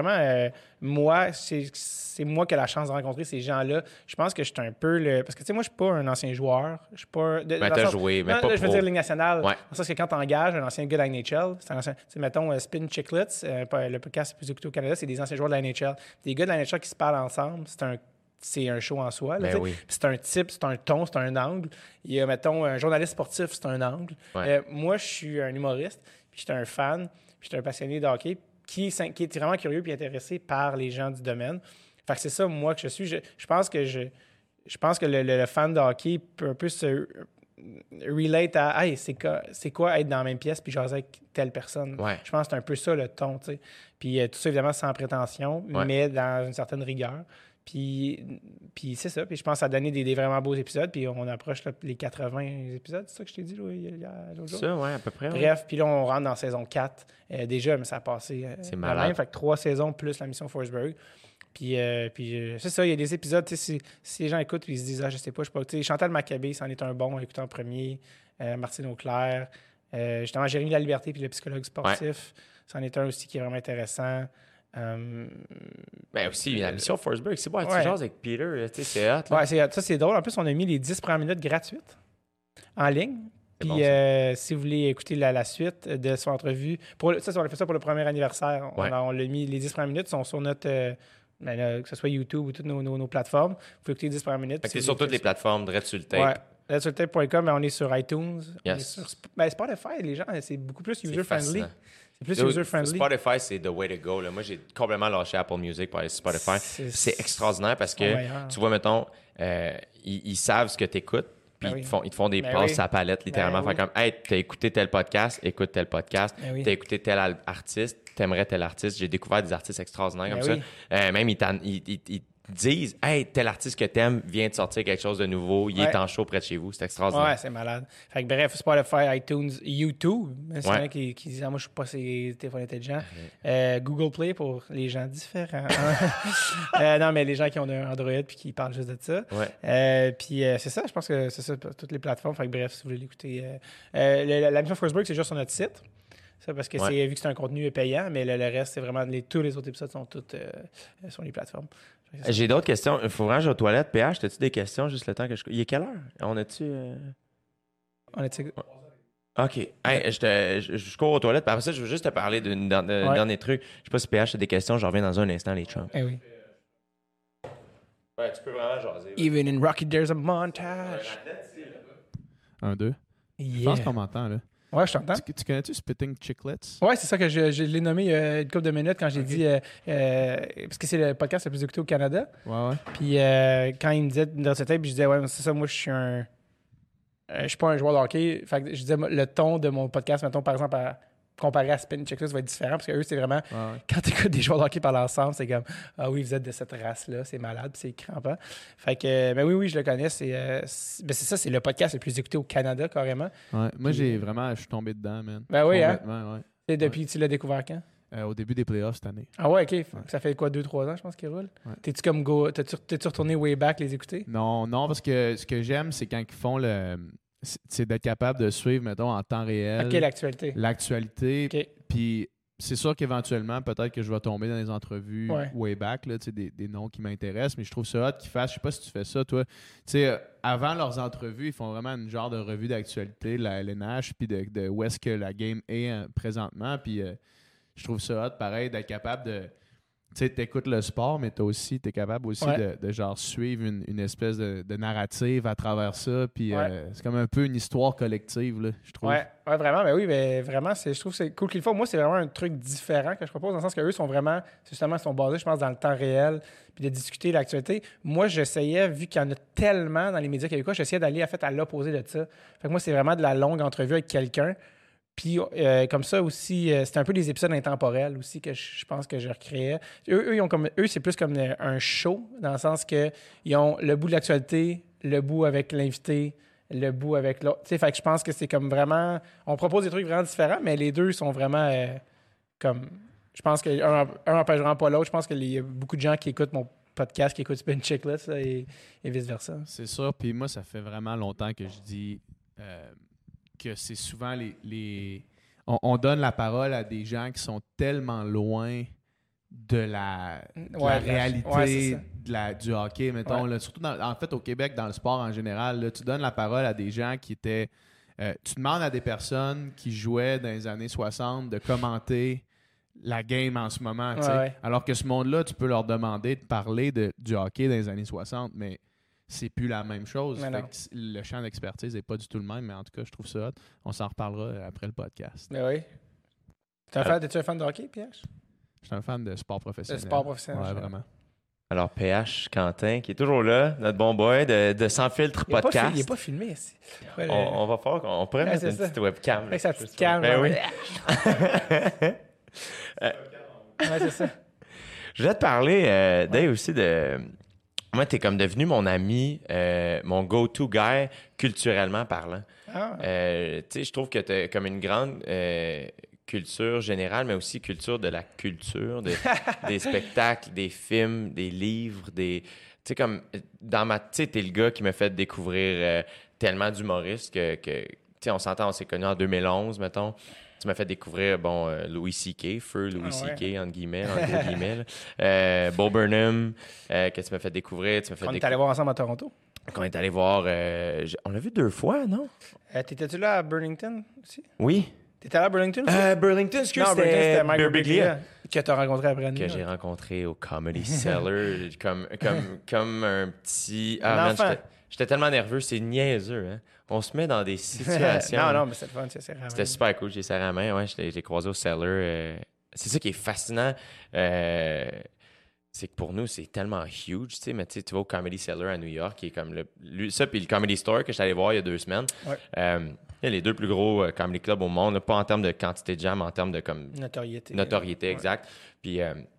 moi, c'est moi qui ai la chance de rencontrer ces gens-là. Je pense que je suis un peu le... Parce que, tu sais, moi, je suis pas un ancien joueur. Je suis pas... T'as joué, mais non, pas là, je veux pro. dire Ligue nationale. Ouais. Dans le sens que quand t'engages un ancien gars de la NHL, c'est un ancien... Tu sais, mettons, Spin Chicklets, le podcast le plus écouté au Canada, c'est des anciens joueurs de la NHL. Des gars de la NHL qui se parlent ensemble, c'est un show en soi. Là, oui. Puis c'est un type, c'est un ton, c'est un angle. Il y a, mettons, un journaliste sportif, c'est un angle. Ouais. Moi, je suis un humoriste, puis je suis un fan, puis je suis un passionné de hockey qui est vraiment curieux puis intéressé par les gens du domaine. Fait que c'est ça, moi, que je suis. Je pense que le fan de hockey peut un peu se relate à « Hey, c'est quoi être dans la même pièce puis jaser avec telle personne? Ouais. » Je pense que c'est un peu ça, le ton, tu sais. Puis tout ça, évidemment, sans prétention, mais dans une certaine rigueur. Puis c'est ça. Puis je pense que ça a donné des vraiment beaux épisodes. Puis on approche là, les 80 épisodes. C'est ça que je t'ai dit là, il y a l'autre jour? Ça, ouais, à peu près. Bref, puis là, on rentre dans saison 4. Déjà, mais ça a passé C'est la malade. même. Fait que 3 saisons plus la mission Forsberg. Puis c'est ça, il y a des épisodes, tu sais, si les gens écoutent puis ils se disent « Ah, je sais pas, tu sais, Chantal Maccabé, c'en est un bon, écoutant en premier. Martine Auclair. Justement, Jérémy Laliberté puis le psychologue sportif. C'en est un aussi qui est vraiment intéressant. Ben aussi, la mission Forsberg, c'est bon, tu Ouais. jases avec Peter, tu sais, c'est hot. Là. Ouais, ça, c'est drôle. En plus, on a mis les 10 premières minutes gratuites en ligne. Puis bon, ça. si vous voulez écouter la suite de son entrevue, on a fait ça pour le premier anniversaire. Ouais. On l'a mis, les 10 premières minutes sont sur notre, que ce soit YouTube ou toutes nos plateformes. Vous pouvez écouter les 10 premières minutes. Fait que Si c'est vous sur voulez toutes les écouter plateformes, direct sur le ça. Ouais. tape. Letsurtape.com, on est sur iTunes. On est Yes. sur Spotify, les gens, c'est beaucoup plus C'est user-friendly. fascinant. C'est plus Dude, user-friendly. Spotify, c'est the way to go. Là. Moi, j'ai complètement lâché Apple Music pour aller sur Spotify. C'est extraordinaire parce que, meilleurs. tu vois, mettons, ils savent ce que tu écoutes, puis Ben oui. ils te font des Ben passes oui. sur la palette, littéralement. Ben Fait comme, hey, t'as écouté tel podcast, écoute tel podcast. Ben oui. T'as écouté tel artiste, t'aimerais tel artiste. J'ai découvert des artistes extraordinaires Ben comme oui. ça. Même, ils disent, hey, tel artiste que t'aimes vient de sortir quelque chose de nouveau, il est Ouais. en show près de chez vous. C'est extraordinaire. Ouais, c'est malade. Fait que bref, Spotify, iTunes, YouTube. C'est Ouais. vrai qui disent moi, je suis pas ces téléphones intelligents. Google Play pour les gens différents. Non, mais les gens qui ont un Android puis qui parlent juste de ça. Ouais. Puis c'est ça, je pense que c'est ça pour toutes les plateformes. Fait que bref, si vous voulez l'écouter. La mission Forsberg, c'est juste sur notre site. Ça, parce que Ouais. vu que c'est un contenu payant, mais le reste, c'est vraiment tous les autres épisodes sont tous sur les plateformes. Fait que c'est ça. J'ai d'autres questions. Il faut vraiment que j'aille aux toilettes. PH, as-tu des questions juste le temps que je. Il est quelle heure? On a-tu. On est OK. Hey, je cours aux toilettes. Puis après ça, je veux juste te parler d'un dernier truc. Je sais pas si PH a des questions. Je reviens dans un instant, les chums. Eh oui. Ouais, tu peux vraiment jaser. Even in Rocky, there's a montage. 1, 2. Je pense qu'on m'entend, là. Ouais, je t'entends. Tu connais-tu Spitting Chicklets? Ouais, c'est ça que je l'ai nommé une couple de minutes quand j'ai dit parce que c'est le podcast le plus écouté au Canada. Ouais, ouais. Puis quand il me disait dans cette tape, je disais ouais, mais c'est ça, moi je suis pas un joueur de hockey. Fait que je disais le ton de mon podcast, mettons par exemple comparé à Spin Checklist va être différent parce que eux c'est vraiment Ouais. quand tu écoutes des joueurs de hockey parler ensemble, c'est comme ah oui, vous êtes de cette race-là, c'est malade, puis c'est crampant. Fait que ben oui, je le connais, c'est ça, c'est le podcast le plus écouté au Canada carrément. Ouais. Moi, je suis tombé dedans, man. Ben oui, hein? Complètement, ouais. Et depuis tu l'as découvert quand? Au début des playoffs cette année. Ah ouais, ok. Ça fait quoi, 2-3 ans, je pense, qu'il roule? Ouais. T'es-tu comme t'es-tu retourné way back les écouter? Non, parce que ce que j'aime, c'est quand ils font c'est d'être capable de suivre, mettons, en temps réel Ok, l'actualité. l'actualité. Ok. Puis c'est sûr qu'éventuellement, peut-être que je vais tomber dans des entrevues Ouais. way back, là, tu sais, des noms qui m'intéressent, mais je trouve ça hot qu'ils fassent. Je sais pas si tu fais ça, toi. Tu sais, avant leurs entrevues, ils font vraiment une genre de revue d'actualité de la LNH, puis de où est-ce que la game est présentement. Puis je trouve ça hot, pareil, d'être capable de. Tu sais, t'écoutes le sport, mais t'es capable aussi Ouais. de genre suivre une espèce de narrative à travers ça. Puis Ouais. c'est comme un peu une histoire collective, là, je trouve. Ouais, vraiment. Ben oui, mais vraiment, je trouve que c'est cool qu'ils le font. Moi, c'est vraiment un truc différent que je propose, dans le sens qu'eux sont vraiment, justement, sont basés, je pense, dans le temps réel, puis de discuter de l'actualité. Moi, j'essayais, vu qu'il y en a tellement dans les médias québécois, j'essayais d'aller, en fait, à l'opposé de ça. Fait que moi, c'est vraiment de la longue entrevue avec quelqu'un. Puis comme ça aussi, c'était un peu des épisodes intemporels aussi que je pense que je recréais. Eux, c'est plus comme un show, dans le sens que ils ont le bout de l'actualité, le bout avec l'invité, le bout avec l'autre. Tu sais, fait que je pense que c'est comme vraiment... On propose des trucs vraiment différents, mais les deux sont vraiment comme... Je pense qu'un n'empêchera pas l'autre. Je pense qu'il y a beaucoup de gens qui écoutent mon podcast, qui écoutent Spin Chicklets et vice-versa. C'est sûr. Puis moi, ça fait vraiment longtemps que je dis que c'est souvent on donne la parole à des gens qui sont tellement loin de la réalité du hockey, mettons. Là, surtout, en fait, au Québec, dans le sport en général, là, tu donnes la parole à des gens qui étaient... tu demandes à des personnes qui jouaient dans les années 60 de commenter la game en ce moment. Alors que ce monde-là, tu peux leur demander de parler du hockey dans les années 60, mais c'est plus la même chose. Fait que le champ d'expertise n'est pas du tout le même, mais en tout cas, je trouve ça hot. On s'en reparlera après le podcast. Ben oui. T'es-tu un fan de hockey, Pierre? Je suis un fan de sport professionnel. De sport professionnel. Ouais, vraiment. Alors, PH Quentin, qui est toujours là, notre bon boy de Sans Filtre podcast. Il n'est pas filmé ici. On va faire qu'on pourrait mettre une petite webcam. Avec sa petite cam. Ben oui. Ouais, c'est ça. Je voulais te parler, Dave, aussi de... Moi, t'es comme devenu mon ami, mon go-to guy, culturellement parlant. Tu sais, je trouve que t'as comme une grande culture générale, mais aussi culture de la culture, des spectacles, des films, des livres, des... Tu sais, comme, tu sais, t'es le gars qui m'a fait découvrir tellement d'humoristes que tu sais, on s'entend, on s'est connus en 2011, mettons. Tu m'as fait découvrir, Louis C.K., Feu Louis C.K., entre guillemets, en gros guillemets. Bo Burnham, que tu m'as fait découvrir. On est allé voir ensemble à Toronto. Qu'on est allé voir... on l'a vu 2 fois, non? T'étais-tu là à Burlington aussi? Oui. T'étais là à Burlington aussi? Burlington, excuse, non, c'était Mike Birbiglia. Que t'as rencontré après nous. Que j'ai rencontré au Comedy Cellar, comme un petit... J'étais tellement nerveux, c'est niaiseux, hein? On se met dans des situations... non, mais c'était fun, c'est serré. C'était super cool, j'ai serré la main, ouais, j'ai croisé au Cellar. C'est ça qui est fascinant, c'est que pour nous, c'est tellement huge, tu sais, mais tu vas au Comedy Cellar à New York, qui est comme ça, puis le Comedy Store que je suis allé voir il y a 2 semaines. Ouais. Il y a les 2 plus gros comedy clubs au monde, là, pas en termes de quantité de gens, mais en termes de comme... Notoriété, exact. Puis...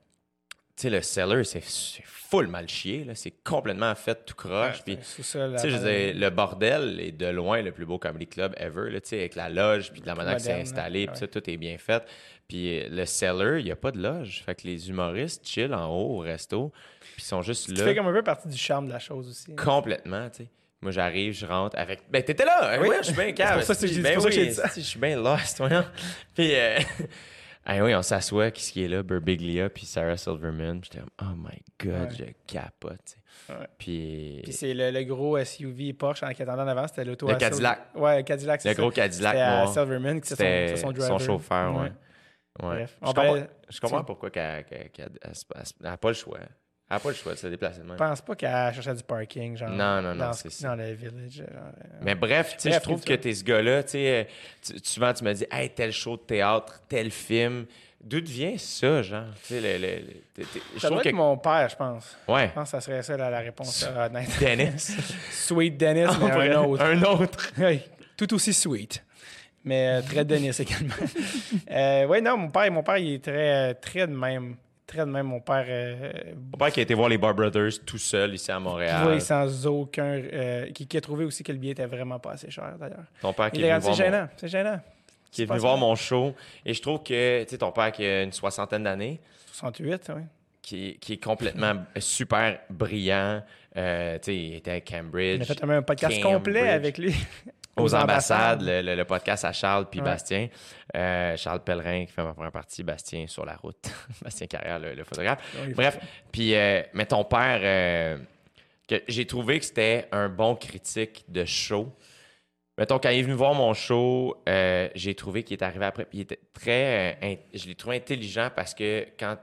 tu sais, le Cellar, c'est full mal chié, là. C'est complètement fait tout croche. Puis, tu sais, je veux dire, le bordel est de loin le plus beau comedy club ever, là, tu sais, avec la loge, puis de la manière que c'est installé, puis ça, tout est bien fait. Puis le Cellar, il n'y a pas de loge. Fait que les humoristes chillent en haut au resto, puis ils sont juste là. Tu fais comme un peu partie du charme de la chose aussi. Hein. Complètement, tu sais. Moi, j'arrive, je rentre avec... Ben, t'étais là! Oui, je suis bien calme. C'est pour ça que j'ai dit ça. Je suis bien lost, voyons. Puis... Ah oui, on s'assoit, qui est là, Birbiglia, puis Sarah Silverman. J'étais comme, oh my God, je capote. Ouais. Puis c'est le gros SUV Porsche qui attendait en avant, c'était l'auto. Le Cadillac. Ouais, le Cadillac, c'est ça. Le gros Cadillac noir. C'était Silverman, qui c'était son driver. Son chauffeur, ouais. Bref. Je comprends pourquoi qu'elle n'a pas le choix. Elle n'a pas le choix de se déplacer de même. Je pense pas qu'elle cherchait du parking, genre. Non, c'est ça. Dans le village. Mais bref, tu sais, je trouve que t'es ce gars-là, tu sais, souvent tu me dis, hey, tel show de théâtre, tel film. D'où vient ça, genre? Tu sais, ça doit être mon père, je pense. Ouais. Je pense que ça serait ça la réponse honnête. Dennis. Sweet Dennis, mais un autre. Un autre. Oui, tout aussi sweet. Mais très Dennis également. Oui, non, mon père, il est très de même. Très de même, mon père... Mon père qui a été voir les Bar Brothers tout seul ici à Montréal. Oui, sans aucun... qui a trouvé aussi que le billet était vraiment pas assez cher, d'ailleurs. Ton père qui est venu voir c'est gênant. Qui est venu voir mon show. Et je trouve que, tu sais, ton père qui a une 60aine d'années... 68, oui. Qui est complètement super brillant. Tu sais, il était à Cambridge. On a fait un podcast complet avec lui. Aux ambassades, le podcast à Charles puis Bastien. Charles Pellerin qui fait ma première partie, Bastien sur la route. Bastien Carrière, le photographe. Bref, puis mais ton père, que j'ai trouvé que c'était un bon critique de show. Mettons, quand il est venu voir mon show, j'ai trouvé qu'il est arrivé après. Puis il était je l'ai trouvé intelligent parce que quand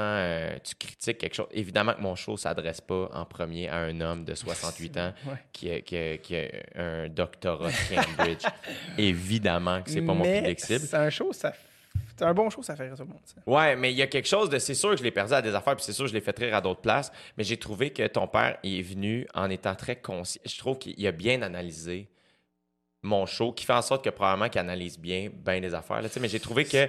tu critiques quelque chose, évidemment que mon show ne s'adresse pas en premier à un homme de 68 ans qui a un doctorat de Cambridge. Évidemment que c'est pas mon public cible. C'est un show, c'est un bon show, ça fait rire tout le monde. Ça. Ouais, mais il y a quelque chose de... C'est sûr que je l'ai perdu à des affaires, puis c'est sûr que je l'ai fait rire à d'autres places, mais j'ai trouvé que ton père il est venu en étant très conscient. Je trouve qu'il a bien analysé mon show, qui fait en sorte que probablement qu'il analyse bien des affaires. Là, mais j'ai trouvé qu'il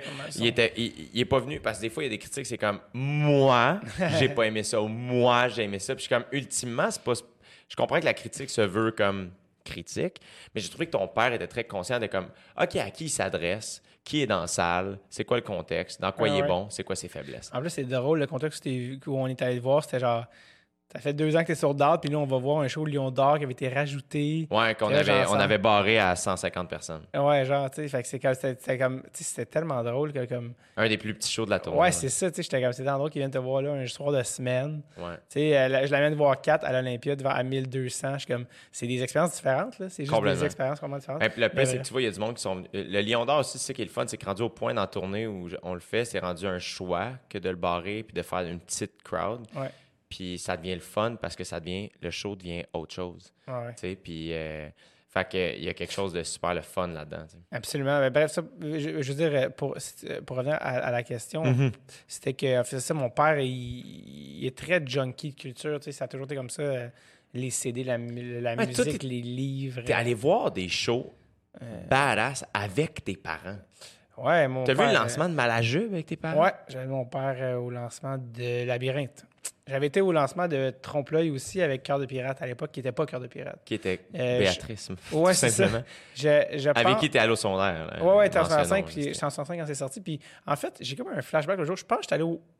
est pas venu, parce que des fois, il y a des critiques, c'est comme « moi, j'ai pas aimé ça » ou « moi, j'ai aimé ça ». Puis je suis comme, ultimement, c'est pas... Je comprends que la critique se veut comme critique, mais j'ai trouvé que ton père était très conscient de comme « OK, à qui il s'adresse? Qui est dans la salle? C'est quoi le contexte? Dans quoi il est bon? C'est quoi ses faiblesses? » En plus, c'est drôle, le contexte où on est allé le voir, c'était genre... Ça fait 2 ans que t'es sur date, puis là, on va voir un show Lion d'Or qui avait été rajouté. Ouais, Là, genre, on avait barré à 150 personnes. Ouais, genre, tu sais, fait que c'était comme, tu sais, c'était tellement drôle que comme... Un des plus petits shows de la tournée. Ouais, c'est ça, tu sais, j'étais comme, c'est tellement drôle qu'ils viennent te voir là un soir de semaine. Ouais. Tu sais, je l'amène voir 4 à l'Olympia à 1200. Je suis comme, c'est des expériences différentes, là. C'est juste Complètement. des expériences complètement différentes. Et puis le pire, Mais c'est que tu vois, il y a du monde qui sont. Le Lion d'Or aussi, c'est ça qui est le fun, c'est que rendu au point dans la tournée où on le fait, c'est rendu un choix que de le barrer puis de faire une petite crowd. Ouais. Puis ça devient le fun parce que le show devient autre chose. Ouais. Tu sais, puis. Fait qu'il y a quelque chose de super le fun là-dedans. Tu sais. Absolument. Mais bref, ça, je veux dire, pour revenir à la question, c'était que c'est ça, mon père, il est très junkie de culture. Tu sais, ça a toujours été comme ça. Les CD, la Ouais, musique, les livres. T'es allé voir des shows badass avec tes parents. Ouais, mon T'as père. vu le lancement de Malajube avec tes parents? Ouais, j'avais mon père au lancement de Labyrinthe. J'avais été au lancement de Trompe-l'œil aussi avec Cœur de Pirate à l'époque, qui n'était pas Cœur de Pirate. Qui était Euh, Béatrice, Ouais, tout c'est ça. simplement. Je Avec pense... qui t'es allé au secondaire. là, Ouais, t'es en mentionnons, 65, là, puis c'était- j'étais en 65 quand c'est sorti. Puis en fait, j'ai comme un flashback le jour. Je pense que j'étais allé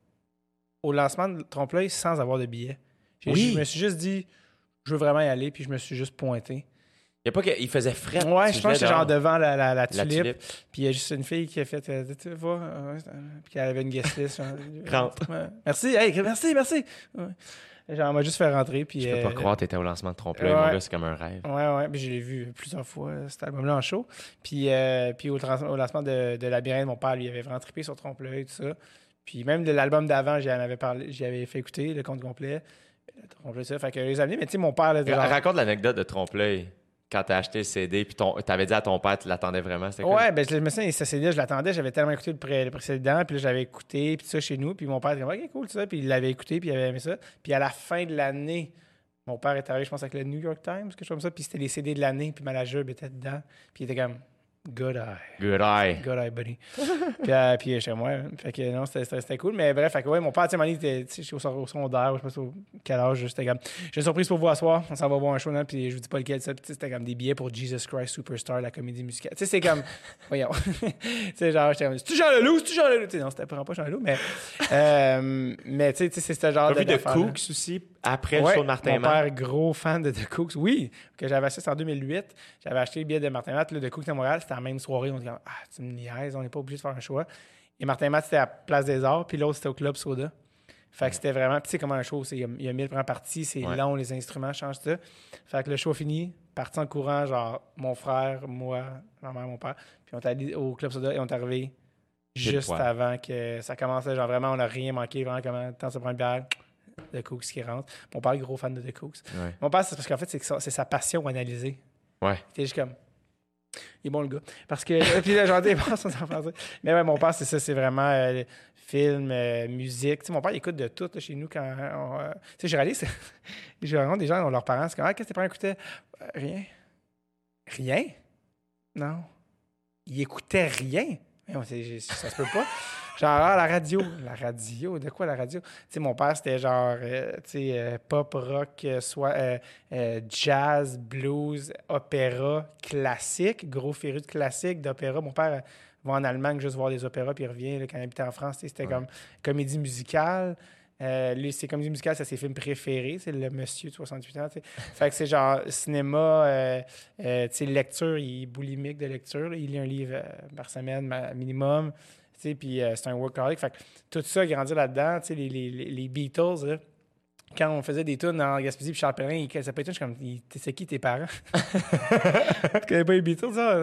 au lancement de Trompe-l'œil sans avoir de billet. Oui. Je me suis juste dit, je veux vraiment y aller, puis je me suis juste pointé. Il y a pas que... Il faisait frais. Ouais, je pense que j'étais genre devant la tulipe. tulipe. Puis il y a juste une fille qui a fait, tu vois, puis elle avait une guest list. Rentre. Ouais. Merci, hey, merci. Ouais. Genre, on m'a juste fait rentrer. Puis, Je peux pas croire que t'étais au lancement de Trompe-l'œil, ouais. mon gars, c'est comme un rêve. Ouais, puis je l'ai vu plusieurs fois, cet album-là en show. Puis au lancement de Labyrinthe, mon père, lui, avait vraiment trippé sur Trompe-l'œil, tout ça. Puis même de l'album d'avant, j'y avais parlé, j'y avais fait écouter le compte complet. Trompe-l'œil, ça. Fait que les amis, mais tu sais, mon père, là, genre... Raconte l'anecdote de Trompe-l'œil. Quand t'as acheté le CD, puis t'avais dit à ton père, tu l'attendais vraiment. C'était Ouais, ben je me souviens, ce CD, je l'attendais, j'avais tellement écouté le précédent, puis là, j'avais écouté, puis tout ça chez nous, puis mon père était comme, OK, cool, tout ça, puis il l'avait écouté, puis il avait aimé ça. Puis à la fin de l'année, mon père est arrivé, je pense, avec le New York Times, quelque chose comme ça, puis c'était les CD de l'année, puis Malajube était dedans, puis il était comme, good eye. Good eye. Good eye, buddy. puis chez moi, fait que non, c'était cool, mais bref, fait que ouais, mon père, tu sais, Mani, j'étais au secondaire, je sais pas quel âge, j'étais comme, j'ai une surprise pour vous à soir, on s'en va voir un show, là, puis je vous dis pas lequel, ça, puis c'était comme des billets pour Jesus Christ Superstar, la comédie musicale. Tu sais, c'est comme, voyons, tu sais, genre, j'étais comme, c'est-tu Jean Leloup, tu sais, non, c'était vraiment pas Jean Leloup, mais tu sais, c'est ce genre T'as vu de d'affaires-là. Cooks aussi, après le Ouais, show de Martin mon Matt? père, gros fan de The Cooks. Oui, que j'avais acheté en 2008. J'avais acheté le billet de Martin Matt, là, de Cooks à Montréal. C'était la même soirée. On dit, ah, tu me niaises, on n'est pas obligé de faire un choix. Et Martin Matt, c'était à Place des Arts, puis l'autre, c'était au Club Soda. Fait que c'était vraiment, tu sais comment un show, il y a 1000 premières parties, c'est Ouais. long, les instruments changent ça. Fait que le show fini, parti en courant, genre mon frère, moi, ma mère, mon père. Puis on est allé au Club Soda et on est arrivé juste poil. avant que ça commençait. Genre vraiment, on n'a rien manqué, vraiment comment temps se prend une bière. The Cooks qui rentre. Mon père est gros fan de The Cooks. Ouais. Mon père, c'est parce qu'en fait, c'est sa passion analysée. Ouais. T'es juste comme. Il est bon le gars. Parce que. Puis là, j'en ai pas sans en penser. Mais ouais, mon père, c'est ça, c'est vraiment film, musique. Tu sais, mon père, il écoute de tout là, chez nous quand. Tu sais, je réalise, je rencontre des gens, leurs parents, c'est comme, ah, qu'est-ce que tes parents écoutaient? Rien. Rien? Non. Ils écoutaient rien. Mais non, ça se peut pas. Genre, ah, la radio. La radio? De quoi la radio? Tu sais, mon père, c'était genre, pop, rock, jazz, blues, opéra, classique. Gros féru de classique, d'opéra. Mon père va en Allemagne juste voir des opéras, puis il revient là, quand il habitait en France. C'était comme comédie musicale. Lui, ses comédies musicales, c'est ses films préférés. C'est le monsieur de 68 ans. T'sais. Fait que c'est genre cinéma, lecture, il est boulimique de lecture. Là. Il lit un livre par semaine minimum. Puis c'est un workaholic. Fait que tout ça, grandir là-dedans. Les Beatles, là, quand on faisait des tunes en Gaspésie, puis Charles Pellerin, il connaissait pas les tunes, je suis comme, c'est qui tes parents? Tu connais pas les Beatles, ça?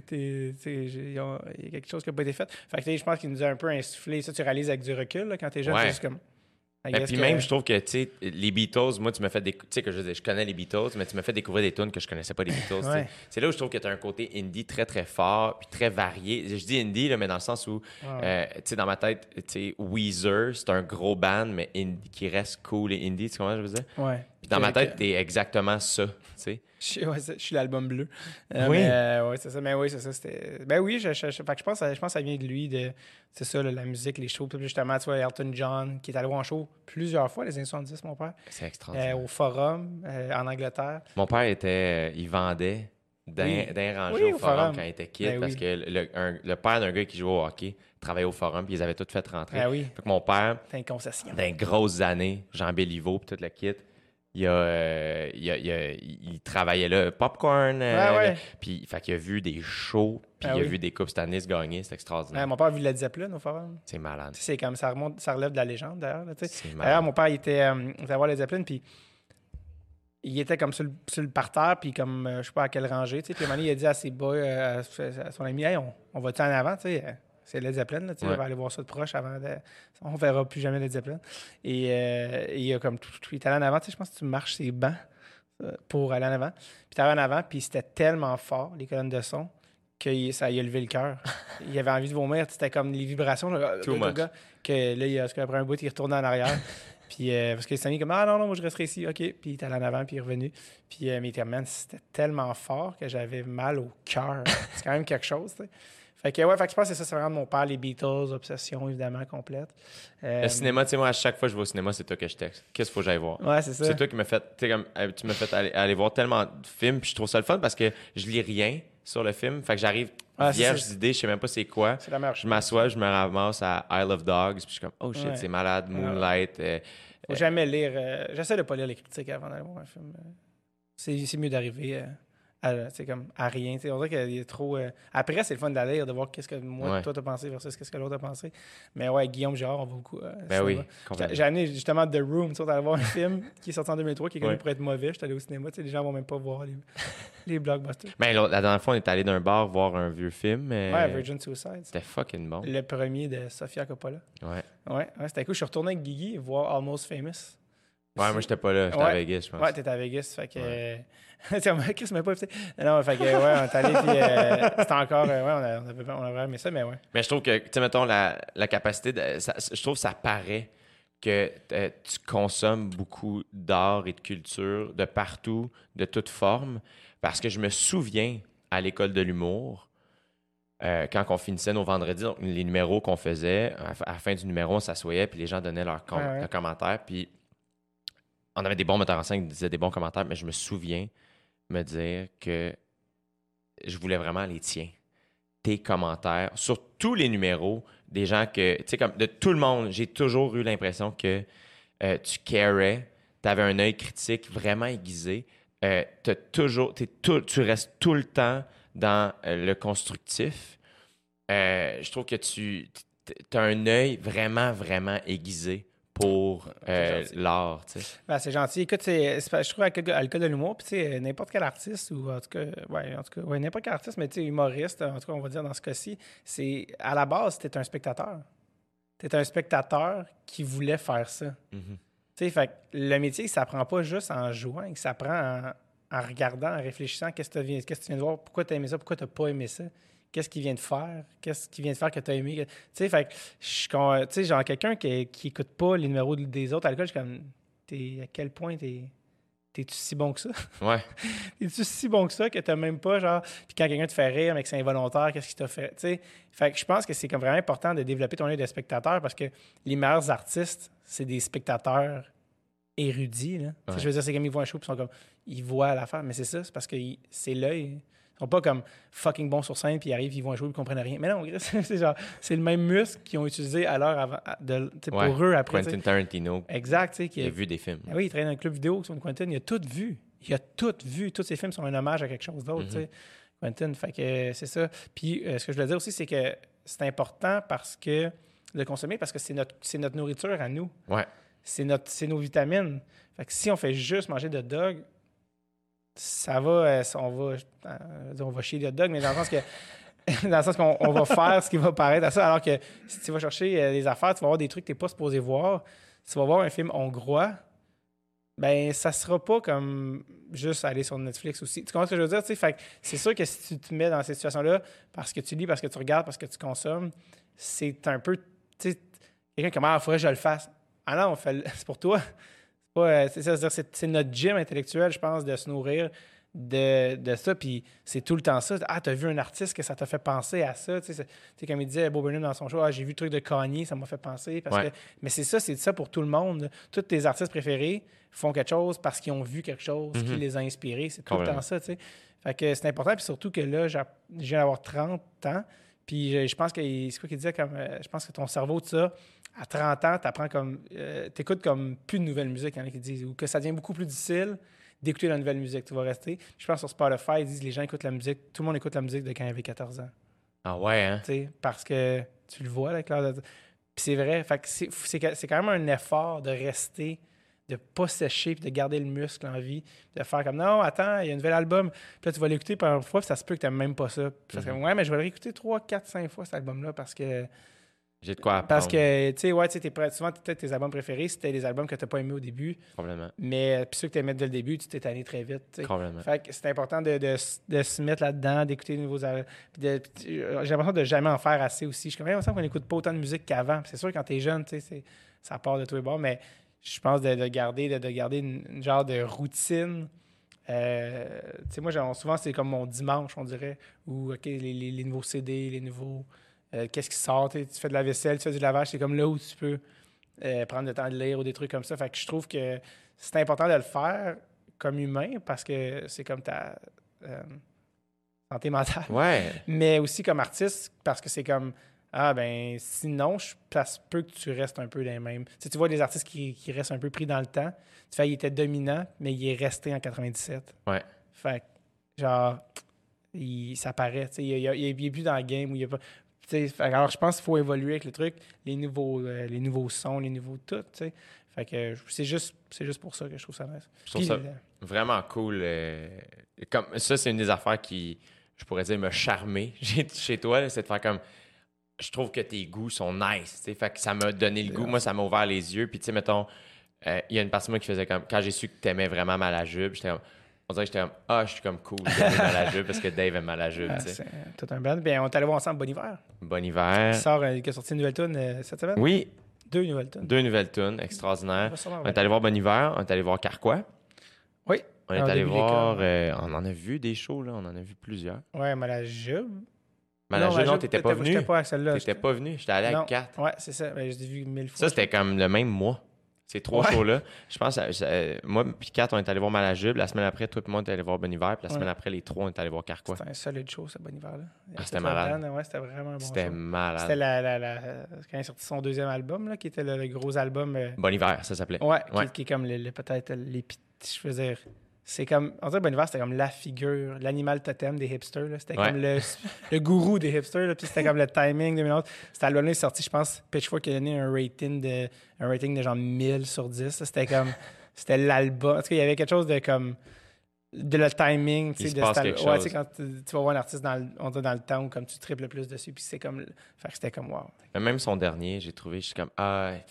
Il y a quelque chose qui n'a pas été fait. Fait que je pense qu'il nous a un peu insufflé. Ça, tu réalises avec du recul, là, quand t'es jeune, Ouais. c'est juste comme... Et puis même, je trouve que, tu sais, les Beatles, moi, tu m'as fait tu sais, que je connais les Beatles, mais tu m'as fait découvrir des tunes que je connaissais pas les Beatles. Ouais. C'est là où je trouve que tu as un côté indie très, très fort, puis très varié. Je dis indie, là, mais dans le sens où, tu sais, dans ma tête, tu sais, Weezer, c'est un gros band, mais qui reste cool et indie, tu comprends ce que je veux dire? Ouais. Puis dans ma tête, t'es exactement ça, tu sais. Je suis l'album bleu. Oui. Ouais, c'est ça. Mais oui, c'est ça. Ben oui, fait que je pense que ça vient de lui, c'est ça, là, la musique, les shows. Puis justement, tu vois, Elton John, qui est allé voir en show plusieurs fois, les années 70, mon père. C'est extraordinaire. Au Forum, en Angleterre. Mon père il vendait d'un rangé Oui, au au forum Forum. quand il était kid, Ben parce oui. que le père d'un gars qui jouait au hockey travaillait au forum, puis ils avaient tout fait rentrer. Ben oui. Fait que mon père, T'as une concession. dans les grosses années, Jean Béliveau, puis tout le kit, il travaillait là, Popcorn. Puis, fait qu'il a vu des shows, puis il a vu des Coupes Stanley se gagner. C'est extraordinaire. Mon père a vu Led Zeppelin au forum. C'est malade. C'est comme ça relève de la légende, d'ailleurs. C'est malade. D'ailleurs, mon père, il était voir Led Zeppelin, puis il était comme sur le parterre, puis comme, je sais pas à quelle rangée, tu sais. Puis à un moment donné, il a dit à ses boys, à son ami, « Hey, on va-tu en avant, tu sais? C'est Led Zeppelin, là, tu sais, on va aller voir ça de proche avant de... On verra plus jamais Led Zeppelin. » Et il a comme il est allé en avant, tu sais, je pense que tu marches ses bancs pour aller en avant. Puis tu allé en avant, puis c'était tellement fort, les colonnes de son, que ça lui a levé le cœur. Il avait envie de vomir, c'était comme les vibrations, que là, après un bout, il retournait en arrière. Puis, parce que s'est mis comme, non, moi, je resterai ici. OK. Puis, il est allé en avant, puis il est revenu. Puis, mais man, c'était tellement fort que j'avais mal au cœur. C'est quand même quelque chose, tu sais. Fait que je pense que c'est ça, c'est vraiment de mon père, les Beatles, obsession, évidemment, complète. Le cinéma, tu sais, moi, à chaque fois que je vais au cinéma, c'est toi que je texte. Qu'est-ce qu'il faut que j'aille voir? Ouais, c'est ça. C'est toi qui m'as fait, tu m'as fait aller voir tellement de films, puis je trouve ça le fun parce que je lis rien sur le film. Fait que j'arrive vierge d'idées, je sais même pas c'est quoi. C'est la meilleure chose. Je m'assois, je me ramasse à Isle of Dogs, puis je suis comme, oh shit, c'est malade, Moonlight. Faut jamais lire. J'essaie de pas lire les critiques avant d'aller voir un film. C'est mieux d'arriver à rien. On dirait qu'il y a trop. Après, c'est le fun d'aller, de voir qu'est-ce que toi t'as pensé versus qu'est-ce que l'autre a pensé. Mais ouais, Guillaume Girard, on va beaucoup. Oui. J'ai amené justement The Room, tu allé voir un film qui est sorti en 2003, qui est connu pour être mauvais. J'étais allé au cinéma, les gens vont même pas voir les blockbusters. Ben, la dernière fois, on est allé d'un bar voir un vieux film. Virgin Suicide. C'était fucking bon. Le premier de Sofia Coppola. Ouais, c'était cool. Je suis retourné avec Guigui voir Almost Famous. Ouais, moi, j'étais pas là. J'étais à Vegas, je pense. Ouais, t'étais à Vegas. Fait que. Chris m'a pas invité. Non, fait que, on est allé, puis c'était encore. On avait aimé ça, mais ouais. Mais je trouve que, tu sais, mettons, la capacité, je trouve que ça paraît que tu consommes beaucoup d'art et de culture de partout, de toutes formes. Parce que je me souviens, à l'école de l'humour, quand on finissait nos vendredis, donc les numéros qu'on faisait, à la fin du numéro, on s'assoyait, puis les gens donnaient leurs commentaires, puis on avait des bons metteurs en scène qui disaient des bons commentaires, mais je me souviens me dire que je voulais vraiment les tiens. Tes commentaires, sur tous les numéros, des gens que, tu sais, comme de tout le monde, j'ai toujours eu l'impression que tu carais, tu avais un œil critique vraiment aiguisé, tu restes tout le temps dans le constructif. Je trouve que tu as un œil vraiment, vraiment aiguisé pour l'art, tu sais. Ben, c'est gentil. Écoute, je trouve à l'école de l'humour, puis tu sais, n'importe quel artiste, ou en tout cas, n'importe quel artiste, mais tu sais, humoriste, en tout cas, on va dire dans ce cas-ci, c'est, à la base, t'es un spectateur. T'es un spectateur qui voulait faire ça. Tu sais, fait que le métier, ça s'apprend pas juste en jouant, il s'apprend en regardant, en réfléchissant, qu'est-ce que tu viens de voir, pourquoi tu as aimé ça, pourquoi tu n'as pas aimé ça. Qu'est-ce qu'il vient de faire? Qu'est-ce qu'il vient de faire que tu as aimé? Tu sais, fait que, tu sais, genre, quelqu'un qui écoute pas les numéros des autres à l'école, je suis comme, à quel point t'es-tu si bon que ça? Ouais. T'es-tu si bon que ça que t'as même pas, genre, puis quand quelqu'un te fait rire, mais que c'est involontaire, qu'est-ce qu'il t'a fait? Tu sais, fait que je pense que c'est comme vraiment important de développer ton œil de spectateur parce que les meilleurs artistes, c'est des spectateurs érudits, là. Ouais. Je veux dire, c'est comme ils voient un show, puis ils sont comme, ils voient l'affaire, mais c'est ça, c'est parce que c'est l'œil. Ils sont pas comme fucking bons sur scène, puis ils arrivent, ils vont jouer, ils comprennent rien. Mais non, c'est le même muscle qu'ils ont utilisé à l'heure avant, pour eux après. Quentin Tarantino. Exact. Il a vu des films. Ah oui, il travaille dans un club vidéo, Quentin, il a tout vu. Tous ses films sont un hommage à quelque chose d'autre, Quentin. Fait que c'est ça. Puis ce que je voulais dire aussi, c'est que c'est important de consommer parce que c'est notre nourriture à nous. Ouais. C'est nos vitamines. Fait que si on fait juste manger de dog, ça va, on va chier de dog, mais dans le sens qu'on va faire ce qui va paraître à ça, alors que si tu vas chercher des affaires, tu vas voir des trucs que tu n'es pas supposé voir. Si tu vas voir un film hongrois, ben ça sera pas comme juste aller sur Netflix aussi. Tu comprends ce que je veux dire? Fait que c'est sûr que si tu te mets dans cette situation-là, parce que tu lis, parce que tu regardes, parce que tu consommes, c'est un peu... Quelqu'un comme « Ah, il faudrait que je le fasse. » Ah non, c'est pour toi. C'est notre gym intellectuel, je pense, de se nourrir de ça. Puis c'est tout le temps ça. Ah, t'as vu un artiste que ça t'a fait penser à ça. Tu sais, comme il disait Bo Burnham dans son show, j'ai vu le truc de Kanye, ça m'a fait penser. Mais c'est ça pour tout le monde. Tous tes artistes préférés font quelque chose parce qu'ils ont vu quelque chose qui les a inspirés. C'est tout le temps ça. Tu sais. Fait que c'est important. Puis surtout que là, je viens d'avoir 30 ans. Puis je pense que c'est quoi qu'il disait je pense que ton cerveau, tout ça, à 30 ans, t'apprends comme... t'écoutes comme plus de nouvelle musique, il y en a qui disent, ou que ça devient beaucoup plus difficile d'écouter la nouvelle musique. Tu vas rester. Je pense sur Spotify, ils disent les gens écoutent la musique, tout le monde écoute la musique de quand il avait 14 ans. Ah ouais, hein? Tu sais, parce que tu le vois avec l'heure de... Puis c'est vrai, fait que c'est quand même un effort de rester, de pas sécher, puis de garder le muscle en vie, de faire comme non, attends, il y a un nouvel album. Puis là, tu vas l'écouter par une fois, puis ça se peut que tu n'aimes même pas ça. Puis ça serait ouais, mais je vais le réécouter 3, 4, 5 fois cet album-là parce que. J'ai de quoi apprendre. Parce que, tu sais, ouais, souvent, peut-être tes albums préférés, c'était les albums que tu n'as pas aimés au début. Probablement. Mais puis ceux que tu aimais dès le début, tu t'es tanné très vite. T'sais. Probablement. Fait que c'est important de se mettre là-dedans, d'écouter les nouveaux albums. J'ai l'impression de jamais en faire assez aussi. Je suis comme, il me semble qu'on n'écoute pas autant de musique qu'avant. C'est sûr, quand tu es jeune, tu sais, ça part de tous les bords, mais je pense de garder une genre de routine. Tu sais, moi, souvent, c'est comme mon dimanche, on dirait, où OK, les nouveaux CD, les nouveaux... qu'est-ce qui sort? Tu fais de la vaisselle, tu fais du lavage, c'est comme là où tu peux prendre le temps de lire ou des trucs comme ça. Fait que je trouve que c'est important de le faire comme humain parce que c'est comme ta santé mentale. Ouais. Mais aussi comme artiste parce que c'est comme ah ben sinon, ça se peut que tu restes un peu les mêmes. Tu vois des artistes qui restent un peu pris dans le temps. Tu fais, il était dominant, mais il est resté en 97. Ouais. Fait que, genre, ça paraît. Il est plus dans le game où il y a pas. Alors, je pense qu'il faut évoluer avec le truc, les nouveaux sons, les nouveaux tout, tu sais. Fait que c'est juste pour ça que je trouve ça nice. Je trouve ça vraiment cool. Comme ça, c'est une des affaires qui, je pourrais dire, me charmer chez toi, là, c'est de faire comme... Je trouve que tes goûts sont nice, tu sais. Fait que ça m'a donné le goût. Moi, ça m'a ouvert les yeux. Puis, tu sais, mettons, il y a une partie de moi qui faisait comme... Quand j'ai su que t'aimais vraiment Malajube, j'étais comme... On dirait que j'étais comme, je suis comme cool d'aimer Malajube parce que Dave aime Malajube. C'est tout un band. Bien, on est allé voir ensemble Bon Hiver. Bon Hiver. Qui a sorti une nouvelle tune cette semaine. Oui. 2 nouvelles tunes. 2 nouvelles tunes, extraordinaires. On est allé voir Bon Hiver, on est allé voir Carquois. Oui. On est allé voir... on en a vu des shows, là. On en a vu plusieurs. Ouais, Malajube. Malajube, non, t'étais pas venu. J'étais pas à celle-là. T'étais pas venu. J'étais allé avec 4. Ouais, c'est ça. Ben, je l'ai vu 1000 fois. Ça, c'était comme le même mois. Ces 3 shows-là. Je pense, moi puis 4, on est allé voir Malajube. La semaine après, toi et moi, on est allé voir Bon Hiver. Puis la semaine après, les 3, on est allé voir Carquois. C'était un solide show, ce Bon Hiver-là. C'était malade. Ouais, c'était vraiment un bon show. C'était malade. C'était quand il a sorti son 2e album, là, qui était le gros album. Bon Hiver, ça s'appelait. Ouais, qui est comme peut-être je veux dire... C'est comme, on dirait Bon Hiver, c'était comme la figure, l'animal totem des hipsters. Là. C'était comme le gourou des hipsters. Là. Puis c'était comme le timing de minutes. Cet album-là est sorti, je pense, Pitchfork a donné un rating de genre 1000 sur 10. C'était comme, c'était l'album. En tout cas, il y avait quelque chose de comme, de le timing. Il se passe quelque chose. Ouais, quand tu vas voir un artiste dans le temps où comme tu triples le plus dessus. Puis c'est comme, fait que c'était comme wow. Même son dernier, j'ai trouvé, je suis comme,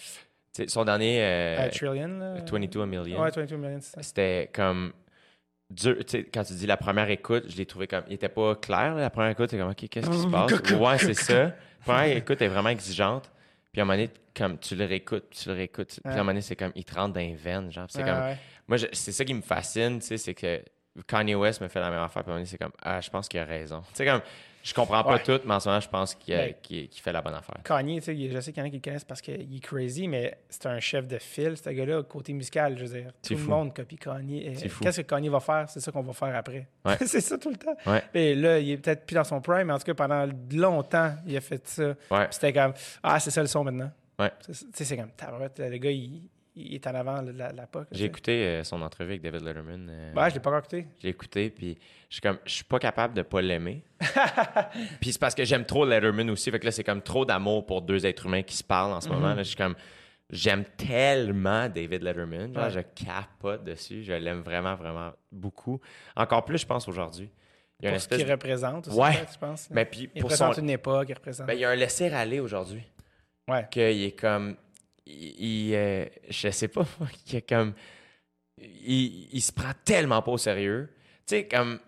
son dernier... Trillion, là. 22 Million. Ouais, 22 Million, c'est ça. C'était comme... dur, quand tu dis la première écoute, je l'ai trouvé comme... Il était pas clair, là, la première écoute. C'est comme, OK, qu'est-ce qui se passe? Ouais, c'est ça. La première écoute est vraiment exigeante. Puis à un moment donné, comme tu le réécoutes. Puis à un moment donné, c'est comme... Il te rentre dans les veines, genre. C'est comme... Moi, c'est ça qui me fascine, tu sais, c'est que Kanye West me fait la même affaire. Puis à un moment donné, c'est comme, je pense qu'il a raison. Tu sais, comme... Je comprends pas tout, mais en ce moment, je pense qu'il fait la bonne affaire. Kanye, tu sais, je sais qu'il y en a qui le connaissent parce qu'il est crazy, mais c'est un chef de file, ce gars-là, côté musical, je veux dire. Tout le monde copie Kanye. Qu'est-ce que Kanye va faire? C'est ça qu'on va faire après. Ouais. C'est ça tout le temps. Ouais. Et là, il est peut-être plus dans son prime, mais en tout cas, pendant longtemps, il a fait ça. Ouais. C'était comme, c'est ça le son maintenant. Ouais. Tu sais, c'est comme, le gars, il est en avant de la POC. J'ai écouté son entrevue avec David Letterman. Je l'ai pas encore écouté. J'ai écouté, puis je suis pas capable de pas l'aimer. Puis c'est parce que j'aime trop Letterman aussi. Fait que là, c'est comme trop d'amour pour 2 êtres humains qui se parlent en ce moment. Là, je suis comme, j'aime tellement David Letterman. Genre, je capote dessus. Je l'aime vraiment, vraiment beaucoup. Encore plus, je pense, aujourd'hui. Il y a ce qu'il représente aussi, je pense. Mais puis, il représente une époque. Il y a un laisser-aller aujourd'hui. Ouais. Qu'il est comme... je sais pas, il est comme... Il se prend tellement pas au sérieux. Tu sais, comme...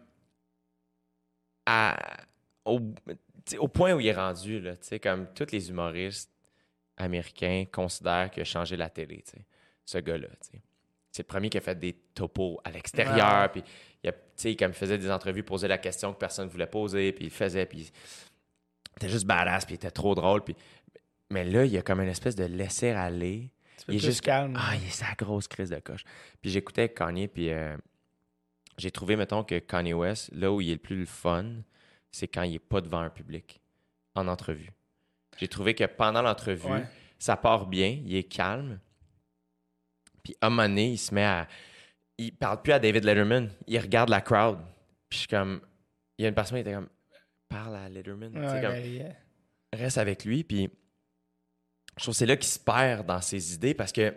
Au point où il est rendu, là, tu sais, comme tous les humoristes américains considèrent qu'il a changé la télé, tu sais, ce gars-là, tu sais. C'est le premier qui a fait des topos à l'extérieur, puis tu sais, comme il faisait des entrevues, posait la question que personne ne voulait poser, puis il faisait, puis il était juste badass, puis il était trop drôle, puis... Mais là, il y a comme une espèce de laisser-aller. Il est juste calme. Il est sa grosse crise de coche. Puis j'écoutais Kanye, puis j'ai trouvé, mettons, que Kanye West, là où il est le plus le fun, c'est quand il est pas devant un public, en entrevue. J'ai trouvé que pendant l'entrevue, ça part bien, il est calme. Puis à un moment donné, il se met à... Il parle plus à David Letterman, il regarde la crowd. Puis je suis comme... Il y a une personne qui était comme... Parle à Letterman. Tu sais, comme, reste avec lui, puis je trouve que c'est là qu'il se perd dans ses idées parce que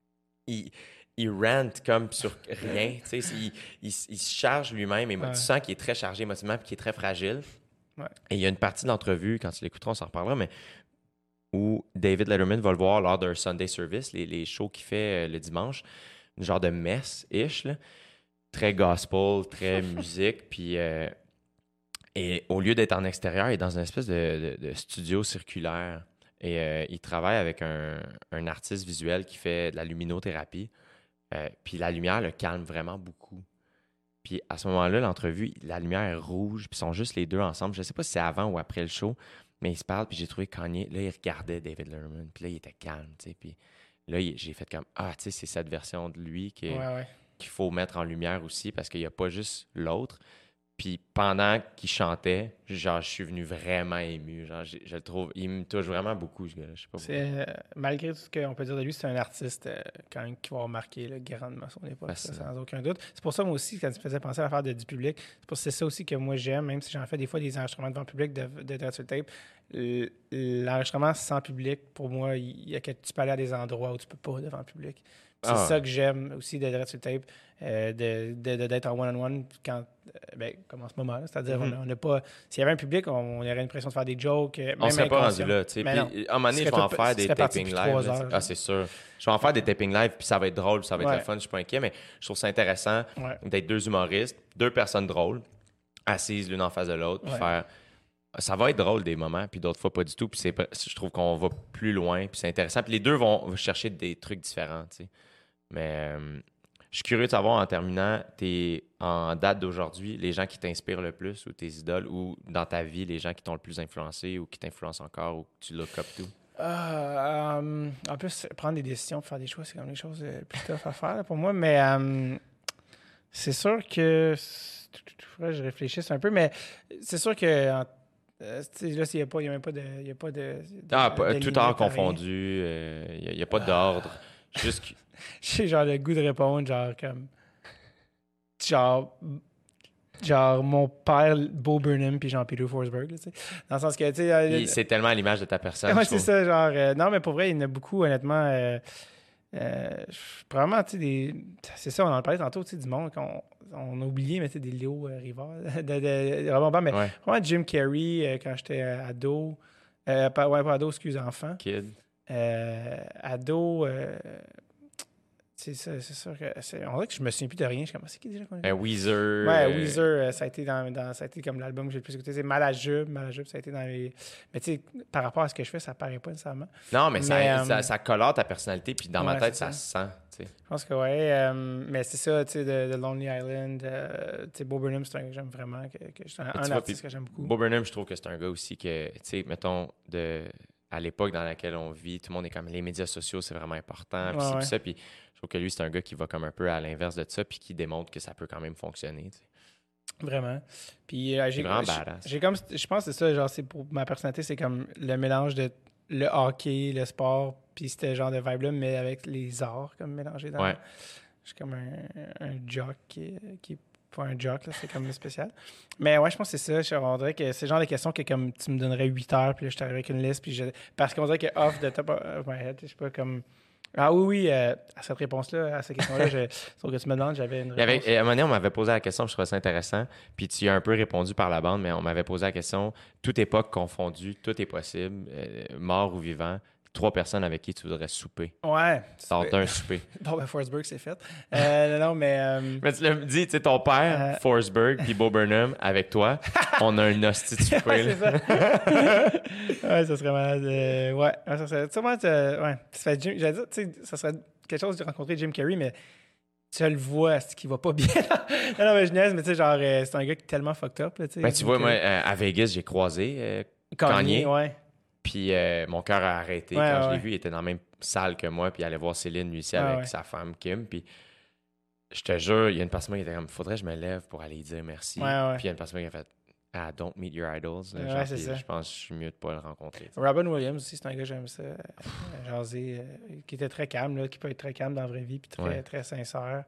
il rant comme sur rien. Tu sais, il se charge lui-même. Tu sens qu'il est très chargé émotivement et qu'il est très fragile. Ouais. Et il y a une partie de l'entrevue, quand tu l'écouteras, on s'en reparlera, mais où David Letterman va le voir lors d'un Sunday service, les shows qu'il fait le dimanche, une genre de messe-ish, là, très gospel, très musique, puis... et au lieu d'être en extérieur, il est dans une espèce de studio circulaire. Et il travaille avec un artiste visuel qui fait de la luminothérapie. Puis la lumière le calme vraiment beaucoup. Puis à ce moment-là, l'entrevue, la lumière est rouge, puis ils sont juste les deux ensemble. Je sais pas si c'est avant ou après le show, mais ils se parlent, puis j'ai trouvé Kanye, là, il regardait David Letterman, puis là, il était calme, tu sais. Puis là, j'ai fait comme, tu sais, c'est cette version de lui qu'il faut mettre en lumière aussi, parce qu'il n'y a pas juste l'autre. Puis pendant qu'il chantait, genre, je suis venu vraiment ému. Genre, je le trouve, il me touche vraiment beaucoup, ce gars-là. Je sais pas pourquoi. Malgré tout ce qu'on peut dire de lui, c'est un artiste quand même qui va remarquer grandement son époque, sans aucun doute. C'est pour ça, moi aussi, quand tu me faisais penser à l'affaire du public, c'est ça aussi que moi j'aime, même si j'en fais des fois des enregistrements devant le public de Dread sur le tape. L'enregistrement sans public, pour moi, il y a que tu peux aller à des endroits où tu peux pas devant le public. C'est ça que j'aime aussi de Dread sur le tape, d'être en one-on-one comme en ce moment. C'est-à-dire, on n'a pas... S'il y avait un public, on aurait l'impression de faire des jokes. On ne serait pas rendu là. Puis, à un moment donné, je vais en faire des tapings live. C'est sûr. Je vais en faire des tapings live, puis ça va être drôle, ça va être le fun, je suis pas inquiet, mais je trouve ça intéressant d'être deux humoristes, deux personnes drôles, assises l'une en face de l'autre, puis faire... Ça va être drôle des moments, puis d'autres fois pas du tout. Puis je trouve qu'on va plus loin, puis c'est intéressant. Puis les deux vont chercher des trucs différents, tu sais. Mais je suis curieux de savoir, en terminant, en date d'aujourd'hui, les gens qui t'inspirent le plus, ou tes idoles, ou dans ta vie, les gens qui t'ont le plus influencé, ou qui t'influencent encore, ou que tu look up to. En plus, prendre des décisions, faire des choix, c'est comme les choses plus tough à faire là, pour moi. Mais c'est sûr que... Il faudrait que je réfléchisse un peu, mais c'est sûr que... là, il n'y a même pas de tout art confondu, il n'y a pas d'ordre. Juste j'ai genre le goût de répondre, genre mon père, Bo Burnham, puis Jean-Peter Forsberg, dans le sens que, c'est tellement à l'image de ta personne. Ouais, c'est ça, genre... non, mais pour vrai, il y en a beaucoup, honnêtement... probablement, c'est ça, on en parlait tantôt, du monde qu'on a oublié, mais des Léo Rivard, vraiment pas, mais vraiment Jim Carrey, quand j'étais ado, pas ado, excuse, enfant. Kid. Ado, c'est sûr que on dirait que je me souviens plus de rien. Je suis comme, c'est qui déjà qu'on a Weezer. Ouais, Weezer, ça a été ça a été comme l'album que j'ai le plus écouté. C'est Malajube, ça a été dans les... Mais tu sais, par rapport à ce que je fais, ça paraît pas nécessairement. Non, mais ça colore ta personnalité, puis dans ma tête, ça se sent, tu sais. Je pense que mais c'est ça, tu sais, de Lonely Island, tu sais, Bo Burnham, c'est un gars que j'aime vraiment, c'est un artiste que j'aime beaucoup. Bo Burnham, je trouve que c'est un gars aussi que, tu sais, mettons, à l'époque dans laquelle on vit, tout le monde est comme, les médias sociaux, c'est vraiment important, puis ça, puis je trouve que lui, c'est un gars qui va comme un peu à l'inverse de ça, puis qui démontre que ça peut quand même fonctionner, tu sais. Vraiment. Puis j'ai vraiment badass. Je pense que c'est ça, genre, c'est pour ma personnalité, c'est comme le mélange de le hockey, le sport, puis c'était genre de vibe-là, mais avec les arts comme mélangés dans. Je suis comme un jock qui est pas un jock, là, c'est comme spécial. Mais ouais, je pense que c'est ça. On dirait que c'est le genre de questions que comme tu me donnerais 8 heures, puis là, je t'arrive avec une liste, puis parce qu'on dirait que off the top of my head, je sais pas, comme... Ah oui, à cette réponse-là, à cette question-là, sauf que tu me demandes, j'avais une réponse. À un moment donné, on m'avait posé la question, je trouvais ça intéressant, puis tu y as un peu répondu par la bande, mais on m'avait posé la question, toute époque confondue, tout est possible, mort ou vivant, 3 personnes avec qui tu voudrais souper. Ouais. Sors d'un souper. Bon, ben, Forsberg, c'est fait. Non, mais... Mais tu l'as dit, tu sais, ton père, Forsberg, puis Bo Burnham, avec toi, on a un hostie de souper. C'est ça. Ouais, ça serait malade. Ouais, ça serait... Sûrement, ouais. J'allais dire, tu sais, ça serait quelque chose de rencontrer Jim Carrey, mais tu le vois, c'est qu'il va pas bien. Non, mais je niaise, mais tu sais, genre, c'est un gars qui est tellement fucked up, là, tu sais. Ben, tu vois, moi, à Vegas, j'ai croisé Kanye. Ouais. Puis mon cœur a arrêté quand je l'ai vu. Il était dans la même salle que moi. Puis il allait voir Céline, lui, ici, avec sa femme, Kim. Puis je te jure, il y a une personne qui était comme, faudrait que je me lève pour aller dire merci. Puis il y a une personne qui a fait, à Don't Meet Your Idols. Là, Ouais, genre, c'est puis ça. je pense que je suis mieux de pas le rencontrer. Robin Williams aussi, c'est un gars, j'aime ça. Jaser, qui était très calme, là, qui peut être très calme dans la vraie vie, puis très, très sincère.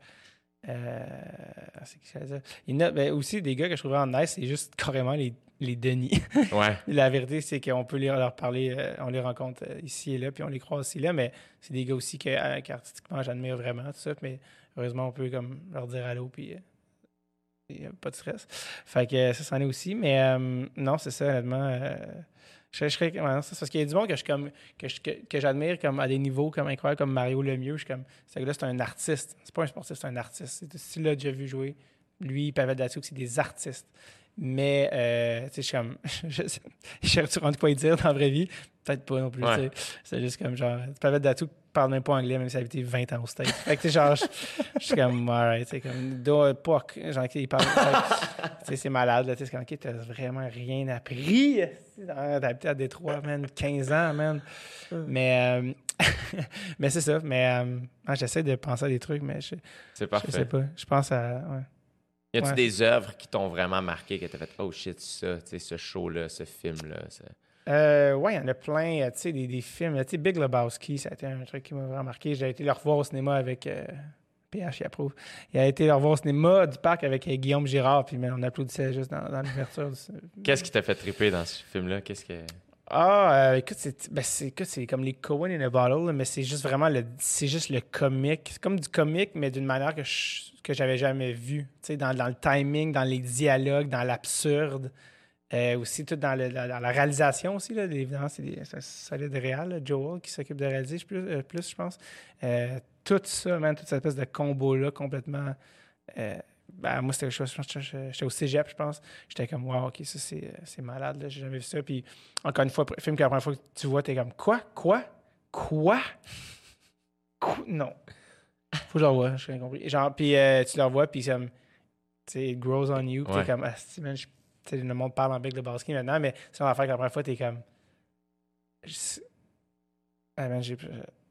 C'est qui ça? Il y en a aussi des gars que je trouve vraiment nice, c'est juste carrément les Denis. Ouais. La vérité, c'est qu'on peut leur parler, on les rencontre ici et là, puis on les croise ici et là, mais c'est des gars aussi qu'artistiquement, j'admire vraiment, tout ça, mais heureusement, on peut comme leur dire allô, puis il n'y a pas de stress. Fait que ça s'en est aussi, mais non, c'est ça, honnêtement. Je serais c'est parce qu'il y a du monde que j'admire comme à des niveaux comme incroyables, comme Mario Lemieux. Je suis comme, ce gars-là, c'est un artiste. C'est pas un sportif, c'est un artiste. Si tu l'as déjà vu jouer, lui, Pavel Datsyuk, c'est des artistes. Mais, tu sais, je suis comme, je cherche de quoi dire dans la vraie vie. Peut-être pas non plus, Ouais. tu sais. C'est juste comme, genre, Pavel Datsyuk parle même pas anglais, même s'il a habité 20 ans au States. Fait que, tu sais, genre, je suis comme, alright, tu sais, comme, genre, il parle, tu sais, c'est malade, là, tu sais, c'est comme, OK, t'as vraiment rien appris. T'as habité à Détroit, man, 15 ans, man. Mais, mais c'est ça, mais j'essaie de penser à des trucs, mais C'est je parfait. sais pas. Je pense à, ouais. Y a-tu Ouais. des œuvres qui t'ont vraiment marqué, que t'as fait « Oh shit, ça, tu sais, ce show-là, ce film-là. » Ouais, il y en a plein, tu sais, des films. Tu sais, Big Lebowski, ça a été un truc qui m'a vraiment marqué. J'ai été le revoir au cinéma avec PH, il approuve. Il a été le revoir au cinéma du parc avec Guillaume Girard, puis on applaudissait juste dans l'ouverture. Qu'est-ce qui t'a fait triper dans ce film-là? Qu'est-ce que... Écoute, c'est comme les Coen in a Bottle, là, mais c'est juste vraiment c'est juste le comique. C'est comme du comique, mais d'une manière que j'avais jamais vue. Tu sais, dans le timing, dans les dialogues, dans l'absurde. Aussi, tout dans la réalisation aussi, là, évidemment, c'est un solide réal, là, Joel, qui s'occupe de réaliser plus, je pense. Tout ça, man, toute cette espèce de combo-là, complètement... moi, j'étais au cégep, je pense. J'étais comme, wow, OK, ça, c'est malade, là, j'ai jamais vu ça. Puis, encore une fois, film que la première fois que tu vois, t'es comme, quoi? Non. Faut que je le revoie, je n'ai compris. Genre, puis tu le revois, puis comme, tu sais, it grows on you. Puis Ouais. t'es comme, man, tu sais, le monde parle en Big Lebowski maintenant, mais c'est une affaire que la première fois, t'es comme... man, j'ai... tu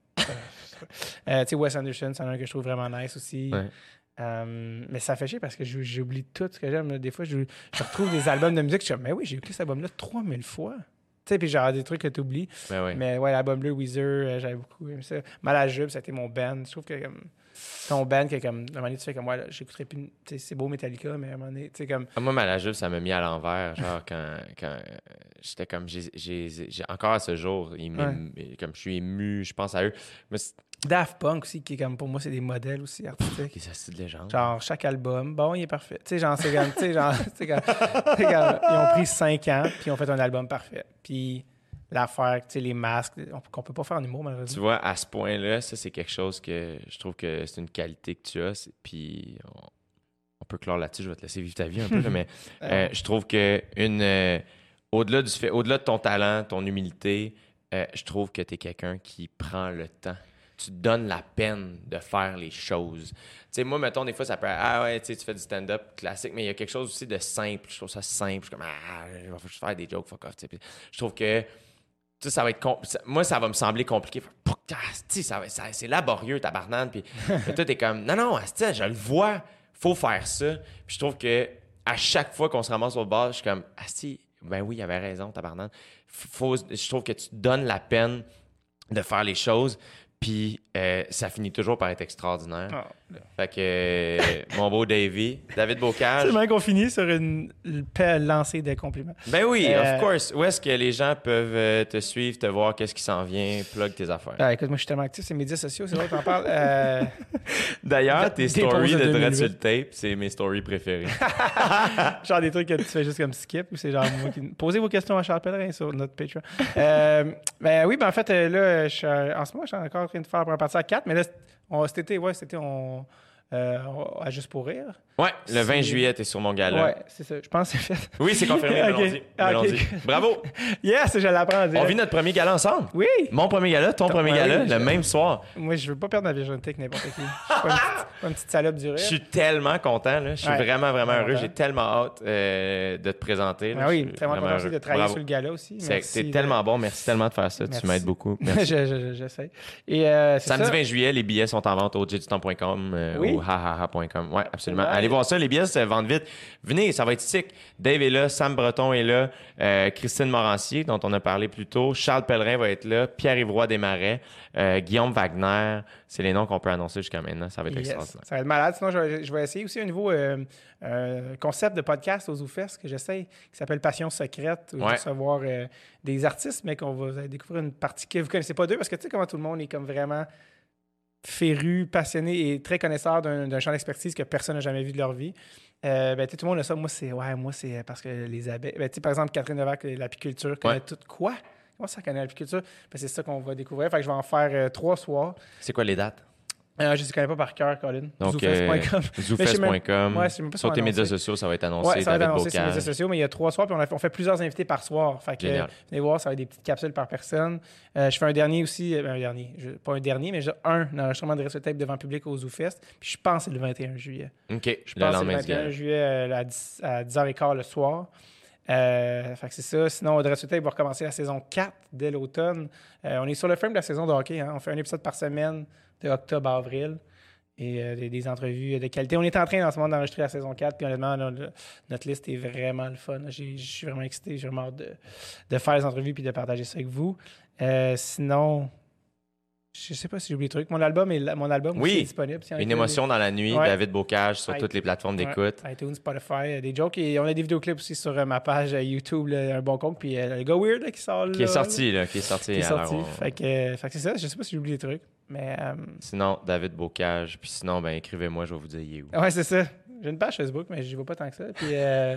sais, Wes Anderson, c'est un que je trouve vraiment nice aussi. Ouais. Mais ça fait chier parce que j'oublie tout ce que j'aime. Des fois, je retrouve des albums de musique, je suis comme, mais oui, j'ai écouté cet album-là 3000 fois. Tu sais, puis genre des trucs que tu oublies. Ben oui. Mais ouais, l'album bleu, Weezer, j'avais beaucoup aimé ça. Mal à la jupe, ça a été mon band. Je trouve que comme ton band, que comme, à un moment donné, tu fais comme, ouais, là, j'écouterais plus. Tu sais, c'est beau Metallica, mais à un moment donné, tu sais, comme. Moi, Malajube, ça m'a mis à l'envers. Genre, quand j'étais comme. J'ai encore à ce jour, comme je suis ému, je pense à eux. Mais Daft Punk aussi, qui est comme, pour moi, c'est des modèles aussi artistiques. c'est ça, de légende. Genre, chaque album, bon, il est parfait. Tu sais, genre, c'est comme, tu sais, genre, c'est comme, ils ont pris 5 ans, puis ils ont fait un album parfait. Puis l'affaire, tu sais, les masques, qu'on peut pas faire en humour, malheureusement. Tu vois, à ce point-là, ça, c'est quelque chose que je trouve que c'est une qualité que tu as. Puis on peut clore là-dessus, je vais te laisser vivre ta vie un peu, là, mais je trouve que au-delà de ton talent, ton humilité, je trouve que tu es quelqu'un qui prend le temps. Tu te donnes la peine de faire les choses. Tu sais, moi, mettons, des fois, ça peut être, ah ouais, tu sais, tu fais du stand-up classique, mais il y a quelque chose aussi de simple. Je trouve ça simple. Je suis comme, je vais juste faire des jokes, fuck off. Tu sais. Puis je trouve que ça va être moi, ça va me sembler compliqué. C'est laborieux, tabarnane. Puis toi, t'es comme, non, asti, je le vois, faut faire ça. Puis je trouve que à chaque fois qu'on se ramasse au bord, je suis comme, asti, ben oui, il avait raison, tabarnane. Je trouve que tu te donnes la peine de faire les choses. Puis ça finit toujours par être extraordinaire. Fait que mon beau David Bocage. C'est bien qu'on finit sur une pelle lancée de compliments. Ben oui, of course. Où est-ce que les gens peuvent te suivre, te voir, qu'est-ce qui s'en vient, plug tes affaires? Écoute, moi, je suis tellement actif sur les médias sociaux, c'est vrai qu'on en parle. D'ailleurs, tes Des stories pauses de de 2008. Dread sur le tape, c'est mes stories préférées. Genre des trucs que tu fais juste comme skip, ou c'est genre moi qui... Posez vos questions à Charles Pellerin sur notre Patreon. Ben oui, ben en fait, là, en ce moment, je suis encore en train de faire la première partie à 4, mais là, cet été, on à Juste pour rire. Ouais, le 20 C'est- juillet, t'es sur mon gala. Ouais, c'est ça. Je pense que c'est fait. Oui, c'est confirmé, Ok. me l'ont dit. Ah, Me l'ont ok. dit. Bravo! Yes, je l'apprends. On vit notre premier gala ensemble. Oui! Mon premier gala, ton premier Ouais, gala, oui, le même soir. Moi, je veux pas perdre ma virginité avec n'importe qui. Je suis pas une petite salope du rire. Je suis tellement content, là. Je suis Ouais. vraiment, vraiment heureux. Content. J'ai tellement hâte de te présenter. là. Ah Je oui, suis tellement content aussi heureux. de travailler Bravo. sur le gala aussi. C'est tellement bon. Merci tellement de faire ça. Merci. Tu m'aides beaucoup. Merci. J'essaie. Et c'est Samedi ça. 20 juillet, les billets sont en vente au jeddutemps.com Oui. ou hahaha.com. Ouais, absolument. Nice. Allez voir ça. Les billets se vendent vite. Venez, ça va être sick. Dave est là, Sam Breton est là, Christine Morancier, dont on a parlé plus tôt, Charles Pellerin va être là, Pierre-Yves Roy Desmarais, Guillaume Wagner. C'est les noms qu'on peut annoncer jusqu'à maintenant. Ça va être extraordinaire. Ça va être malade. Sinon, je vais essayer aussi un nouveau concept de podcast aux ZooFest que j'essaye, qui s'appelle Passion secrète, où je vais recevoir des artistes, mais qu'on va découvrir une partie que vous ne connaissez pas d'eux, parce que tu sais comment tout le monde est comme vraiment féru, passionné et très connaisseur d'un champ d'expertise que personne n'a jamais vu de leur vie. Tout le monde a ça. Moi, c'est parce que les abeilles... par exemple, Catherine Levac, l'apiculture, connaît tout. Quoi? Comment ça connaît l'apiculture? C'est ça qu'on va découvrir. Fait que je vais en faire 3 soirs. C'est quoi les dates? Je ne les connais pas par cœur, Colin. Donc, zoofest.com. Zoofest.com. Ouais, je sais même pas sur tes médias sociaux, ça va être annoncé. Ouais, ça va être David annoncé sur les Bocage. médias sociaux, mais il y a 3 soirs, puis on fait plusieurs invités par soir. Fait que venez voir, ça va être des petites capsules par personne. Je fais un dernier aussi, pas un dernier, mais un enregistrement de Dressel Tape devant le public au ZooFest. Puis je pense que c'est le 21 juillet. OK, je pense que c'est le 21 juillet à 10h15 le soir. Fait que c'est ça. Sinon, Dressel Tape va recommencer la saison 4 dès l'automne. On est sur le frame de la saison de hockey. Hein. On fait un épisode par semaine de octobre à avril. Et des entrevues de qualité. On est en train en ce moment d'enregistrer la saison 4, puis honnêtement, notre liste est vraiment le fun. Je suis vraiment excité, j'ai vraiment hâte de faire les entrevues puis de partager ça avec vous. Sinon, je sais pas si j'ai oublié le truc. Mon album aussi est disponible. Une émotion dans la nuit, David Bocage sur toutes les plateformes d'écoute. iTunes, Spotify, des jokes. Et on a des vidéoclips aussi sur ma page YouTube, un bon compte. Puis le Go Weird là, qui sort là. Qui est sorti. Fait que c'est ça. Je sais pas si j'ai oublié des trucs. Mais, sinon, David Bocage. Puis sinon, écrivez-moi, je vais vous dire il est où. Ouais, c'est ça. J'ai une page Facebook, mais je n'y vais pas tant que ça. Puis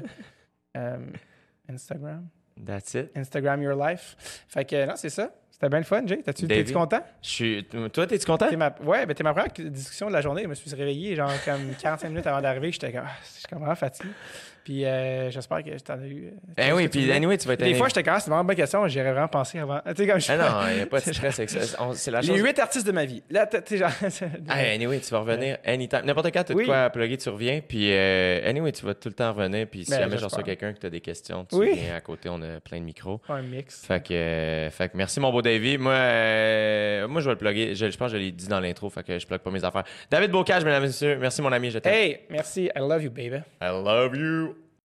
Instagram. That's it. Instagram Your Life. Fait que non, c'est ça. C'était bien le fun, Jay. T'es-tu content? Toi, t'es-tu content? T'es ma première discussion de la journée. Je me suis réveillé genre comme 45 minutes avant d'arriver. J'étais comme vraiment fatigué. Puis j'espère que je t'en ai eu. Oui, puis anyway, tu vas être... Des fois, j'étais quand même, c'est vraiment une bonne question. J'y aurais vraiment pensé avant. Tu sais, comme je non, il n'y a pas de stress avec ça. C'est la chose. Les 8 artistes de ma vie. Là, tu sais, genre... anyway, tu vas revenir anytime. N'importe quand, tu as de quoi à plugger, tu reviens. Puis anyway, tu vas tout le temps revenir. Puis si jamais je reçois quelqu'un qui a des questions, tu viens à côté, on a plein de micros. Un mix. Fait que merci, mon beau Davy. Moi, je vais le plugger. Je pense que je l'ai dit dans l'intro. Fait que je plug pas mes affaires. David Bocage, mesdames et messieurs. Merci, mon ami. Je t'aime. Hey, merci. I love you, baby. I love you.